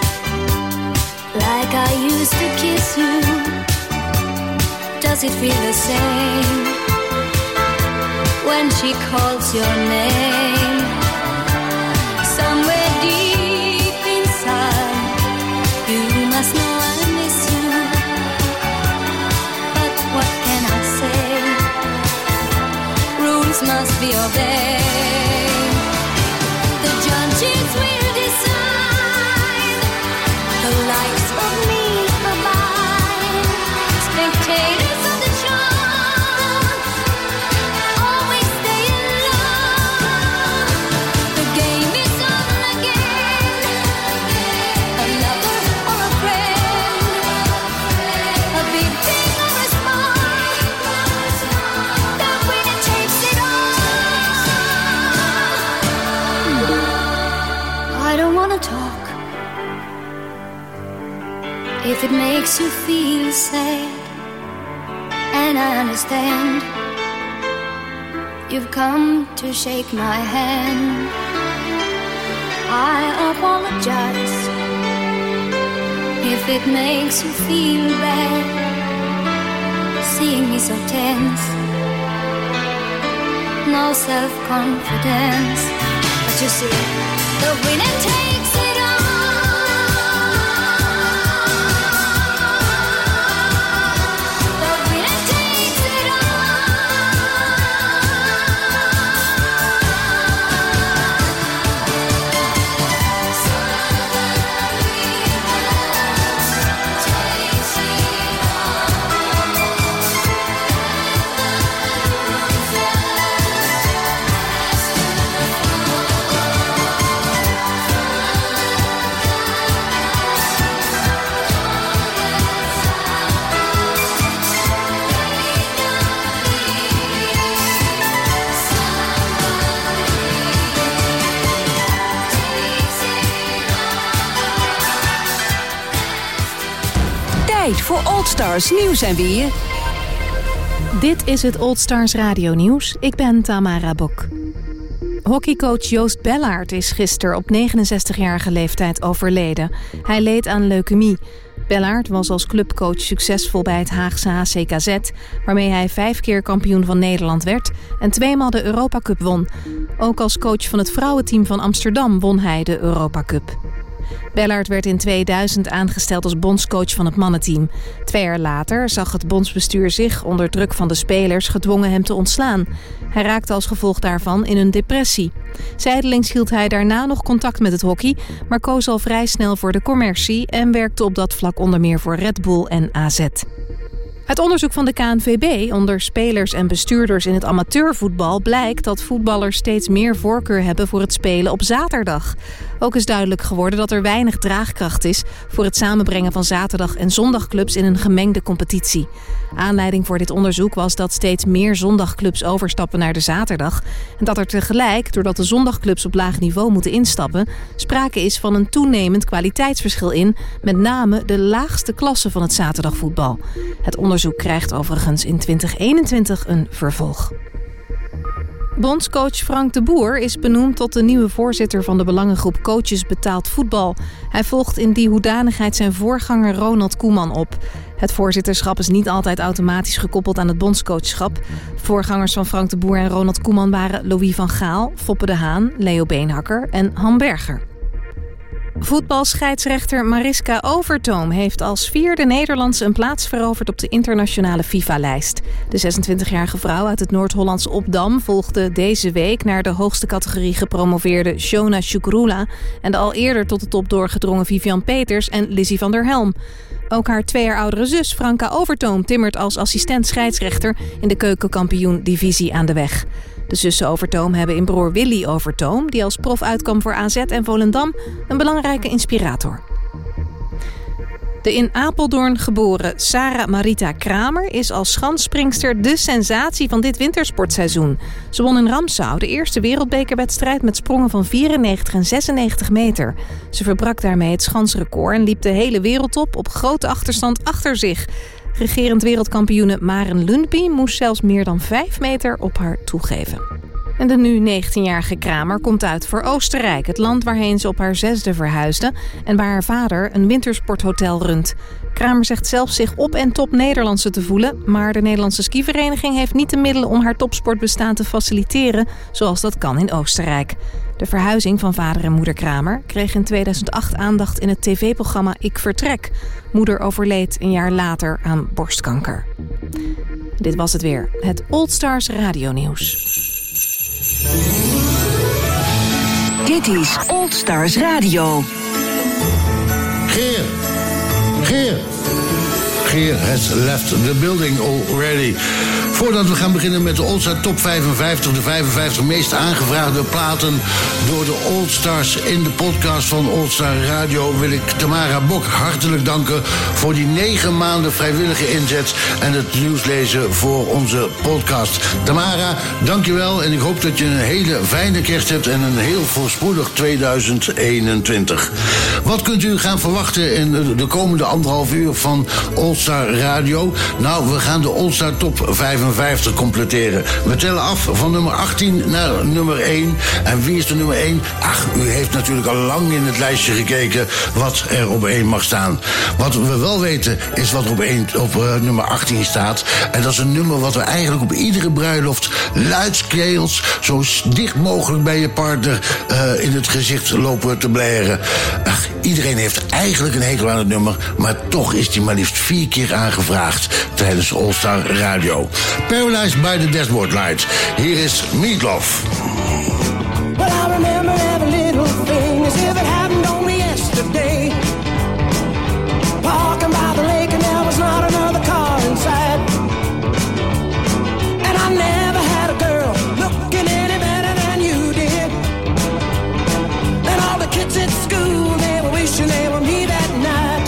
like I used to kiss you? Does it feel the same when she calls your name? Somewhere deep inside, you must know I miss you. But what can I say? Rules must be obeyed. The judges will decide the likes of me or mine. Spectators of the show always stay alone. The game is on again. A lover or a friend, a big thing or a small, the winner takes it all. I don't wanna talk if it makes you feel sad, and I understand you've come to shake my hand. I apologize if it makes you feel bad, seeing me so tense, no self-confidence. But you see, the winner takes it all. The winner takes it Tijd voor Old Stars nieuws en weer. Dit is het Old Stars Radio Nieuws. Ik ben Tamara Bok. Hockeycoach Joost Bellaert is gisteren op negenenzestigjarige leeftijd overleden. Hij leed aan leukemie. Bellaert was als clubcoach succesvol bij het Haagse H C K Z... waarmee hij vijf keer kampioen van Nederland werd en tweemaal de Europa Cup won. Ook als coach van het vrouwenteam van Amsterdam won hij de Europa Cup. Bellard werd in tweeduizend aangesteld als bondscoach van het mannenteam. Twee jaar later zag het bondsbestuur zich onder druk van de spelers gedwongen hem te ontslaan. Hij raakte als gevolg daarvan in een depressie. Zijdelings hield hij daarna nog contact met het hockey, maar koos al vrij snel voor de commercie en werkte op dat vlak onder meer voor Red Bull en A Z. Uit onderzoek van de K N V B onder spelers en bestuurders in het amateurvoetbal blijkt dat voetballers steeds meer voorkeur hebben voor het spelen op zaterdag. Ook is duidelijk geworden dat er weinig draagkracht is voor het samenbrengen van zaterdag- en zondagclubs in een gemengde competitie. Aanleiding voor dit onderzoek was dat steeds meer zondagclubs overstappen naar de zaterdag en dat er tegelijk, doordat de zondagclubs op laag niveau moeten instappen, sprake is van een toenemend kwaliteitsverschil in, met name de laagste klasse van het zaterdagvoetbal. Het onderzoek krijgt overigens in twintig eenentwintig een vervolg. Bondscoach Frank de Boer is benoemd tot de nieuwe voorzitter van de belangengroep Coaches Betaald Voetbal. Hij volgt in die hoedanigheid zijn voorganger Ronald Koeman op. Het voorzitterschap is niet altijd automatisch gekoppeld aan het bondscoachschap. Voorgangers van Frank de Boer en Ronald Koeman waren Louis van Gaal, Foppe de Haan, Leo Beenhakker en Han Berger. Voetbalscheidsrechter Mariska Overtoom heeft als vierde Nederlandse een plaats veroverd op de internationale FIFA-lijst. De zesentwintigjarige vrouw uit het Noord-Hollandse Opdam volgde deze week naar de hoogste categorie gepromoveerde Shona Shukrula en de al eerder tot de top doorgedrongen Vivian Peters en Lizzie van der Helm. Ook haar twee jaar oudere zus Franka Overtoom timmert als assistent scheidsrechter in de keukenkampioen-divisie aan de weg. De zussen Overtoom hebben in broer Willy Overtoom, die als prof uitkwam voor A Z en Volendam, een belangrijke inspirator. De in Apeldoorn geboren Sarah Marita Kramer is als schansspringster de sensatie van dit wintersportseizoen. Ze won in Ramsau de eerste wereldbekerwedstrijd met sprongen van vierennegentig en zesennegentig meter. Ze verbrak daarmee het schansrecord en liep de hele wereldtop op grote achterstand achter zich. Regerend wereldkampioene Maren Lundby moest zelfs meer dan vijf meter op haar toegeven. En de nu negentienjarige Kramer komt uit voor Oostenrijk, het land waarheen ze op haar zesde verhuisde en waar haar vader een wintersporthotel runt. Kramer zegt zelf zich op en top Nederlandse te voelen, maar de Nederlandse skivereniging heeft niet de middelen om haar topsportbestaan te faciliteren, zoals dat kan in Oostenrijk. De verhuizing van vader en moeder Kramer kreeg in tweeduizend acht aandacht in het tv-programma Ik Vertrek. Moeder overleed een jaar later aan borstkanker. Dit was het weer, het Old Stars radionieuws. Dit is Old Stars Radio. Geer. Geer. Geer has left the building already. Voordat we gaan beginnen met de Old Star Top vijfenvijftig... de vijfenvijftig meest aangevraagde platen door de Old Stars in de podcast van Old Star Radio... wil ik Tamara Bok hartelijk danken voor die negen maanden vrijwillige inzet... en het nieuws lezen voor onze podcast. Tamara, dankjewel en ik hoop dat je een hele fijne kerst hebt... en een heel voorspoedig tweeduizend eenentwintig. Wat kunt u gaan verwachten in de komende anderhalf uur van Old Star Radio? Nou, we gaan de Old Star Top vijfenvijftig completeren. We tellen af van nummer achttien naar nummer één. En wie is de nummer één? Ach, u heeft natuurlijk al lang in het lijstje gekeken wat er op één mag staan. Wat we wel weten is wat er op, één, op uh, nummer achttien staat. En dat is een nummer wat we eigenlijk op iedere bruiloft luidkeels zo dicht mogelijk bij je partner uh, in het gezicht lopen te blaren. Ach, iedereen heeft eigenlijk een hekel aan het nummer, maar toch is die maar liefst vier keer aangevraagd tijdens All Star Radio. Paralyzed by the Dashboard Light. Hier is Meatloaf. Well, I remember every little thing as if it happened only yesterday. Parking by the lake and there was not another car inside. And I never had a girl looking any better than you did. And all the kids at school, they were wishing they were me that night.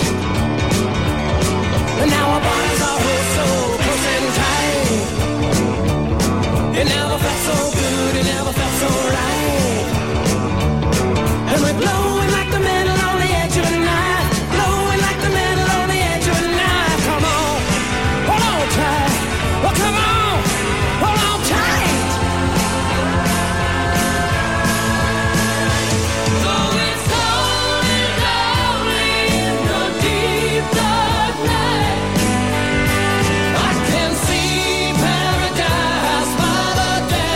And now our bodies are so close and tight. It never felt so good, it never felt so right. And we're blowing like the metal on the edge of a knife. Blowing like the metal on the edge of a knife. Come on, hold on tight. Oh, come on, hold on tight. So it's cold and lonely in the deep dark night. I can see paradise by the day.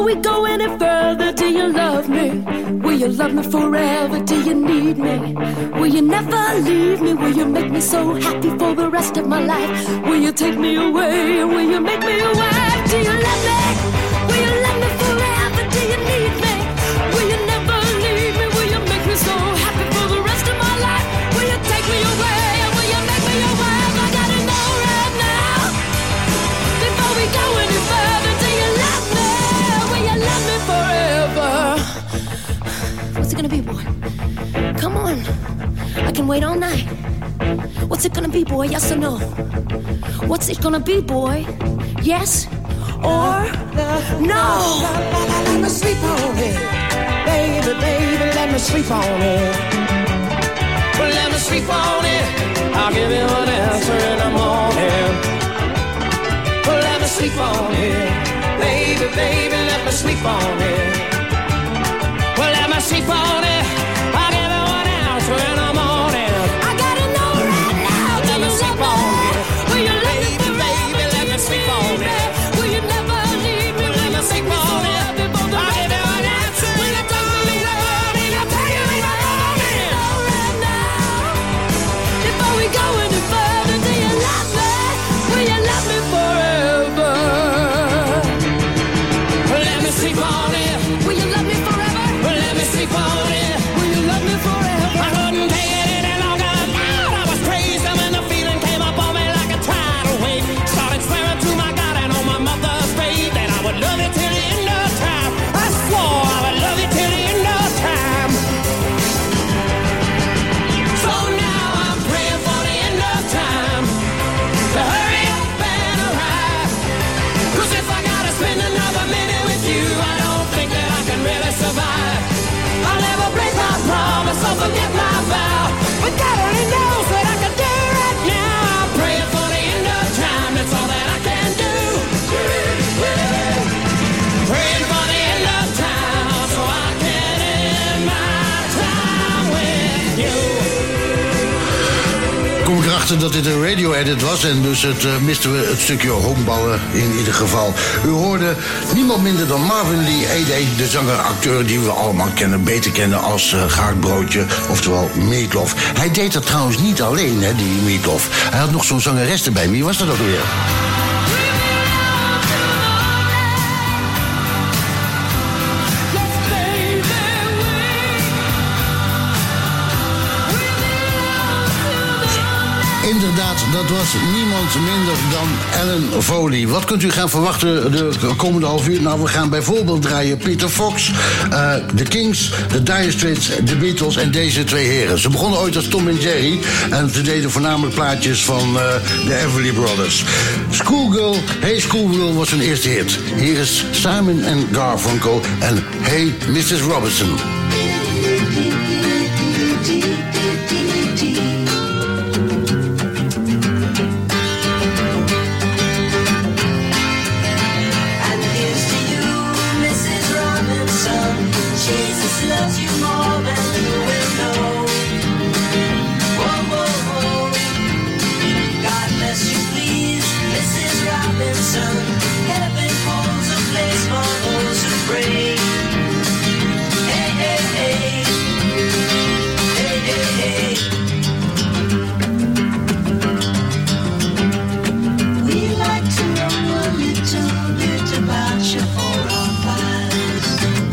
we go any further, do you love me? Will you love me forever? Do you need me? Will you never leave me? Will you make me so happy for the rest of my life? Will you take me away? Will you make me your wife? Do you love me? Will you love me forever? Do you need me? Will you never leave me? Will you make me so happy for the rest of my life? Will you take me away? Will you make me your wife? I gotta know right now, before we go any further. Do you love me? Will you love me forever? What's it gonna be, boy? Come on, I can wait all night. What's it gonna be, boy? Yes or no? What's it gonna be, boy? Yes or no? Let me sleep on it, baby, baby, let me sleep on it. Well, let me sleep on it, I'll give you an answer in the morning. Well, let me sleep on it, baby, baby, let me sleep on it. Well, let me sleep on it, I'll give you an answer in the morning. I gotta know right now, do Let me you sleep love on me? it, Will you love me baby, forever? baby, let me sleep on it. Will you never leave me? Will you sleep make me so on it. happy for the I'll rest give you of my an life? answer Will in you the take me morning. away? I'll tell you in the morning. Know right now, before we go any further, do you love me? Will you love me forever? Let me sleep on it. Will you love me forever? Let me sleep on it. Will you love me forever? I couldn't take it any longer. God, I was crazy when the feeling came up on me like a tidal wave. Started swearing to my God and on my mother's grave that I would love you till the end of time. I swore I would love you till the end of time. So now I'm praying for the end of time to hurry up and arrive. 'Cause if I gotta spend another minute with you, I don't think that I can really survive. I'll never break my promise or forget my vow. But God only knows what I can do right now. I'm praying for the end of time, that's all that I can do. Praying for the end of time so I can end my time with you. Kom ik erachter dat dit een radio-edit was en dus het, uh, misten we het stukje honkballen in ieder geval. U hoorde niemand minder dan Marvin Lee, A D, de zanger-acteur die we allemaal kennen, beter kennen als uh, Gaakbroodje, oftewel Meatloaf. Hij deed dat trouwens niet alleen, hè, die Meatloaf. Hij had nog zo'n zangeres erbij. Wie was dat ook weer? Inderdaad, dat was niemand minder dan Ellen Foley. Wat kunt u gaan verwachten de komende half uur? Nou, we gaan bijvoorbeeld draaien Peter Fox, uh, The Kings, The Dire Straits, The Beatles en deze twee heren. Ze begonnen ooit als Tom en Jerry en ze deden voornamelijk plaatjes van uh, de Everly Brothers. Schoolgirl, Hey Schoolgirl was hun eerste hit. Hier is Simon and Garfunkel en Hey missus Robinson. Loves you more than you will know. Whoa, whoa, whoa. God bless you, please, Missus Robinson. Heaven holds a place for those who pray. Hey, hey, hey. Hey, hey, hey. We like to know a little bit about your four or fives.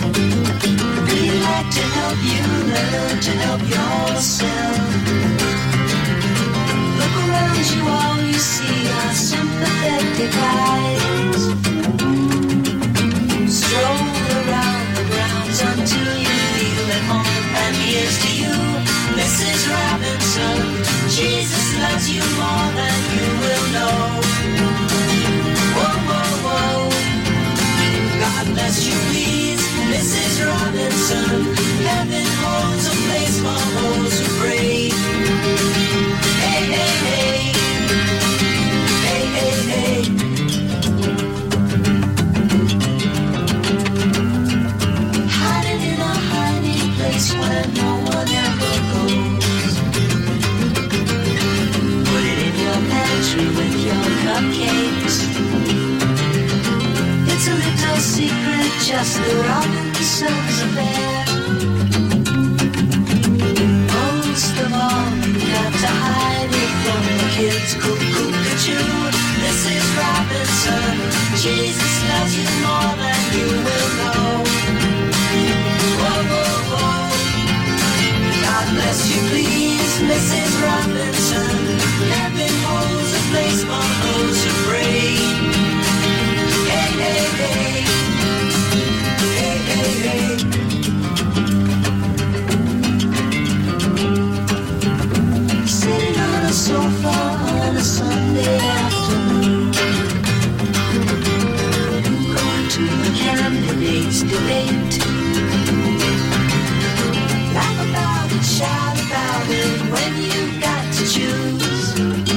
To help you learn to help yourself. Look around you, all you see are sympathetic eyes. Stroll around the grounds until you feel at home. And here's to you, Missus Robinson. Jesus loves you more than you will know. Whoa, whoa, whoa. God bless you, please, Missus Robinson. Heaven holds a place for those who pray. Hey, hey, hey. Hey, hey, hey. Hiding in a hiding place where no one ever goes. Put it in your pantry with your cupcakes. It's a little secret just 'cause the Robinsons are there. Most of all, you got to hide it from the kids. Cuckoo-cuckoo, Missus Robinson, Jesus loves you more than you will know. Whoa, whoa, whoa. God bless you, please, Missus Robinson. Heaven holds a place for those who pray. Hey, hey, hey. Hey, hey, hey. Sitting on a sofa on a Sunday afternoon, going to the candidates' debate. Laugh about it, shout about it when you've got to choose.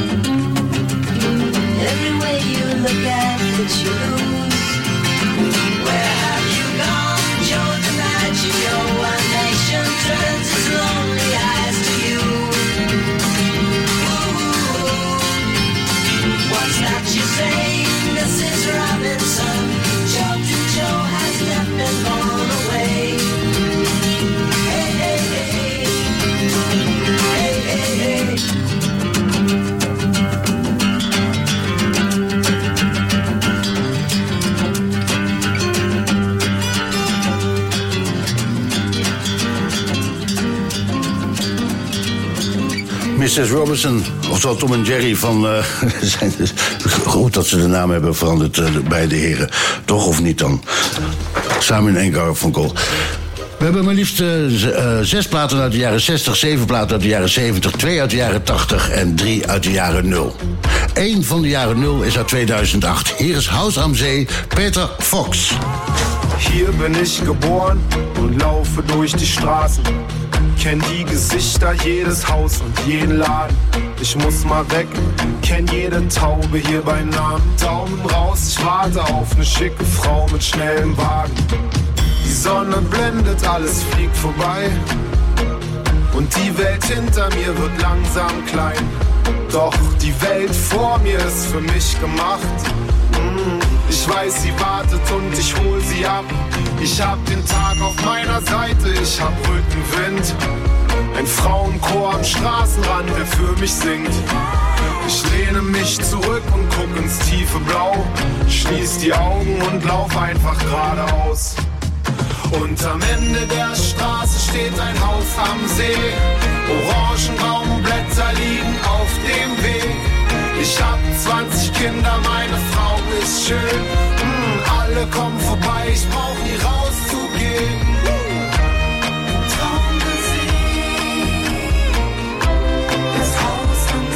Every way you look at it, you lose. Where have you gone, Joe DiMaggio? One nation turns its lonely eyes to you. What's that you say, Missus Robinson? Georgia Joe has left and gone away. Hey, hey, hey. Hey, hey, hey. missus Robinson, oftewel Tom en Jerry van... Uh, zijn dus, goed dat ze de naam hebben veranderd, uh, beide heren. Toch of niet dan? Simon en Garfunkel. We hebben maar liefst uh, z- uh, zes platen uit de jaren zestig, zeven platen uit de jaren zeventig... twee uit de jaren tachtig en drie uit de jaren nul. Eén van de jaren nul is uit tweeduizend acht. Hier is Haus am See, Peter Fox. Hier bin ich geboren und laufe durch die Straßen. Kenn die Gesichter, jedes Haus und jeden Laden. Ich muss mal weg, kenn jede Taube hier bei Namen. Daumen raus, ich warte auf eine schicke Frau mit schnellem Wagen. Die Sonne blendet, alles fliegt vorbei. Und die Welt hinter mir wird langsam klein. Doch die Welt vor mir ist für mich gemacht. Mm, ich weiß, sie wartet und ich hol sie ab. Ich hab den Tag auf meiner Seite, ich hab Rückenwind. Ein Frauenchor am Straßenrand, der für mich singt. Ich lehne mich zurück und guck ins tiefe Blau. Schließ die Augen und lauf einfach geradeaus. Und am Ende der Straße steht ein Haus am See. Orangenbaumblätter liegen auf dem Weg. Ich hab zwanzig Kinder, meine Frau ist schön. Mm, alle kommen vorbei, ich brauch nie rauszugehen. Traummusik, das Haus am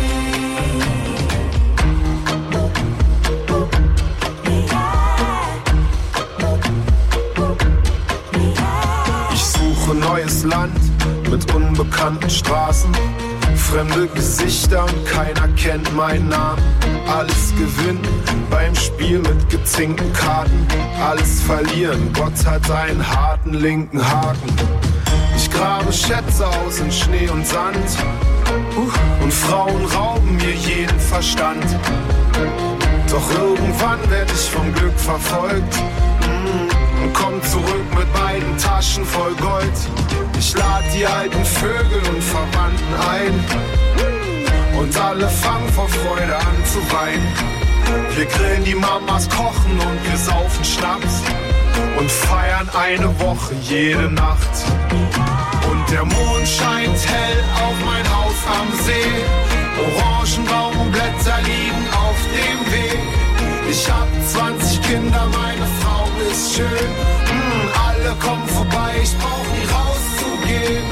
See. Ich suche neues Land mit unbekannten Straßen. Fremde Gesichter und keiner kennt meinen Namen. Alles gewinnen beim Spiel mit gezinkten Karten. Alles verlieren, Gott hat einen harten linken Haken. Ich grabe Schätze aus in Schnee und Sand. Und Frauen rauben mir jeden Verstand. Doch irgendwann werd ich vom Glück verfolgt. Und komm zurück mit beiden Taschen voll Gold. Ich lad die alten Vögel und Verwandten ein. Und alle fangen vor Freude an zu weinen. Wir grillen, die Mamas kochen und wir saufen Schnaps. Und feiern eine Woche jede Nacht. Und der Mond scheint hell auf mein Haus am See. Orangenbaumblätter liegen auf dem Weg. Ich hab zwanzig Kinder, meine Frau ist schön. Mm, alle kommen vorbei, ich brauch nie rauszugehen.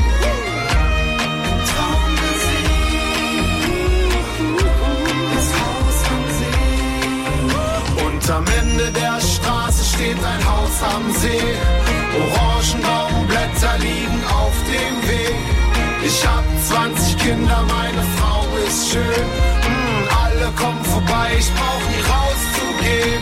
Traummusik, das Haus am See. Und am Ende der Straße steht ein Haus am See. Orangenbaumblätter liegen auf dem Weg. Ich hab zwanzig Kinder, meine Frau ist schön. Mm, alle kommen vorbei, ich brauch nie rauszugehen.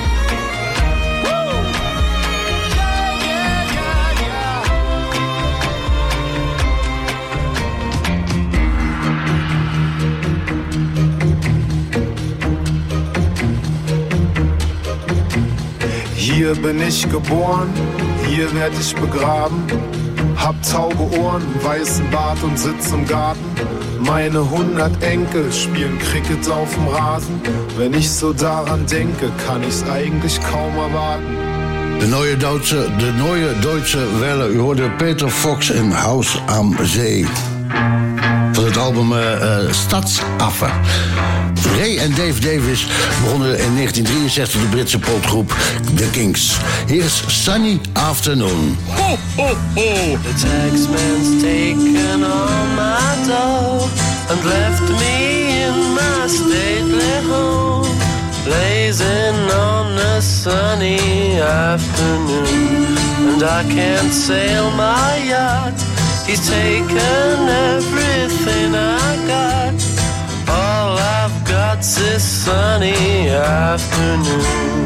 Hier bin ich geboren, hier werd ich begraben. Hab tauge Ohren, weißen Bart und sitz im Garten. Meine hundert Enkel spielen Cricket auf dem Rasen. Wenn ich so daran denke, kann ich's eigentlich kaum erwarten. De neue Duitse, de neue Deutsche Welle. U hoorde Peter Fox in Haus am See. Van het album uh, uh, Stadsaffe. Ray en Dave Davis begonnen in negentien drieënzestig de Britse popgroep The Kinks. Hier is Sunny Afternoon. Ho, ho, ho! The taxman's taken all my dough and left me in my stately home, blazing on a sunny afternoon. And I can't sail my yacht, he's taken everything I got. All I've got's this sunny afternoon.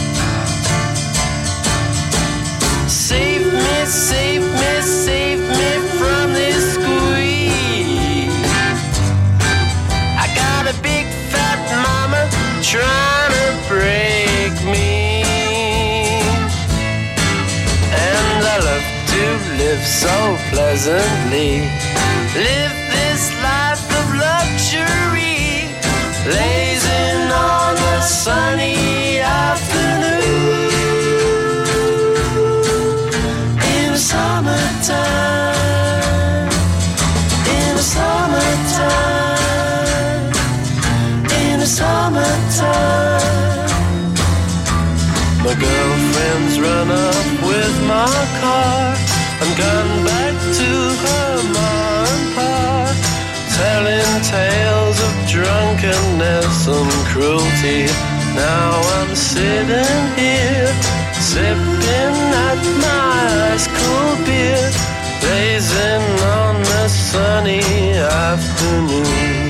Save me, save me, save me from this squeeze. I got a big fat mama trying to break me, and I love to live so pleasantly. Live this life of luxury, blazing on a sunny afternoon. In the summertime, in the summertime, in the summertime. My girlfriend's run up with my car and gone back to her ma and pa, telling tales of drunkenness and cruelty. Now I'm sitting here, sipping at my ice cold beer, blazing on a sunny afternoon.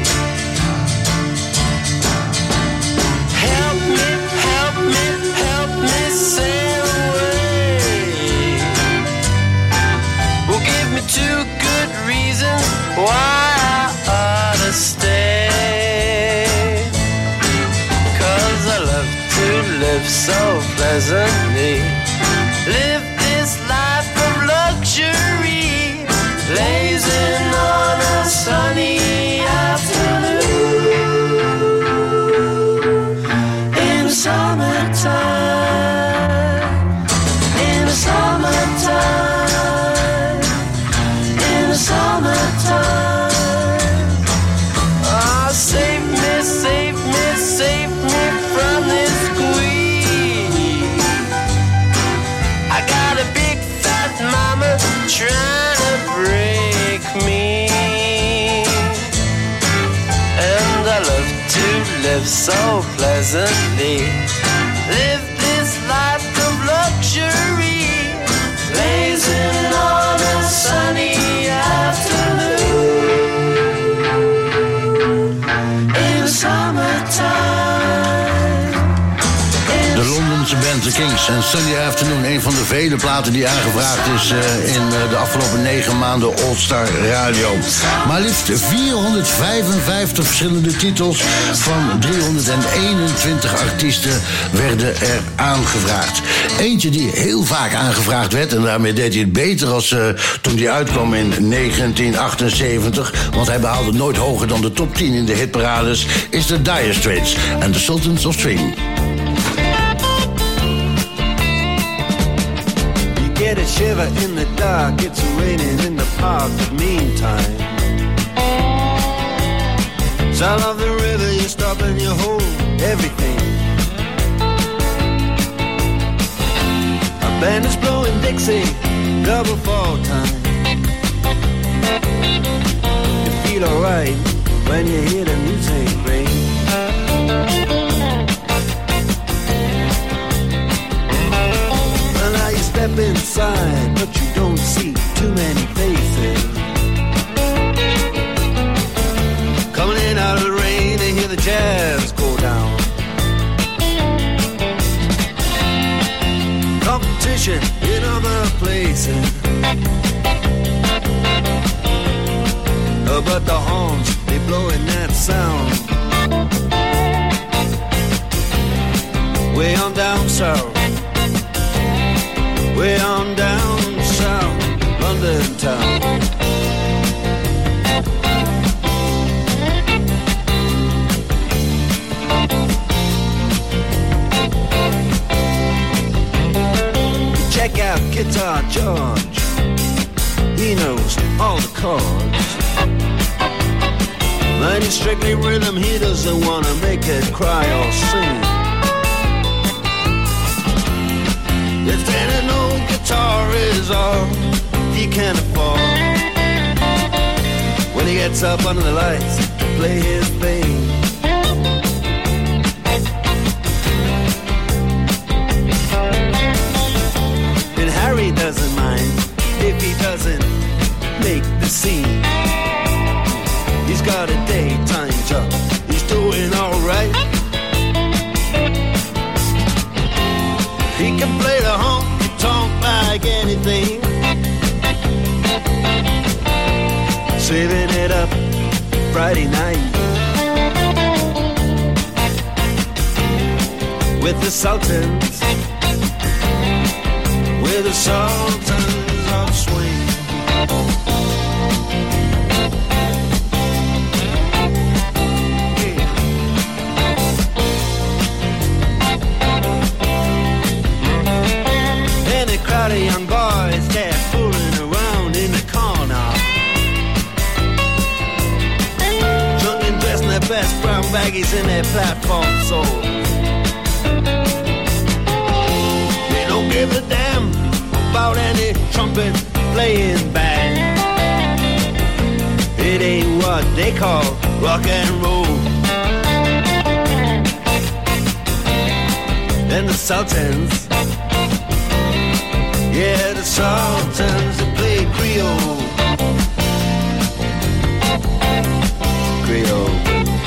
Help me, help me, help me sail away. Well, give me two good reasons why I ought to stay. 'Cause I love to live so pleasantly. Live this life of luxury, blazing on a sunny afternoon. In the summertime, in the summertime, in the summertime. Oh, save me, save me, save me from this squeeze. I got a big fat mama trying to break me, and I love to live so pleasantly. Live this life of luxury, blazing on a sunny afternoon. In the summertime. De Londense band The Kinks en Sunny Afternoon. Een van de vele platen die aangevraagd is uh, in uh, de afgelopen negen maanden All-Star Radio. Maar liefst vierhonderdvijfenvijftig verschillende titels van driehonderdeenentwintig artiesten werden er aangevraagd. Eentje die heel vaak aangevraagd werd, en daarmee deed hij het beter als uh, toen hij uitkwam in negentien achtenzeventig, want hij behaalde nooit hoger dan de top tien in de hitparades, is de Dire Straits en The Sultans of Swing. Get a shiver in the dark, it's raining in the park, but meantime sound of the river, you stop and you hold everything. A band is blowing Dixie, double fall time. You feel alright when you hear the music ring. Step inside, but you don't see too many faces. Coming in out of the rain, they hear the jazz go down. Competition in other places, uh, but the horns, they blowing that sound. Way on down south, way on down south London town. Check out Guitar George, he knows all the chords. Mine is strictly rhythm, he doesn't wanna make it cry or sing. If then an old guitar is all he can afford, when he gets up under the lights to play his thing. And Harry doesn't mind if he doesn't make the scene. He's got a daytime job, he's doing alright. He can play the honky-tonk like anything, saving it up Friday night with the Sultans, with the Sultans of Swing. Crowd of young boys, they're fooling around in the corner, drunk and dressed in their best brown baggies in their platform soles. They don't give a damn about any trumpet playing band. It ain't what they call rock and roll. And the Sultans, yeah, the Sultans that play Creole. Creole.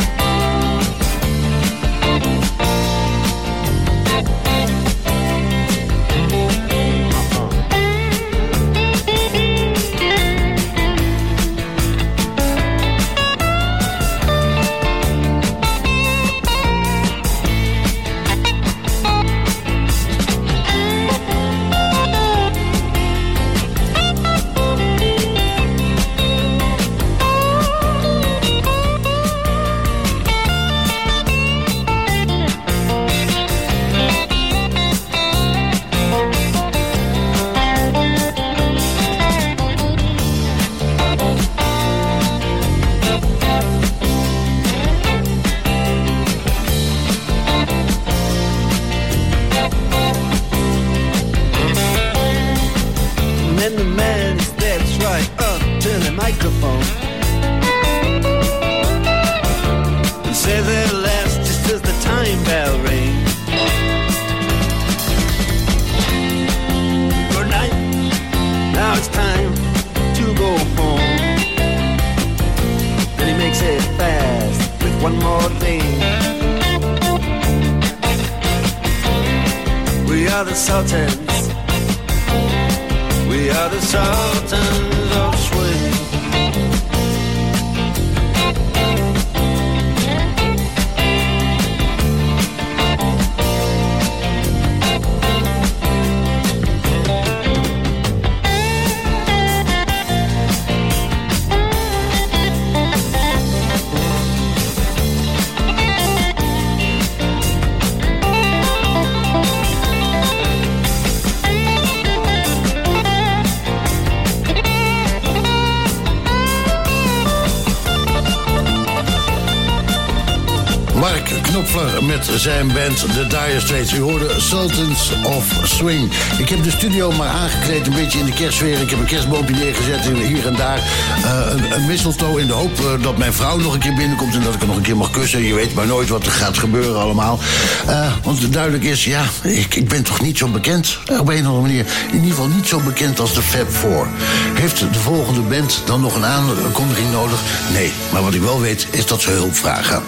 Met zijn band The Dire Straits. U hoorde Sultans of Swing. Ik heb de studio maar aangekleed een beetje in de kerstsfeer. Ik heb een kerstboompje neergezet hier en daar. Uh, een, een mistletoe in de hoop uh, dat mijn vrouw nog een keer binnenkomt en dat ik haar nog een keer mag kussen. Je weet maar nooit wat er gaat gebeuren allemaal. Uh, want duidelijk is, ja, ik, ik ben toch niet zo bekend. Uh, op een of andere manier. In ieder geval niet zo bekend als de Fab Four. Heeft de volgende band dan nog een aankondiging nodig? Nee, maar wat ik wel weet is dat ze hulp vragen.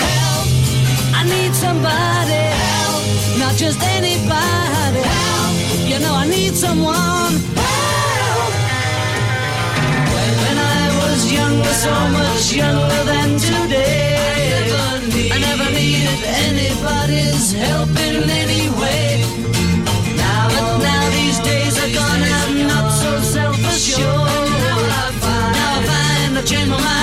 I need somebody help, not just anybody help. You know I need someone help. When I was younger, so much younger than today, I never, need, I never needed anybody's help in any way. Now, but now these days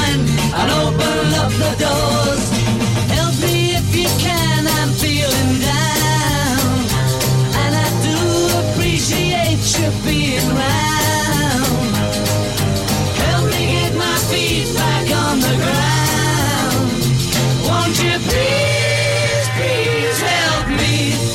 mind and open up the doors. Help me if you can, I'm feeling down, and I do appreciate you being round. Help me get my feet back on the ground. Won't you please, please help me?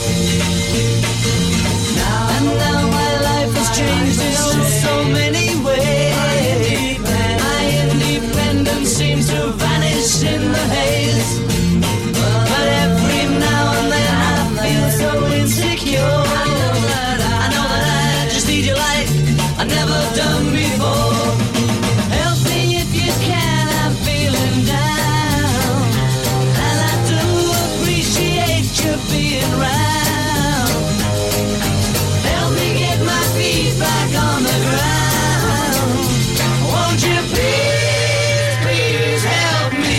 Now and now my life has changed in oh so many ways. My independence seems to vanish in the haze. But every now and then I feel so insecure. I know that I, I know that I just need you like I never done before. Help me if you can, I'm feeling down, and I do appreciate you being round. Help me get my feet back on the ground. Won't you please, please help me?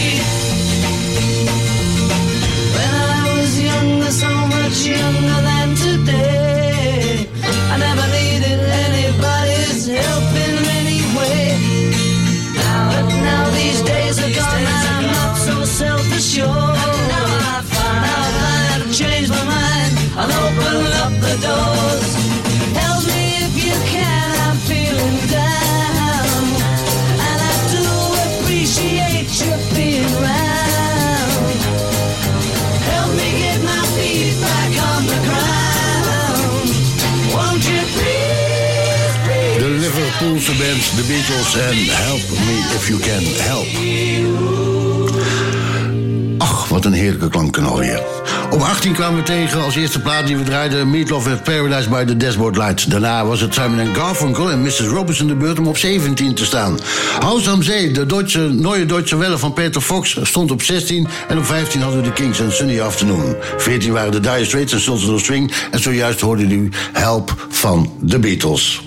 When I was younger, so much younger than today, I never needed anybody's help in any way. Now, but now these days are gone, I'm not so self-assured. Now I find I've changed my mind and open up the doors. Help me if you can, I'm feeling down, and I do appreciate you being round. Help me get my feet back on the ground. Won't you please, please? De Liverpoolse band, The Beatles en Help Me If You Can Help. Ach, wat een heerlijke klanken alweer. Op achttien kwamen we tegen als eerste plaat die we draaiden Meatloaf met Paradise by the Dashboard Light. Daarna was het Simon en Garfunkel en missus Robinson de beurt om op zeventien te staan. Haus am See, de Deutsche, Neue Deutsche Welle van Peter Fox, stond op zestien. En op vijftien hadden we de Kings en Sunny Afternoon. veertien waren de Dire Straits en Sultans of Swing. En zojuist hoorde u Help van The Beatles.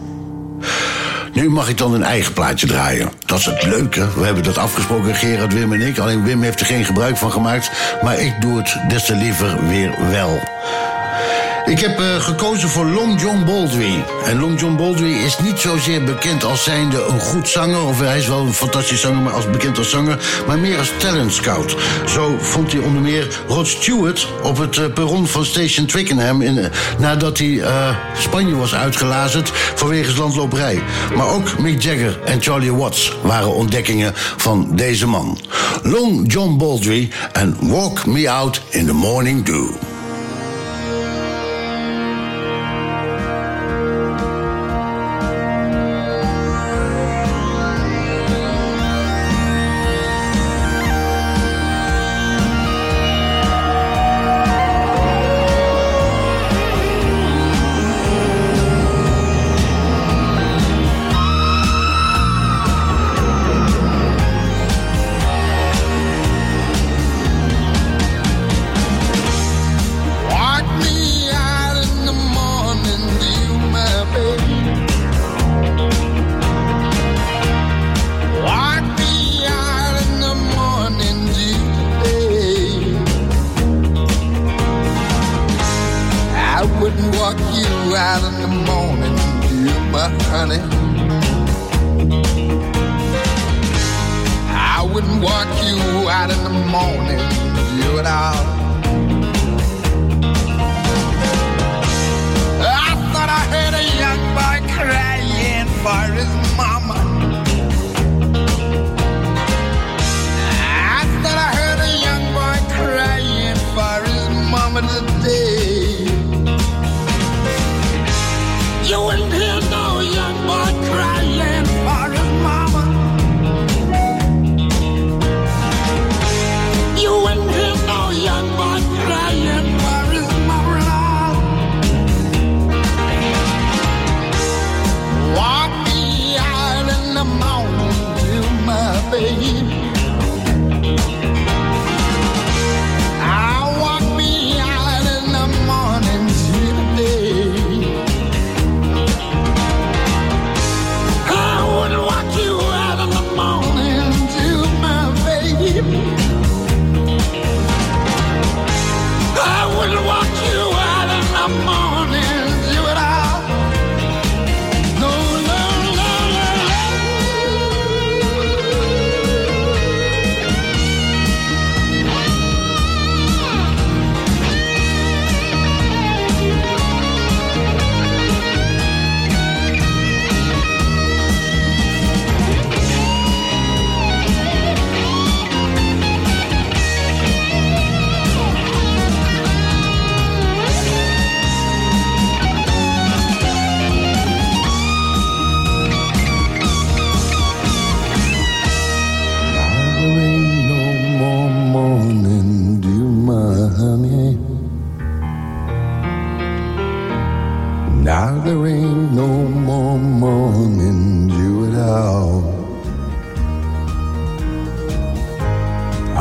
Nu mag ik dan een eigen plaatje draaien. Dat is het leuke. We hebben dat afgesproken, Gerard, Wim en ik. Alleen Wim heeft er geen gebruik van gemaakt. Maar ik doe het des te liever weer wel. Ik heb uh, gekozen voor Long John Baldry. En Long John Baldry is niet zozeer bekend als zijnde een goed zanger. Of hij is wel een fantastisch zanger, maar als bekend als zanger. Maar meer als talent scout. Zo vond hij onder meer Rod Stewart op het uh, perron van Station Twickenham. In, uh, nadat hij uh, Spanje was uitgelazerd vanwege landloperij. Maar ook Mick Jagger en Charlie Watts waren ontdekkingen van deze man. Long John Baldry en Walk Me Out in the Morning Dew.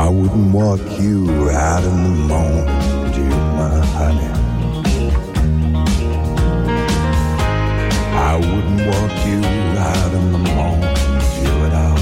I wouldn't walk you out in the morning, dear my honey. I wouldn't walk you out in the morning, dear at all.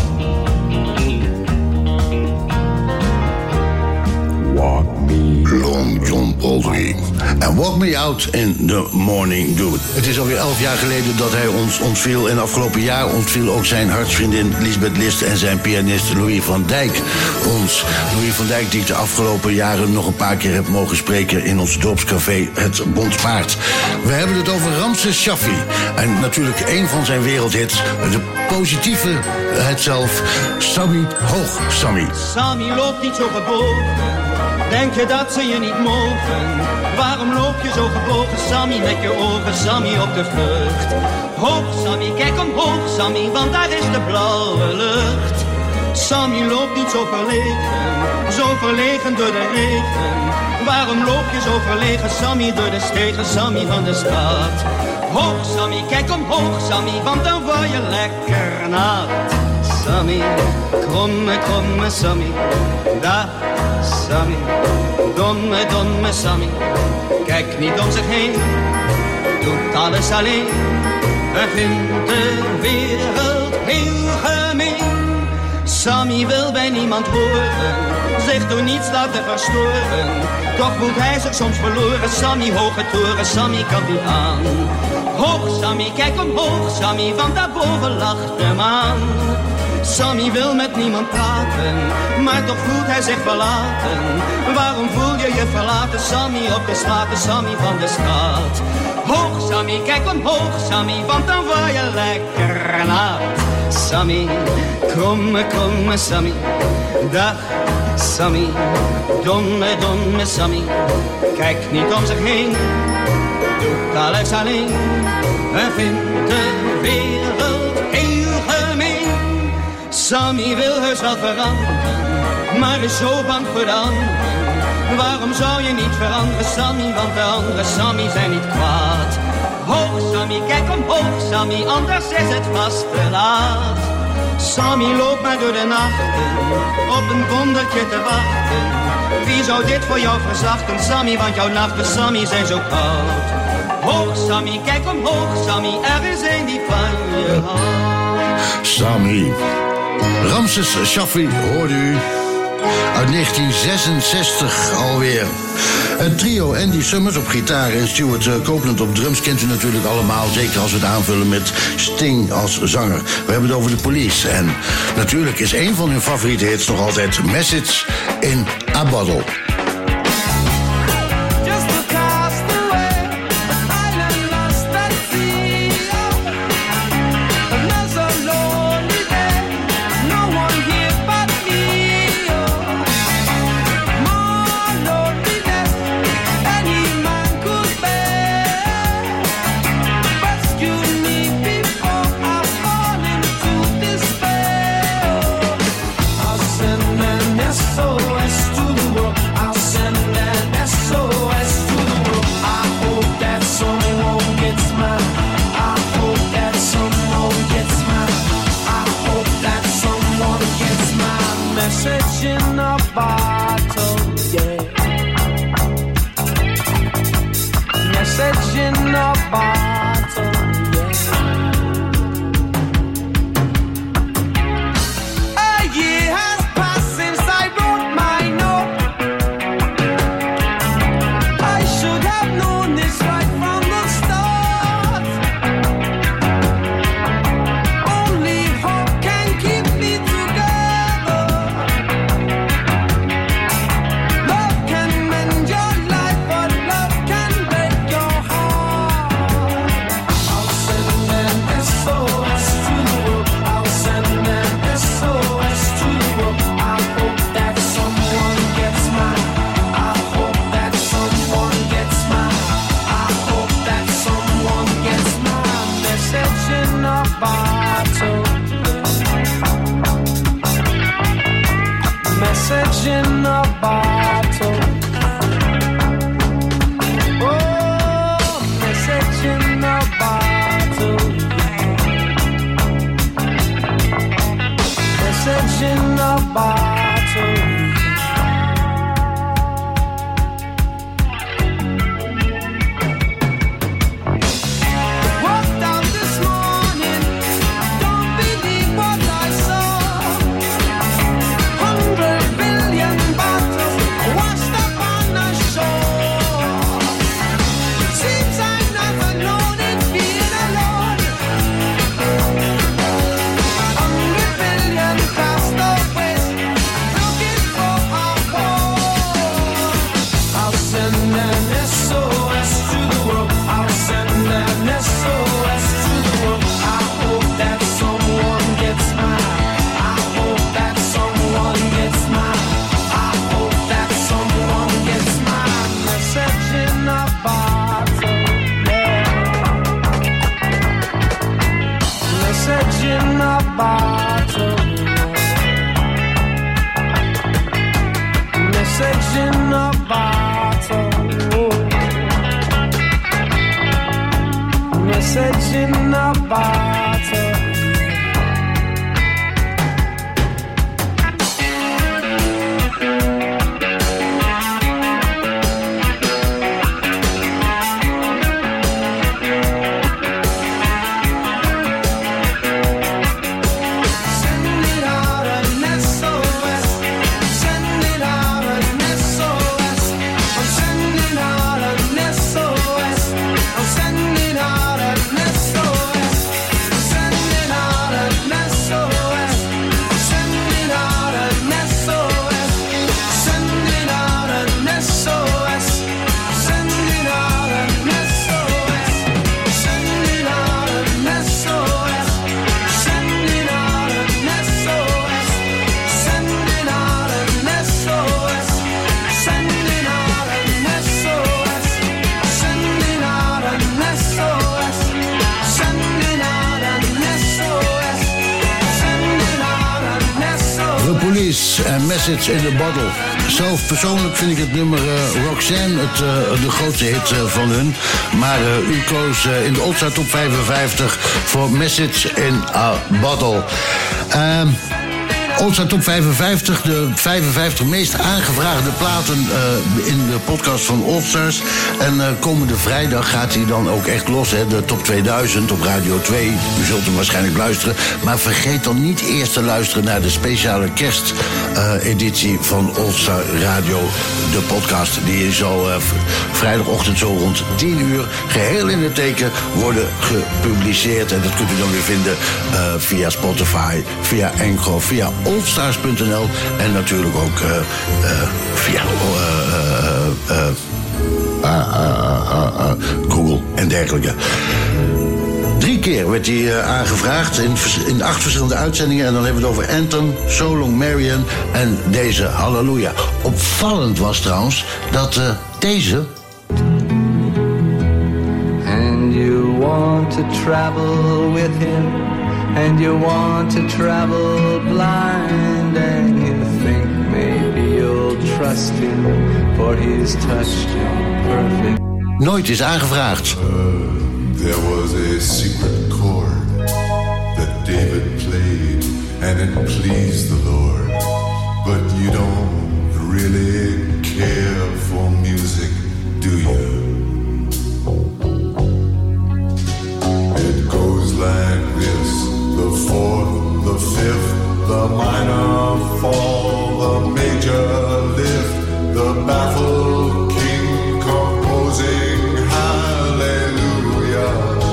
Walk me Long John Baldry. En Walk Me Out in the Morning Dew. Het is alweer elf jaar geleden dat hij ons ontviel. En afgelopen jaar ontviel ook zijn hartsvriendin Lisbeth List en zijn pianist Louis van Dijk ons. Louis van Dijk die ik de afgelopen jaren nog een paar keer heb mogen spreken in ons dorpscafé Het Bont Paard. We hebben het over Ramses Shaffi. En natuurlijk een van zijn wereldhits, de positieve het zelf, Sammy Hoog Sammy. Sammy loopt niet zo gebogen. Denk je dat ze je niet mogen? Waarom loop je zo gebogen, Sammy, met je ogen, Sammy, op de vlucht? Hoog, Sammy, kijk omhoog, Sammy, want daar is de blauwe lucht. Sammy loopt niet zo verlegen, zo verlegen door de regen. Waarom loop je zo verlegen, Sammy, door de stegen, Sammy, van de stad? Hoog, Sammy, kijk omhoog, Sammy, want dan word je lekker nat. Sammy, kromme, kromme Sammy, dag Sammy, domme, domme Sammy. Kijk niet om zich heen, doet alles alleen. En vindt de wereld heel gemeen. Sammy wil bij niemand horen, zich door niets laten verstoren. Toch voelt hij zich soms verloren, Sammy, hoge toren, Sammy kan niet aan. Hoog Sammy, kijk omhoog Sammy, want daarboven lacht de maan. Sammy wil met niemand praten, maar toch voelt hij zich verlaten. Waarom voel je je verlaten, Sammy, op de straten, Sammy van de stad? Hoog Sammy, kijk omhoog Sammy, want dan word je lekker nat. Sammy, kromme, kromme Sammy, dag Sammy, domme, domme Sammy. Kijk niet om zich heen, doet alles alleen en vindt de wereld heel gemeen. Sammy wil heus wel veranderen, maar is zo bang voor de anderen. Waarom zou je niet veranderen, Sammy, want de andere Sammy zijn niet kwaad. Hoog Sammy, kijk omhoog Sammy, anders is het vast te laat. Sammy loopt maar door de nachten, op een wondertje te wachten. Wie zou dit voor jou verzachten, Sammy, want jouw nachten, Sammy, zijn zo koud. Hoog Sammy, kijk omhoog Sammy, er is een die van je houdt. Sammy. Ramses Shaffi, hoorde u, uit negentien zesenzestig alweer. Het trio Andy Summers op gitaar en Stuart Copeland op drums kent u natuurlijk allemaal, zeker als we het aanvullen met Sting als zanger. We hebben het over de Police en natuurlijk is een van hun favoriete hits nog altijd Message in a Bottle. what's in the bottle. En Message in the Bottle. Zelf persoonlijk vind ik het nummer uh, Roxanne het, uh, de grootste hit uh, van hun. Maar uh, u koos uh, in de Oldstar Top vijfenvijftig voor Message in a Bottle. Uh, Oldstar Top vijfenvijftig, de vijfenvijftig meest aangevraagde platen uh, in de podcast van Allstars. En uh, komende vrijdag gaat hij dan ook echt los, hè, de Top tweeduizend op Radio twee. U zult hem waarschijnlijk luisteren. Maar vergeet dan niet eerst te luisteren naar de speciale kersteditie uh, van Allstar Radio. De podcast die zal uh, vrijdagochtend zo rond tien uur geheel in het teken worden gepubliceerd. En dat kunt u dan weer vinden uh, via Spotify, via Anchor, via Allstars punt n l en natuurlijk ook uh, uh, via uh, uh, uh, uh, uh, uh, uh, Google en dergelijke. Drie keer werd hij uh, aangevraagd in, in acht verschillende uitzendingen. En dan hebben we het over Anthem, So Long Marian en deze Halleluja. Opvallend was trouwens dat uh, deze... And you want to travel with him, and you want to travel blind, and you think maybe you'll trust him, for he's touched you perfect. Nooit is aangevraagd. Uh, there was a secret chord that David played, and it pleased the Lord. But you don't really care for music, do you? It goes like this. The fourth, the fifth, the minor fall, the major lift, the baffled king composing hallelujah.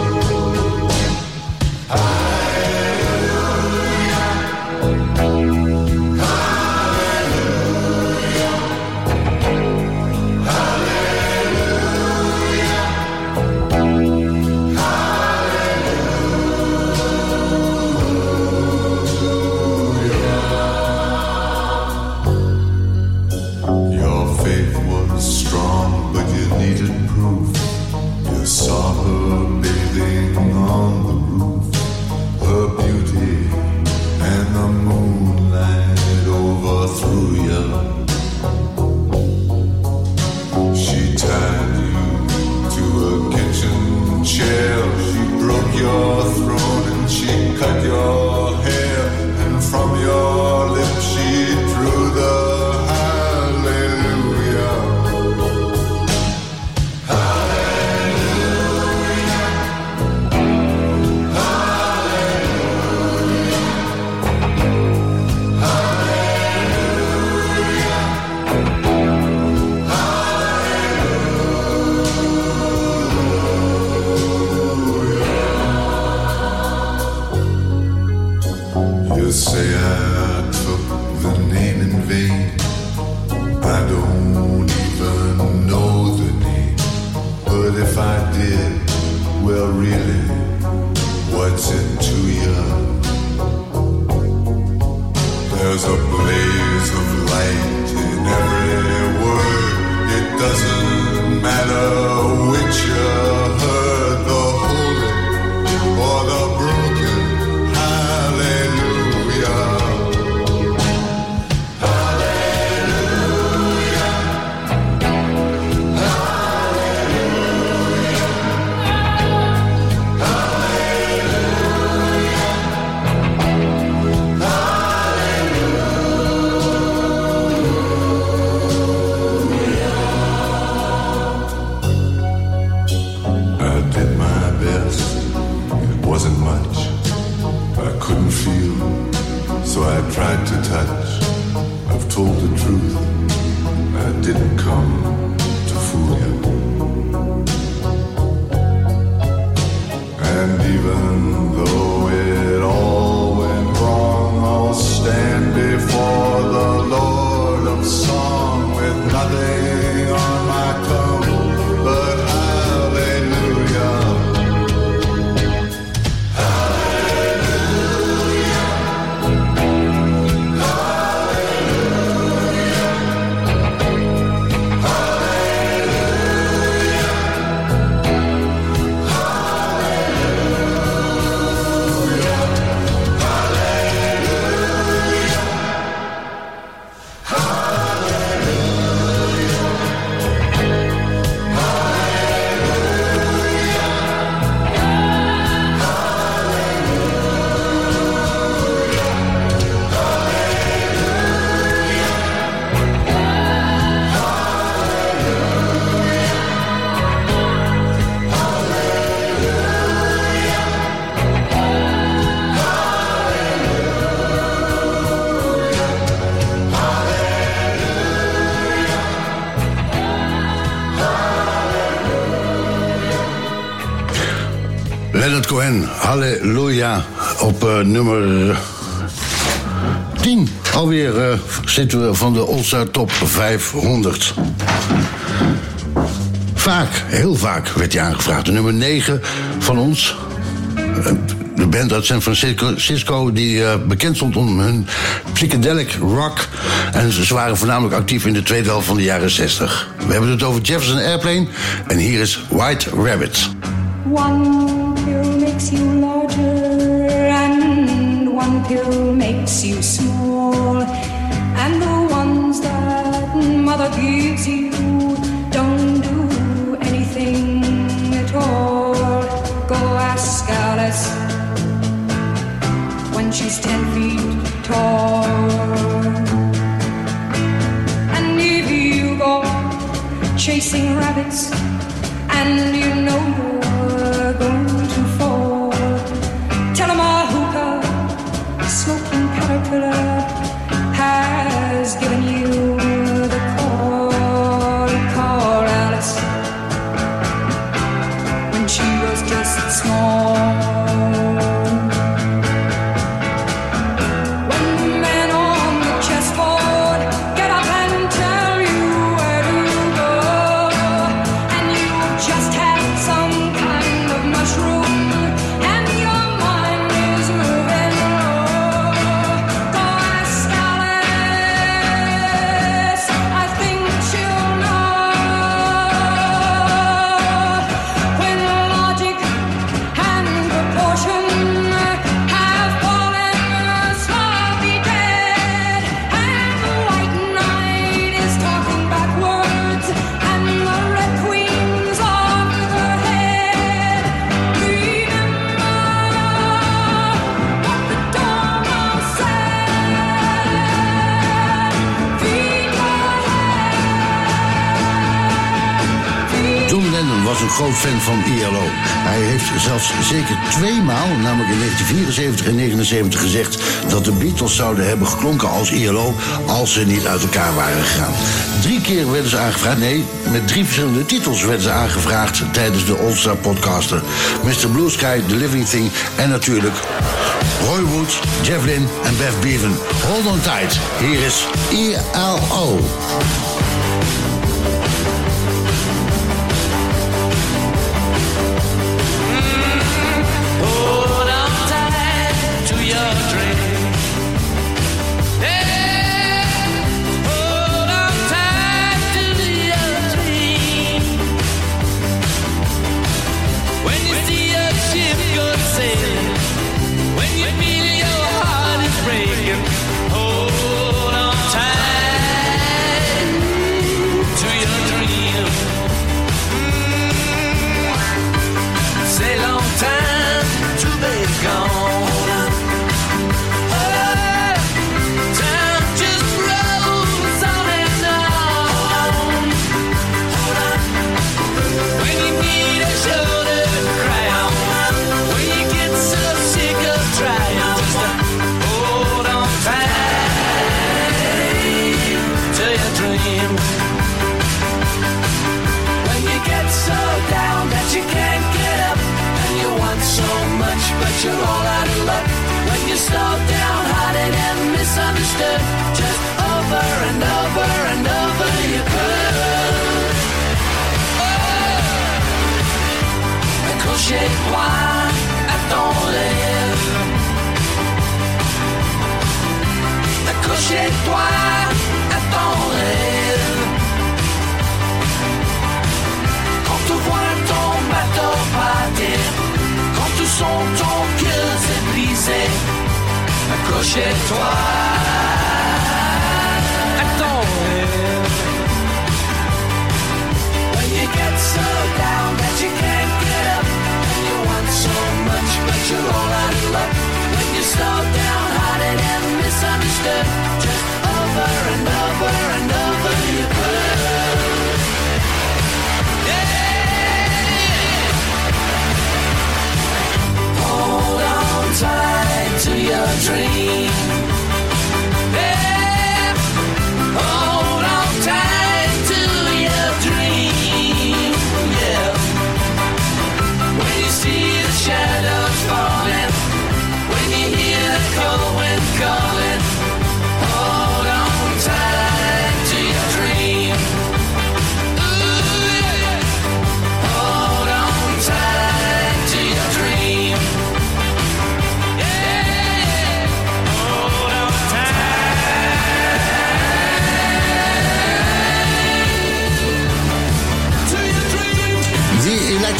Hallelujah. Hallelujah. Saw her bathing on the roof, her beauty and the moonlight overthrew you. She tied you to a kitchen chair, she broke your throat and she cut your hair, and from your lips she drew the say I took the name in vain. I don't even know the name, but if I did, well really, what's it to you? There's a blaze of light in every word. It doesn't matter which you heard, the holy or the broken. Leonard Cohen, Halleluja, op uh, nummer tien. Alweer uh, zitten we van de All-Star Top vijfhonderd. Vaak, heel vaak werd hij aangevraagd. De nummer negen van ons, uh, de band uit San Francisco, die uh, bekend stond om hun psychedelic rock. En ze waren voornamelijk actief in de tweede helft van de jaren zestig. We hebben het over Jefferson Airplane en hier is White Rabbit. One pill makes you larger and one pill makes you small. And the ones that mother gives you don't do anything at all. Go ask Alice when she's ten feet tall. And if you go chasing rabbits and you know you're going to fall, tell 'em a hookah, a smoking caterpillar has given you the call. Call Alice when she was just small. When the men on the chessboard get up and tell you where to go, and you just had some kind of mushroom and your mind is moving low, go ask Alice, I think she'll know. When logic and proportion have fallen sloppy dead, and the white knight is talking backwards, and the red queen's off with her head, remember what the Dharma said. Feed your head. John Lennon was een groot fan van I L O. Hij heeft zelfs zeker tweemaal, namelijk in negentien vierenzeventig en negenenzeventig, gezegd dat de Beatles zouden hebben geklonken als I L O als ze niet uit elkaar waren gegaan. Drie keer werden ze aangevraagd, nee, met drie verschillende titels werden ze aangevraagd tijdens de All-Star Podcaster. mister Blue Sky, The Living Thing en natuurlijk Roy Wood, Jeff Lynne en Beth Bevan. Hold on tight, hier is I L O. Hold on tight to your dream. Hey, hold on tight to your dream. When you see a ship go sailing, when you feel your heart is breaking, hold on tight to your dream. Say long time to be gone. Oh, time just rolls on and on. When you need a shoulder to cry on, when you get so sick of trying, just hold on tight to your dream. When you get so down that you can't get up, and you want so much but you're all out of luck, when you're so downhearted and misunderstood, just over and over and over you could. Oh, accrochez-toi à ton rêve. Accrochez-toi à ton rêve. Quand tu vois ton bateau partir, quand tu sens ton cœur se briser, accroche-toi à ton rêve. When you get so down that you can't get up, and you want so much but you're all out of luck, when you're so downhearted and misunderstood, just over and over and over you could. Hold on tight to your dream.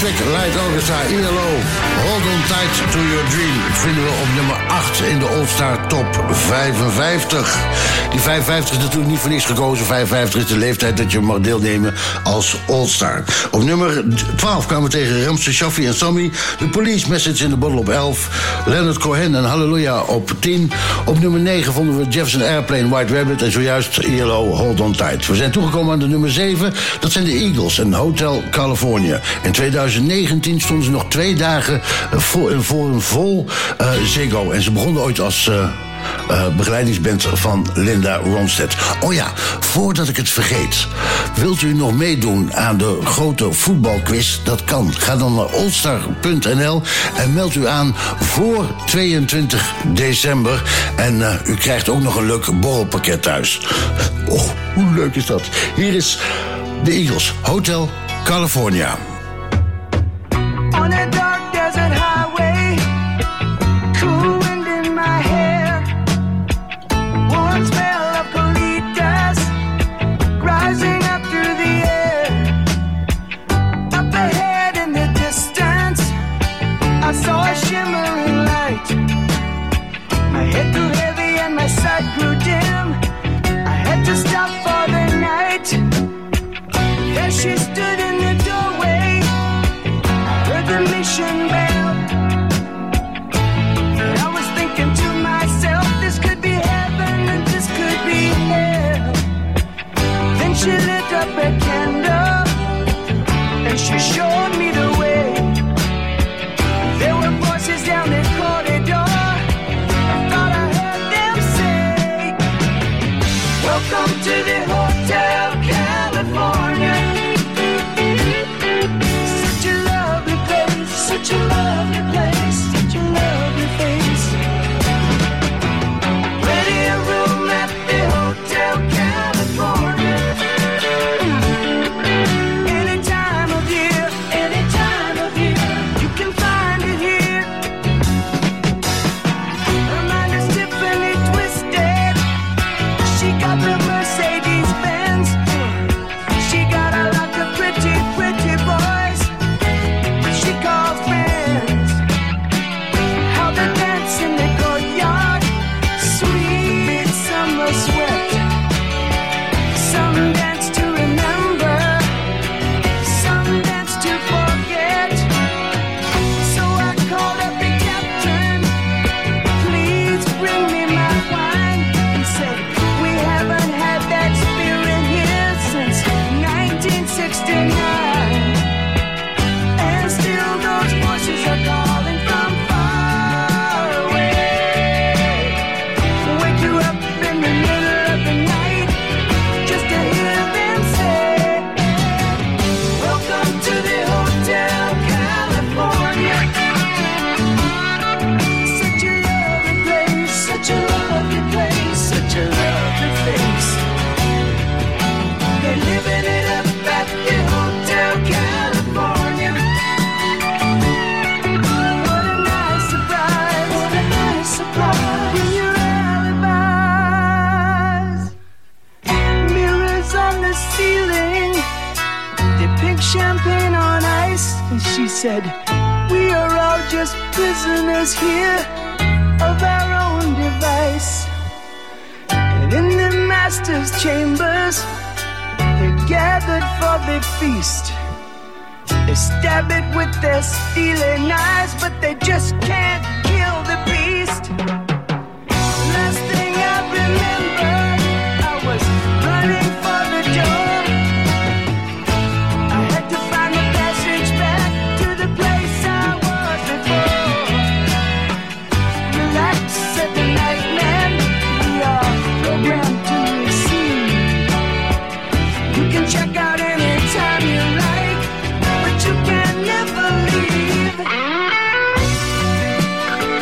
Electric Light Orchestra, I L O. Hold on tight to your dream. Vinden we op nummer acht in de All-Star Top vijfenvijftig. Die vijfenvijftig is natuurlijk niet voor niks gekozen. vijfenvijftig is de leeftijd dat je mag deelnemen als All-Star. Op nummer twaalf kwamen we tegen Ramse Shaffi en Sammy. The Police, Message in the Bottle op elf. Leonard Cohen en Hallelujah op tien. Op nummer negen vonden we Jefferson Airplane, White Rabbit. En zojuist I L O, Hold on tight. We zijn toegekomen aan de nummer zeven. Dat zijn de Eagles en Hotel California. In twintig negentien stonden ze nog twee dagen voor, voor een vol uh, Ziggo. En ze begonnen ooit als uh, uh, begeleidingsband van Linda Ronstadt. Oh ja, voordat ik het vergeet. Wilt u nog meedoen aan de grote voetbalquiz? Dat kan. Ga dan naar allstar punt n l en meld u aan voor tweeëntwintig december. En uh, u krijgt ook nog een leuk borrelpakket thuis. Oh, hoe leuk is dat? Hier is de Eagles, Hotel California. On a dark desert highway, cool wind in my hair, warm smell of colitas rising up through the air. Up ahead in the distance, I saw a shimmering light. My head grew heavy and my sight grew dim. I had to stop for the night. There she stood in the doorway, heard the mission bell. And I was thinking to myself, this could be heaven and this could be hell. Then she lit up a candle and she showed me the way. There were voices down the corridor, I thought I heard them say, welcome to the Hotel California. Such a lovely place, such a lovely place, such a lovely face. Ready a room at the Hotel California. Any time of year, any time of year, you can find it here. Her mind is Tiffany twisted. She got the Mercedes Benz. She got a lot of pretty, pretty boys she calls friends. How they dance in the courtyard, sweet summer sweat. Some dance to remember, some dance to forget. So I called up the captain, please bring me my wine. He said, we haven't had that spirit here since nineteen sixty-nine. And still those voices are calling from far away. Wake you up in the middle of the night just to hear them say, welcome to the Hotel California. Such a lovely place, such a lovely place, such a lovely face. They're living it up at the Hotel California. What a nice surprise, what a nice surprise. When your alibis, mirrors on the ceiling, they pink champagne on ice. And she said, we are all just prisoners here of our own device. And in the master's chambers, they're gathered for the feast. They stab it with their steely knives, but they just can't kill the beast. Last thing I remember, I was running for the door. I had to find the passage back to the place I was before. Relax, said the night man, we are programmed to receive. You can check out anytime you like, but you can never leave.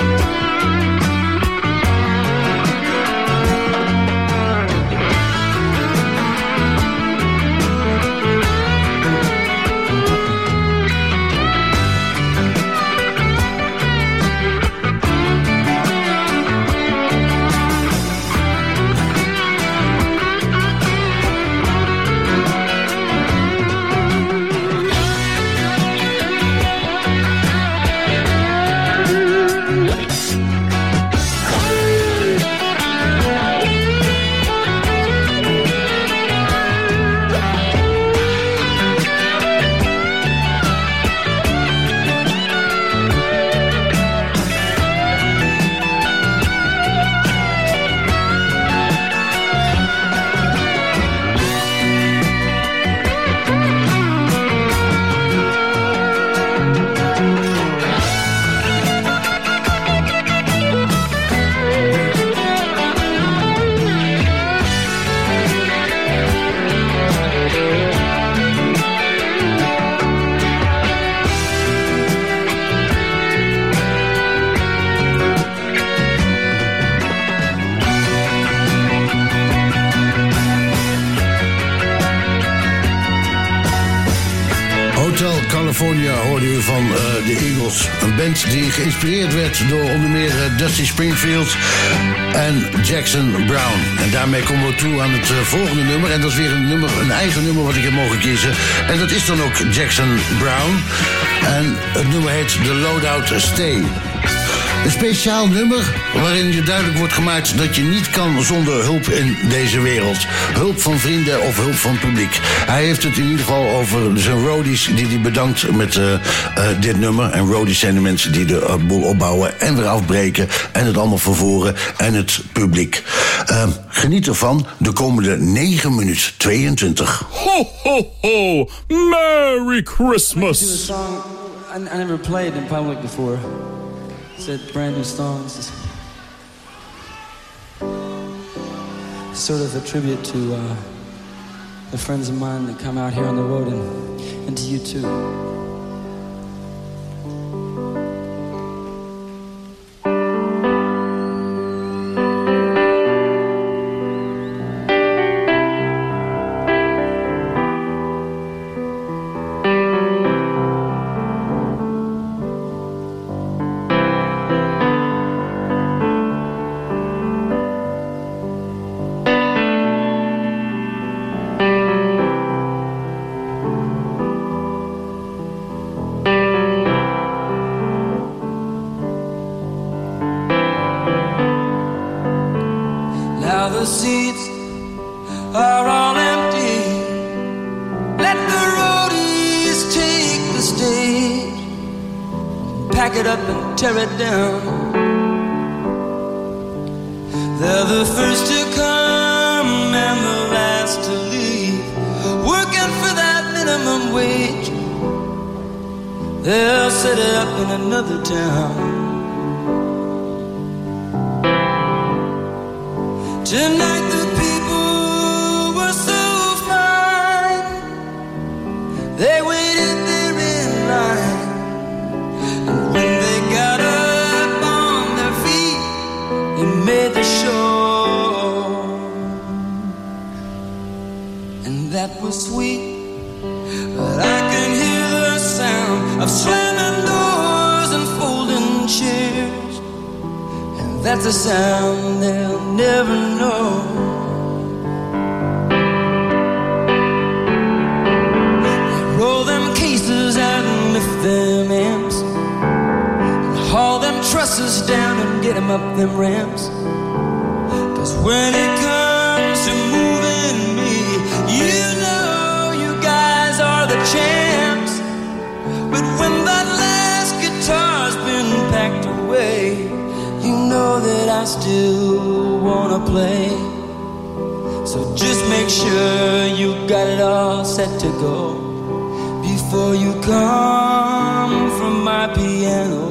California hoorde u van uh, de Eagles. Een band die geïnspireerd werd door onder meer uh, Dusty Springfield en Jackson Brown. En daarmee komen we toe aan het uh, volgende nummer. En dat is weer een, nummer, een eigen nummer wat ik heb mogen kiezen. En dat is dan ook Jackson Brown. En het nummer heet The Loadout Stay. Een speciaal nummer waarin je duidelijk wordt gemaakt dat je niet kan zonder hulp in deze wereld. Hulp van vrienden of hulp van publiek. Hij heeft het in ieder geval over zijn roadies die hij bedankt met uh, uh, dit nummer. En roadies zijn de mensen die de uh, boel opbouwen en weer afbreken. En het allemaal vervoeren en het publiek. Uh, geniet ervan de komende negen minuten tweeëntwintig. Ho, ho, ho! Merry Christmas! I do a song I, I never played in public before. It's a brand new song. It's just sort of a tribute to uh, the friends of mine that come out here on the road, and, and to you too. The seats are all empty. Let the roadies take the stage, pack it up and tear it down. They're the first to come and the last to leave, working for that minimum wage. They'll set it up in another town. Tonight the people were so fine. They waited there in line, and when they got up on their feet, they made the show. And that was sweet, but I can hear the sound of slamming doors and folding chairs. That's a sound they'll never know. They roll them cases out and lift them amps, and haul them trusses down and get them up them ramps. 'Cause when it comes to moving me, you know you guys are the champs. But when that last guitar's been packed away, you know that I still wanna play. So just make sure you got it all set to go before you come from my piano.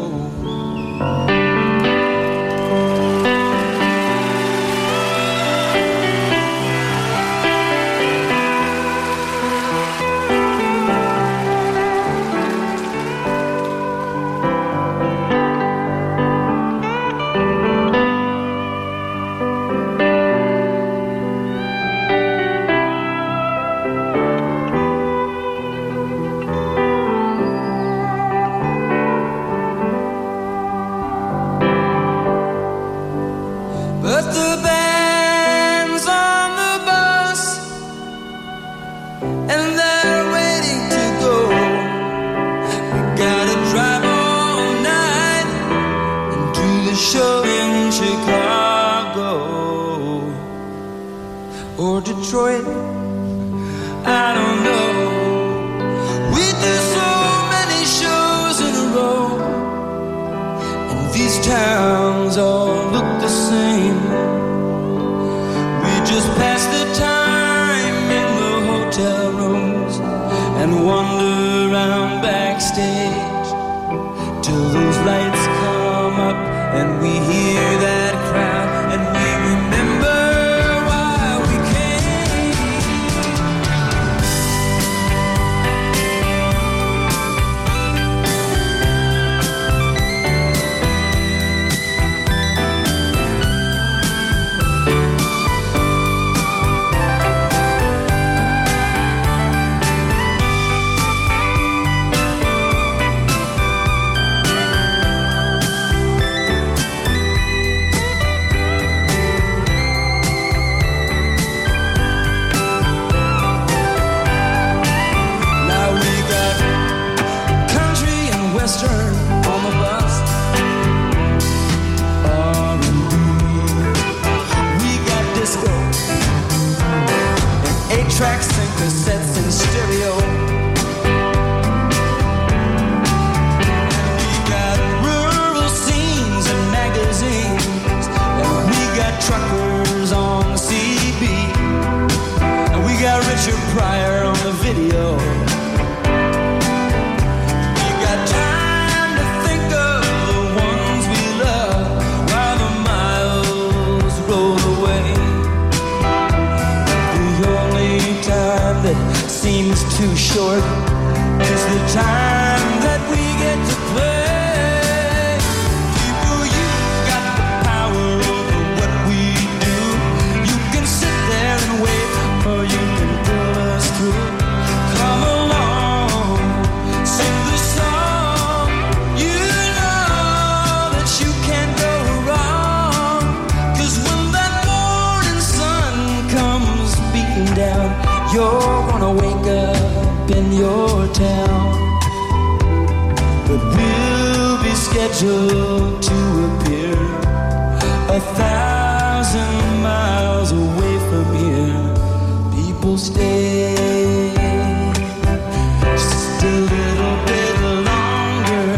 Detroit, I don't know. We do so many shows in a row, and these towns all look the same. We just pass the time in the hotel rooms and wander around backstage till those lights come up and we hear that crowd and we remember. tracks and cassettes and stereo. And we got rural scenes and magazines, and we got truckers on the C B, and we got Richard Pryor on the video. Seems too short is the time that we get to play. People, you got the power over what we do. You can sit there and wait, or you can pull us through. Come along, sing the song. You know that you can't go wrong, 'cause when that morning sun comes beating down, you're gonna wake up in your town, but we'll be scheduled to appear a thousand miles away from here. People stay just a little bit longer.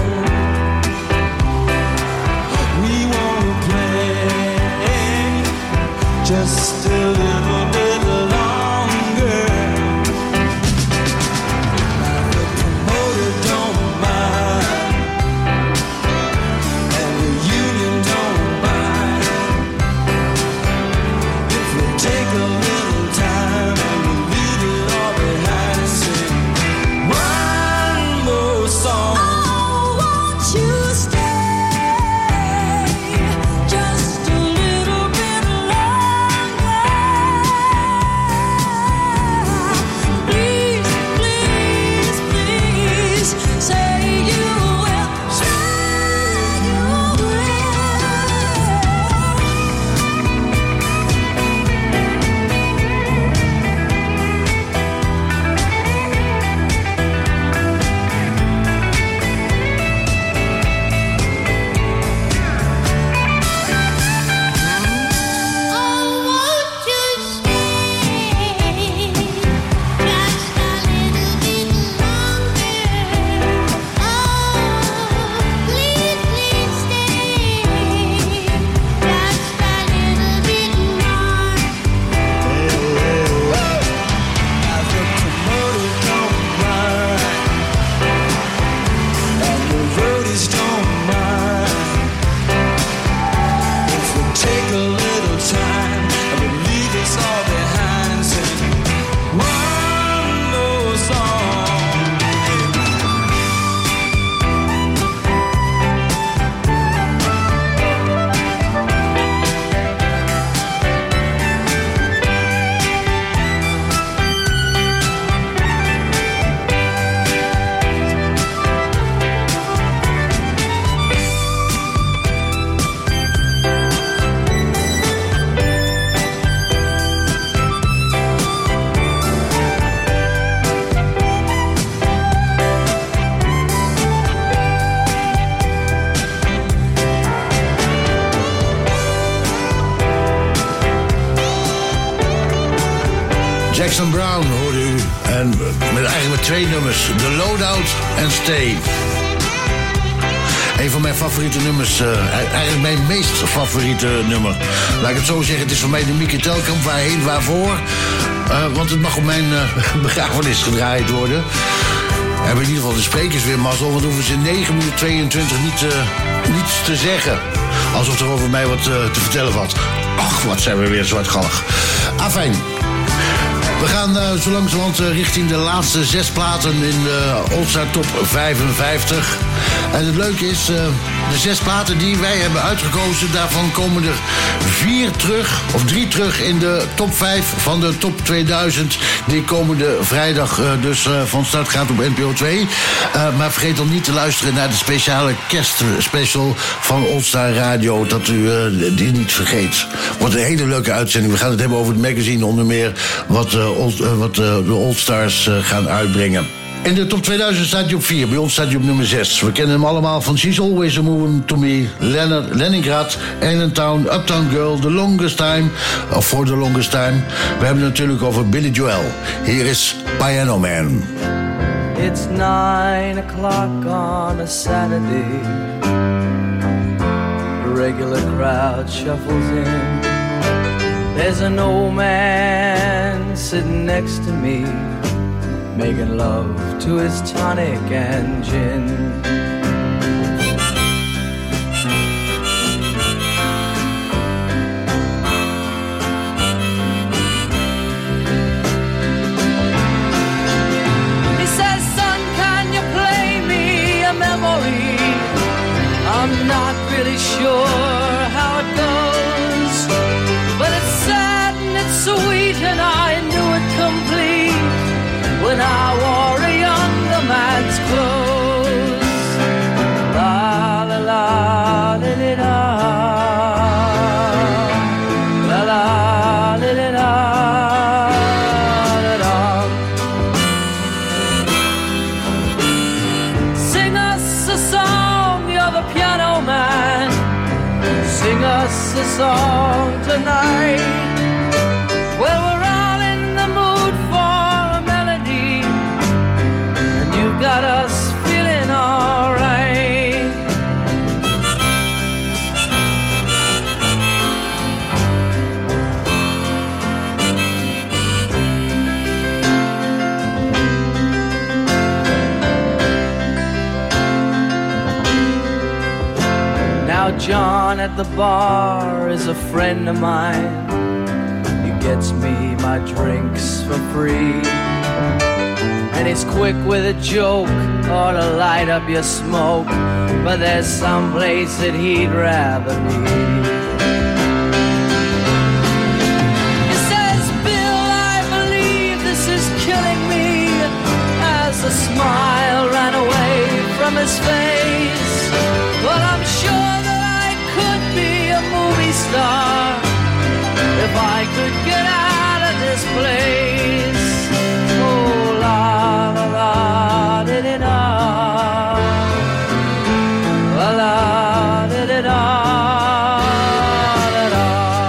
We won't play just a little bit longer. Jackson Browne hoorde u. En met eigenlijk met twee nummers. The Loadout en Stay. Een van mijn favoriete nummers. Uh, eigenlijk mijn meest favoriete nummer. Laat ik het zo zeggen. Het is voor mij de Mieke Telkamp. Waarheen, waarvoor. Uh, want het mag op mijn uh, begrafenis gedraaid worden. We hebben in ieder geval de sprekers weer mazzel. Want hoeven ze in negen minuten tweeëntwintig niet, uh, niets te zeggen. Alsof er over mij wat uh, te vertellen valt. Ach, wat zijn we weer zwartgallig. Afijn. We gaan uh, zo langzamerhand uh, richting de laatste zes platen in de All-Star Top vijfenvijftig. En het leuke is, uh, de zes platen die wij hebben uitgekozen, daarvan komen er vier terug, of drie terug in de top vijf van de top tweeduizend. Die komende vrijdag uh, dus uh, van start gaat op N P O twee. Uh, maar vergeet dan niet te luisteren naar de speciale kerstspecial van All-Star Radio, dat u uh, die niet vergeet. Wordt een hele leuke uitzending. We gaan het hebben over het magazine onder meer, wat, uh, old, uh, wat uh, de All-Stars uh, gaan uitbrengen. In de top tweeduizend staat hij op vier. Bij ons staat hij op nummer zes. We kennen hem allemaal van She's Always a Moving to Me, Leonard, Leningrad, Allentown, Uptown Girl, The Longest Time, of For the Longest Time. We hebben het natuurlijk over Billy Joel. Hier is Piano Man. It's nine o'clock on a Saturday. The regular crowd shuffles in. There's an old man sitting next to me, making love to his tonic and gin. He says, son, can you play me a memory? I'm not really sure how it goes, but it's sad and it's sweet and I knew it complete when I wore a younger man's clothes. La la la li li la, la la li li la, la la. Sing us a song, you're the piano man. Sing us a song tonight. Well, we're all in the mood for a melody, and you've got us feeling alright. Now John at the bar is a friend of mine. Gets me my drinks for free, and he's quick with a joke or to light up your smoke, but there's some place that he'd rather be. He says, Bill, I believe this is killing me, as a smile ran away from his face. Well, I'm sure that I could be a movie star if I could get out of this place. Oh, la la la di di da, la la di di da, la da.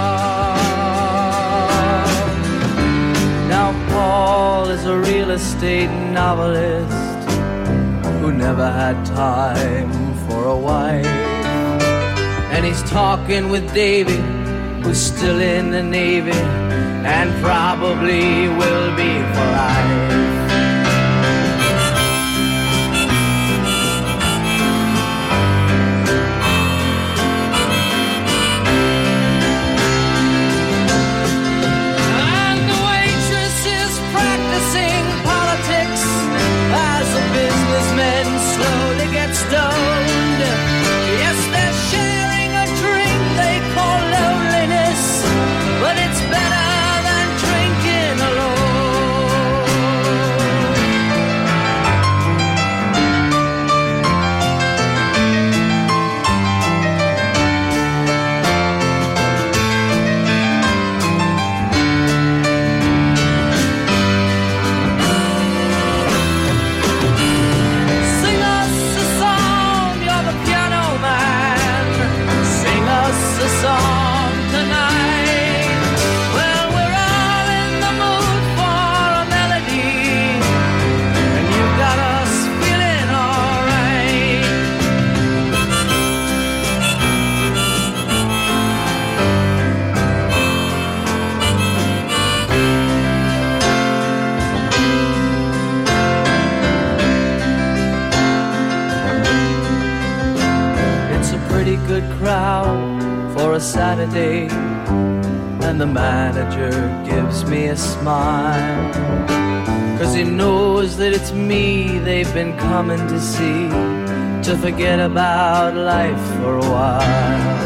Now Paul is a real estate novelist who never had time for a wife, and he's talking with Davy, who's still in the Navy and probably will be for life. And the waitress is practicing politics as the businessmen slowly get stoned. Yes, they're sharing a drink they call loneliness, but it's better than drinking alone. Sing us a song, you're the piano man. Sing us a song tonight. Well, we're all in the mood for a melody, and you've got us feeling alright. It's a pretty good crowd for a Saturday, and the manager gives me a smile, 'cause he knows that it's me they've been coming to see, to forget about life for a while.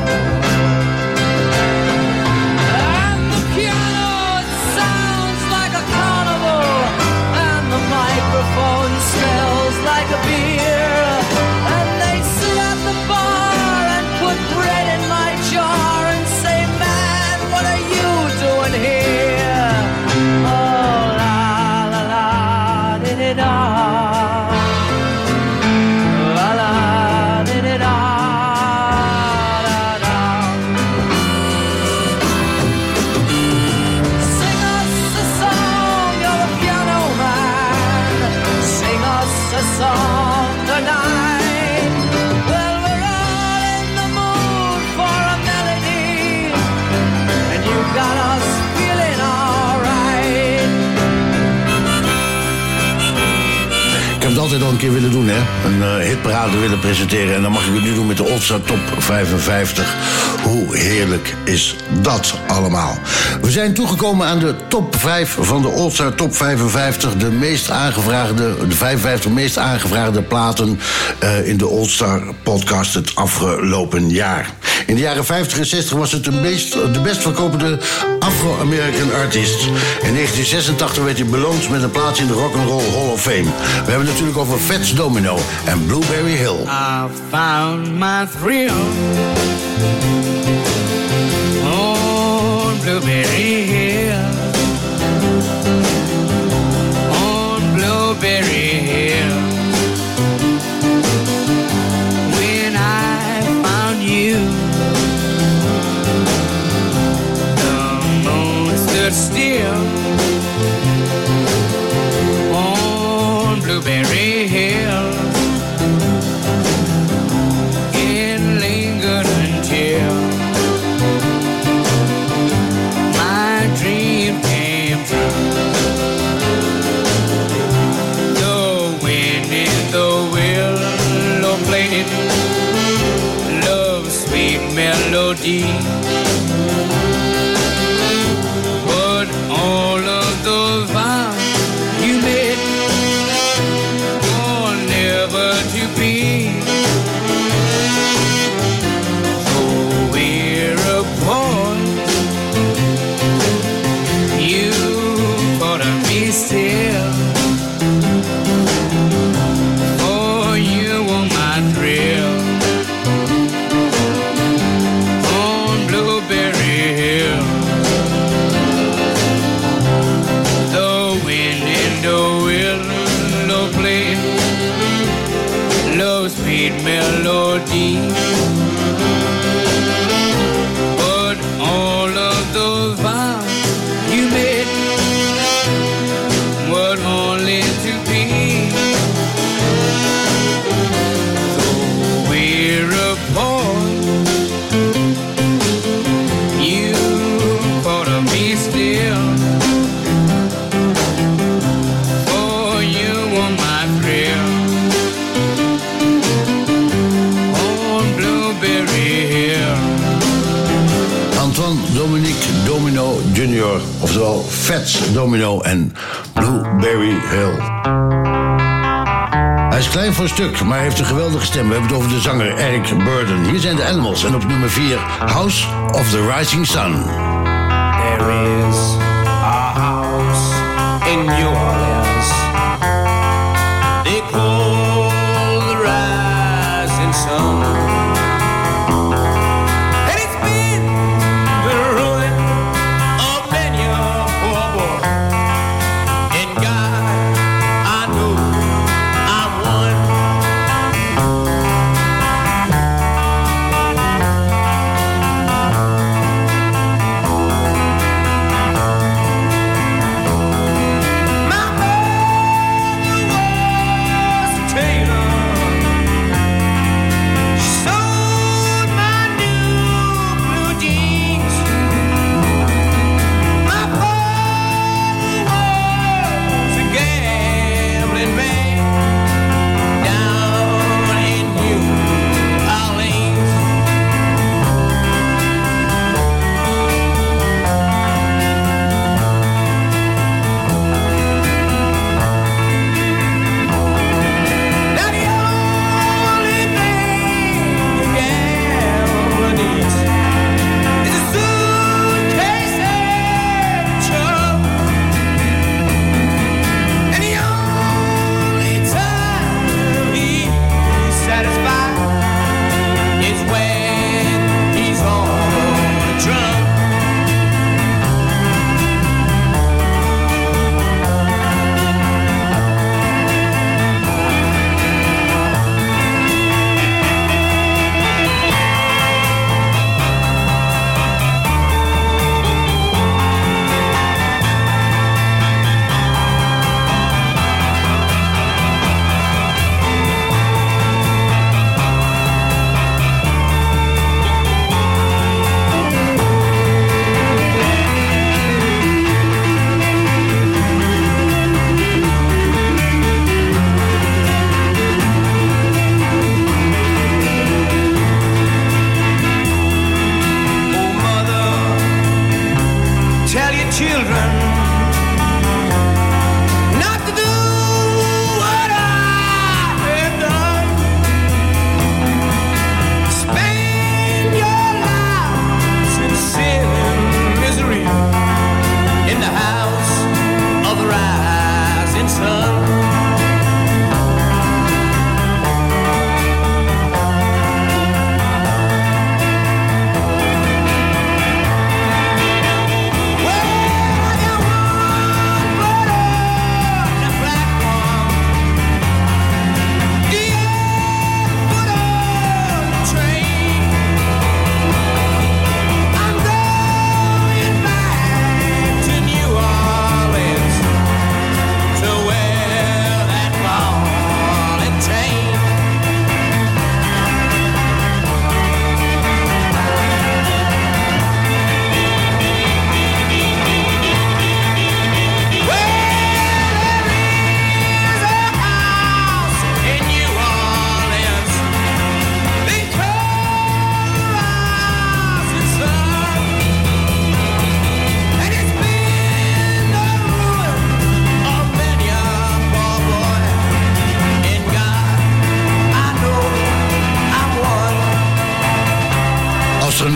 And the piano, it sounds like a carnival, and the microphone smells like a beer, and they sit at the bar and put bread in my jar and say, man, what are you doing here? Oh, la la la di di da. heb het altijd al een keer willen doen, hè. Een uh, hitparade willen presenteren. En dan mag ik het nu doen met de All-Star Top vijfenvijftig. Hoe heerlijk is dat allemaal? We zijn toegekomen aan de top vijf van de All-Star Top vijfenvijftig. De meest aangevraagde, de vijfenvijftig meest aangevraagde platen uh, in de All-Star podcast het afgelopen jaar. In de jaren vijftig en zestig was het de, meest, de best verkopende Afro-American artiest. In negentien zesentachtig werd hij beloond met een plaats in de Rock'n'Roll Hall of Fame. We hebben het natuurlijk over Fats Domino en Blueberry Hill. I found my thrill on Blueberry Hill, on Blueberry Hill. When I found you, the moon stood still on Blueberry Hill. It lingered until my dream came true. The wind in the willow played love's sweet melody. But all of the vows you made were never to be. So we're apart. You thought of me still. Oh, you were my thrill on Blueberry Hill. The wind in the willow played love's sweet melody. But all of the vows you made were only to be. So we're apart. You thought of me still. Oh, you were my thrill on Blueberry Hill. Antoine Dominique Domino junior, oftewel Fats Domino en Blueberry Hill. Hij is klein voor stuk, maar heeft een geweldige stem. We hebben het over de zanger Eric Burdon. Hier zijn de Animals en op nummer vier House of the Rising Sun. There is a house in New Orleans they call the Rising Sun. And it's been the ruin of many a poor boy. And God, I know I'm one. My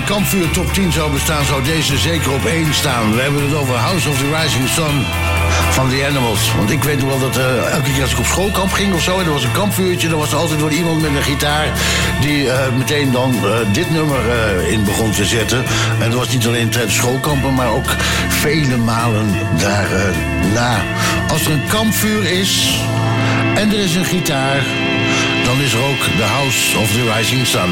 een kampvuur top tien zou bestaan, zou deze zeker op één staan. We hebben het over House of the Rising Sun van The Animals. Want ik weet nog wel dat uh, elke keer als ik op schoolkamp ging of zo, en er was een kampvuurtje, dan was er altijd wel iemand met een gitaar die uh, meteen dan uh, dit nummer uh, in begon te zetten. En dat was niet alleen tijdens schoolkampen, maar ook vele malen daarna. Uh, als er een kampvuur is en er is een gitaar, dan is er ook The House of the Rising Sun.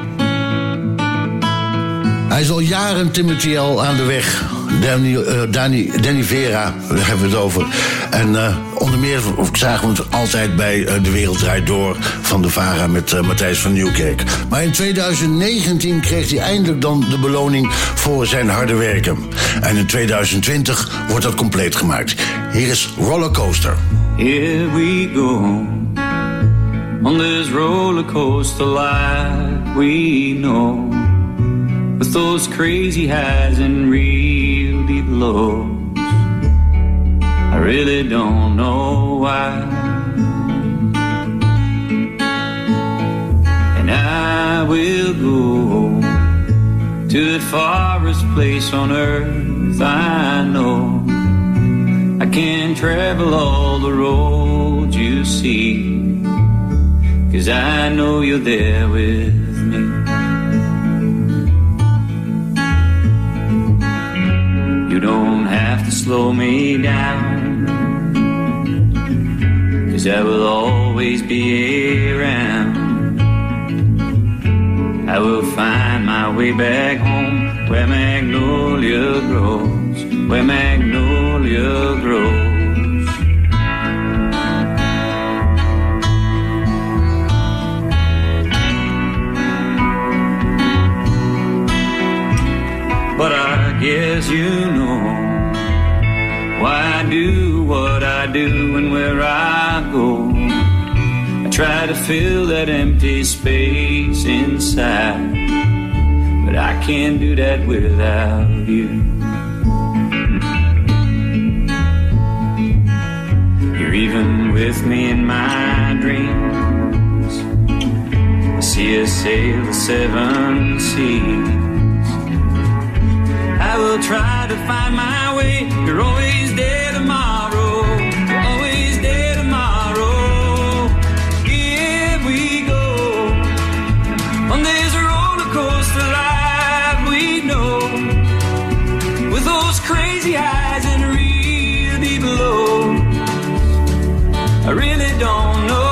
Hij is al jaren Timothy L. aan de weg. Danny, uh, Danny, Danny Vera, daar hebben we het over. En uh, onder meer zagen we het altijd bij uh, De Wereld Draait Door van de VARA met uh, Matthijs van Nieuwkerk. Maar in twintig negentien kreeg hij eindelijk dan de beloning voor zijn harde werken. En in twintig twintig wordt dat compleet gemaakt. Hier is Rollercoaster. Here we go on this rollercoaster life we know, with those crazy highs and real deep lows. I really don't know why, and I will go to the farthest place on earth I know. I can travel all the roads you see, 'cause I know you're there with me. You don't have to slow me down, 'cause I will always be around. I will find my way back home, where magnolia grows, where magnolia grows. But I guess you know why I do what I do and where I go. I try to fill that empty space inside, but I can't do that without you. You're even with me in my dreams. I see us sail the seven seas. I will try to find my way. You're always there tomorrow. You're always there tomorrow. Here we go on this roller coaster life we know, with those crazy highs and real deep lows. I really don't know.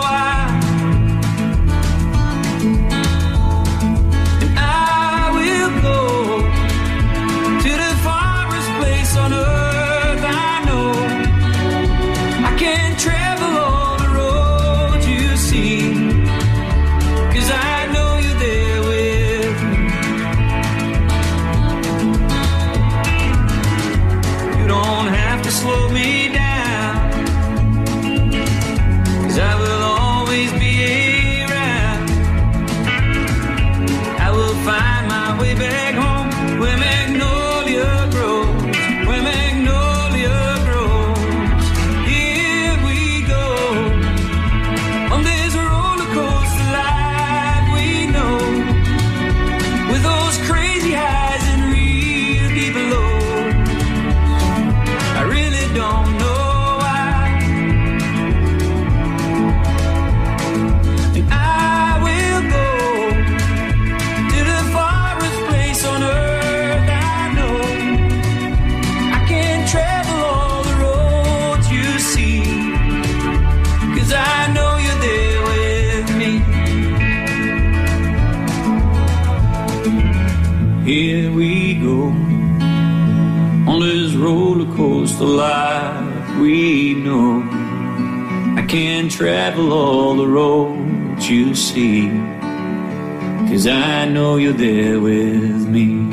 Here we go on this roller coaster life we know. I can travel all the roads you see, 'cause I know you're there with me.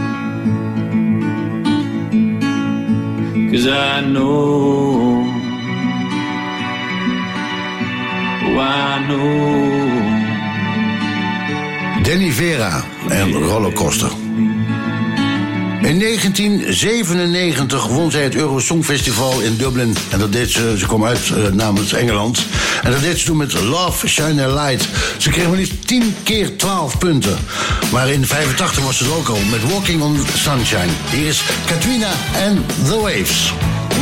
'Cause I know, oh I know. Danny Vera en Rollercoaster. In negentien zevenennegentig won zij het Eurosong Festival in Dublin. En dat deed ze, ze kwam uit uh, namens Engeland. En dat deed ze toen met Love, Shine a Light. Ze kreeg maar liefst tien keer twaalf punten. Maar in vijfentachtig was ze er ook al met Walking on Sunshine. Hier is Katrina and the Waves.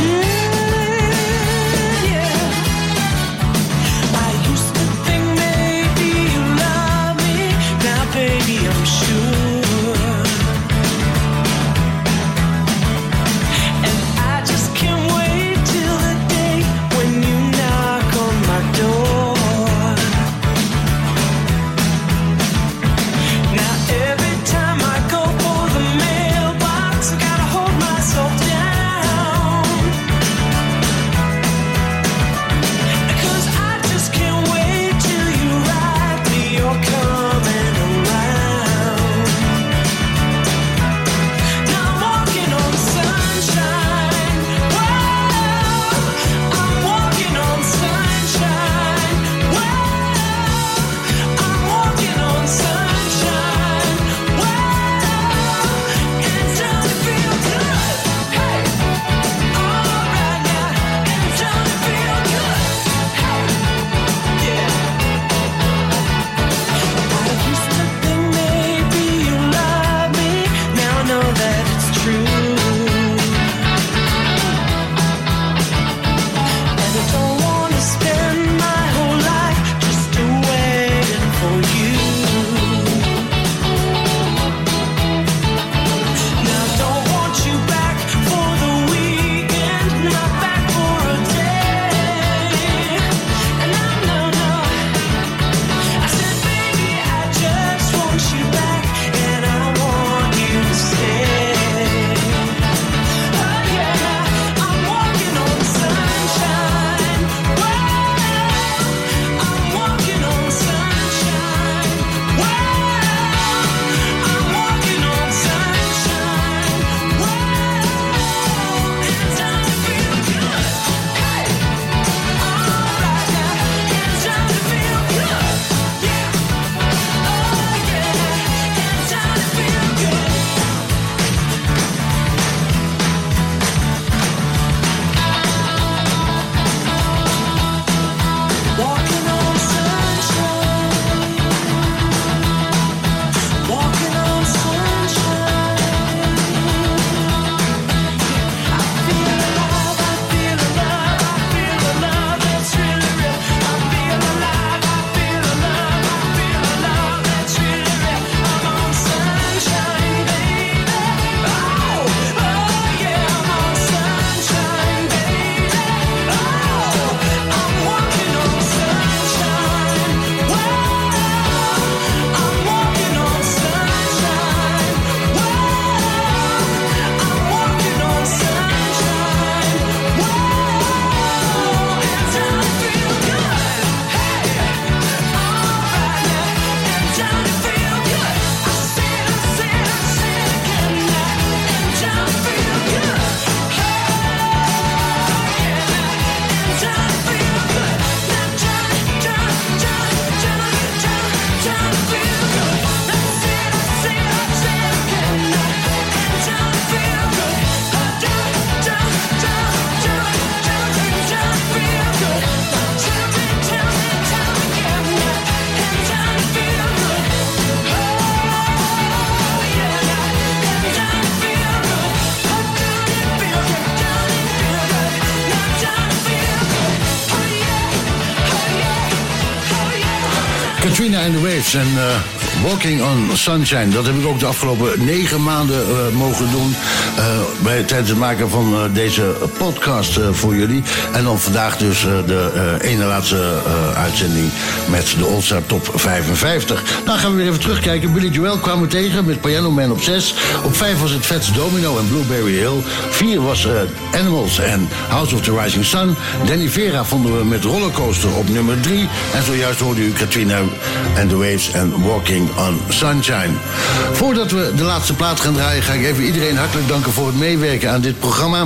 Katrina and the Waves en uh, Walking on Sunshine. Dat heb ik ook de afgelopen negen maanden uh, mogen doen uh, bij, tijdens het maken van uh, deze podcast uh, voor jullie. En dan vandaag dus uh, de uh, ene laatste uh, uitzending met de All Star Top vijfenvijftig. Nou gaan we weer even terugkijken. Billy Joel kwamen we tegen met Piano Man op zes. Op vijf was het Fats Domino en Blueberry Hill. vier was uh, Animals en House of the Rising Sun. Danny Vera vonden we met Rollercoaster op nummer drie. En zojuist hoorde u Katrina and the Waves en Walking on Sunshine. Voordat we de laatste plaat gaan draaien, ga ik even iedereen hartelijk danken voor het meewerken aan dit programma.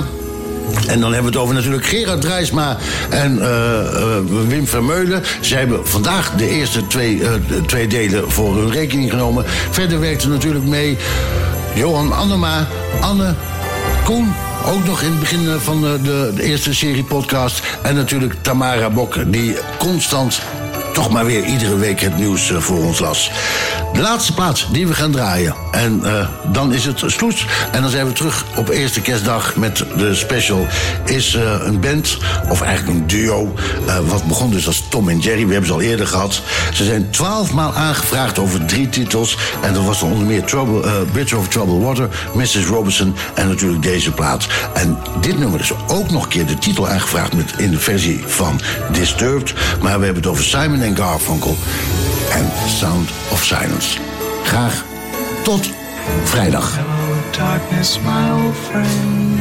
En dan hebben we het over natuurlijk Gerard Drijsma en uh, uh, Wim Vermeulen. Zij hebben vandaag de eerste twee, uh, twee delen voor hun rekening genomen. Verder werkte natuurlijk mee Johan Annema, Anne, Koen, ook nog in het begin van de, de, de eerste serie podcast. En natuurlijk Tamara Bok, die constant toch maar weer iedere week het nieuws uh, voor ons las. De laatste plaats die we gaan draaien. En uh, dan is het sloes. En dan zijn we terug op eerste kerstdag met de special. Is uh, een band, of eigenlijk een duo. Uh, wat begon dus als Tom en Jerry. We hebben ze al eerder gehad. Ze zijn twaalf maal aangevraagd over drie titels. En dat was dan onder meer Trouble, uh, Bridge over Troubled Water, missus Robinson en natuurlijk deze plaat. En dit nummer is ook nog een keer de titel aangevraagd met, in de versie van Disturbed. Maar we hebben het over Simon en Garfunkel en Sound of Silence. Graag tot vrijdag. Hello, darkness, my old friend.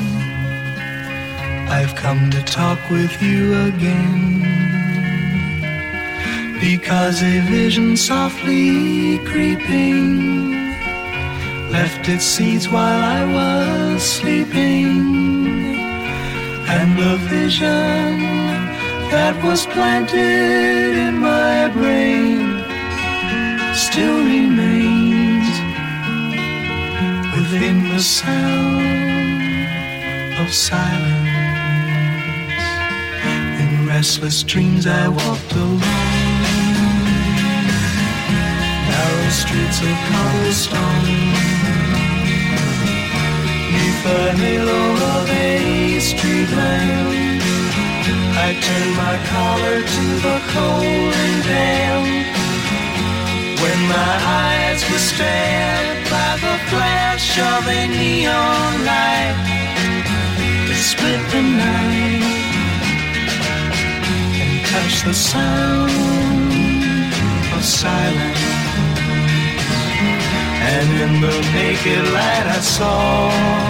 I've come to talk with you again, because a vision softly creeping left its seeds while I was sleeping, and the vision that was planted in my brain still remains within the sound of silence. In restless dreams I walked alone, narrow streets of cobblestone, neath the halo of a street lamp. I turned my collar to the cold and damp, when my eyes were stared by the flash of a neon light that split the night and touched the sound of silence. And in the naked light I saw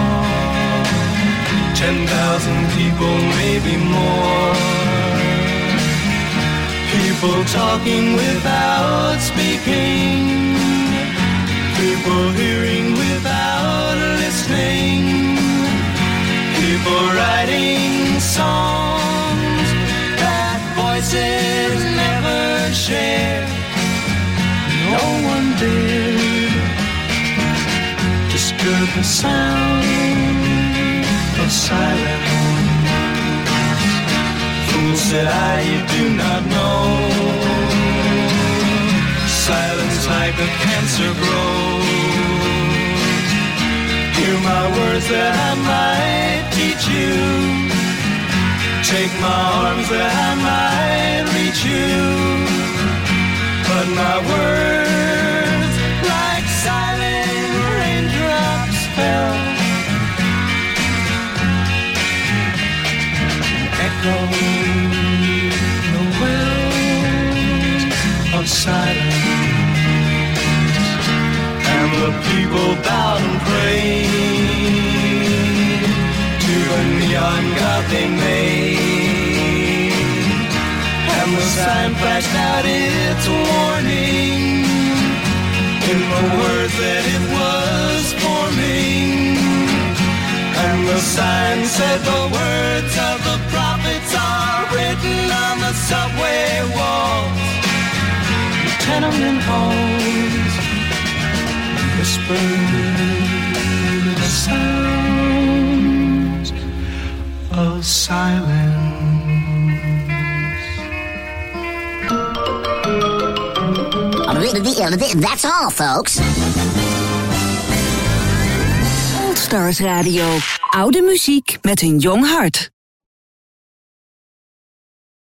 ten thousand people, maybe more, people talking without speaking, people hearing without listening, people writing songs that voices never shared. No one dared disturb the sound of silence. Fool, said I, you do not know. Silence like a cancer grows. Hear my words that I might teach you. Take my arms that I might reach you. But my words, like silent raindrops, fell, echoing the wells of silence. And the people bowed and prayed to the neon god they made, and the sign flashed out its warning in the words that it was forming. And the sign said the words of the prophets are written on the subway walls, tenement halls, whispered the sounds of silence. That's all, folks. Old Stars Radio. Oude muziek met een jong hart.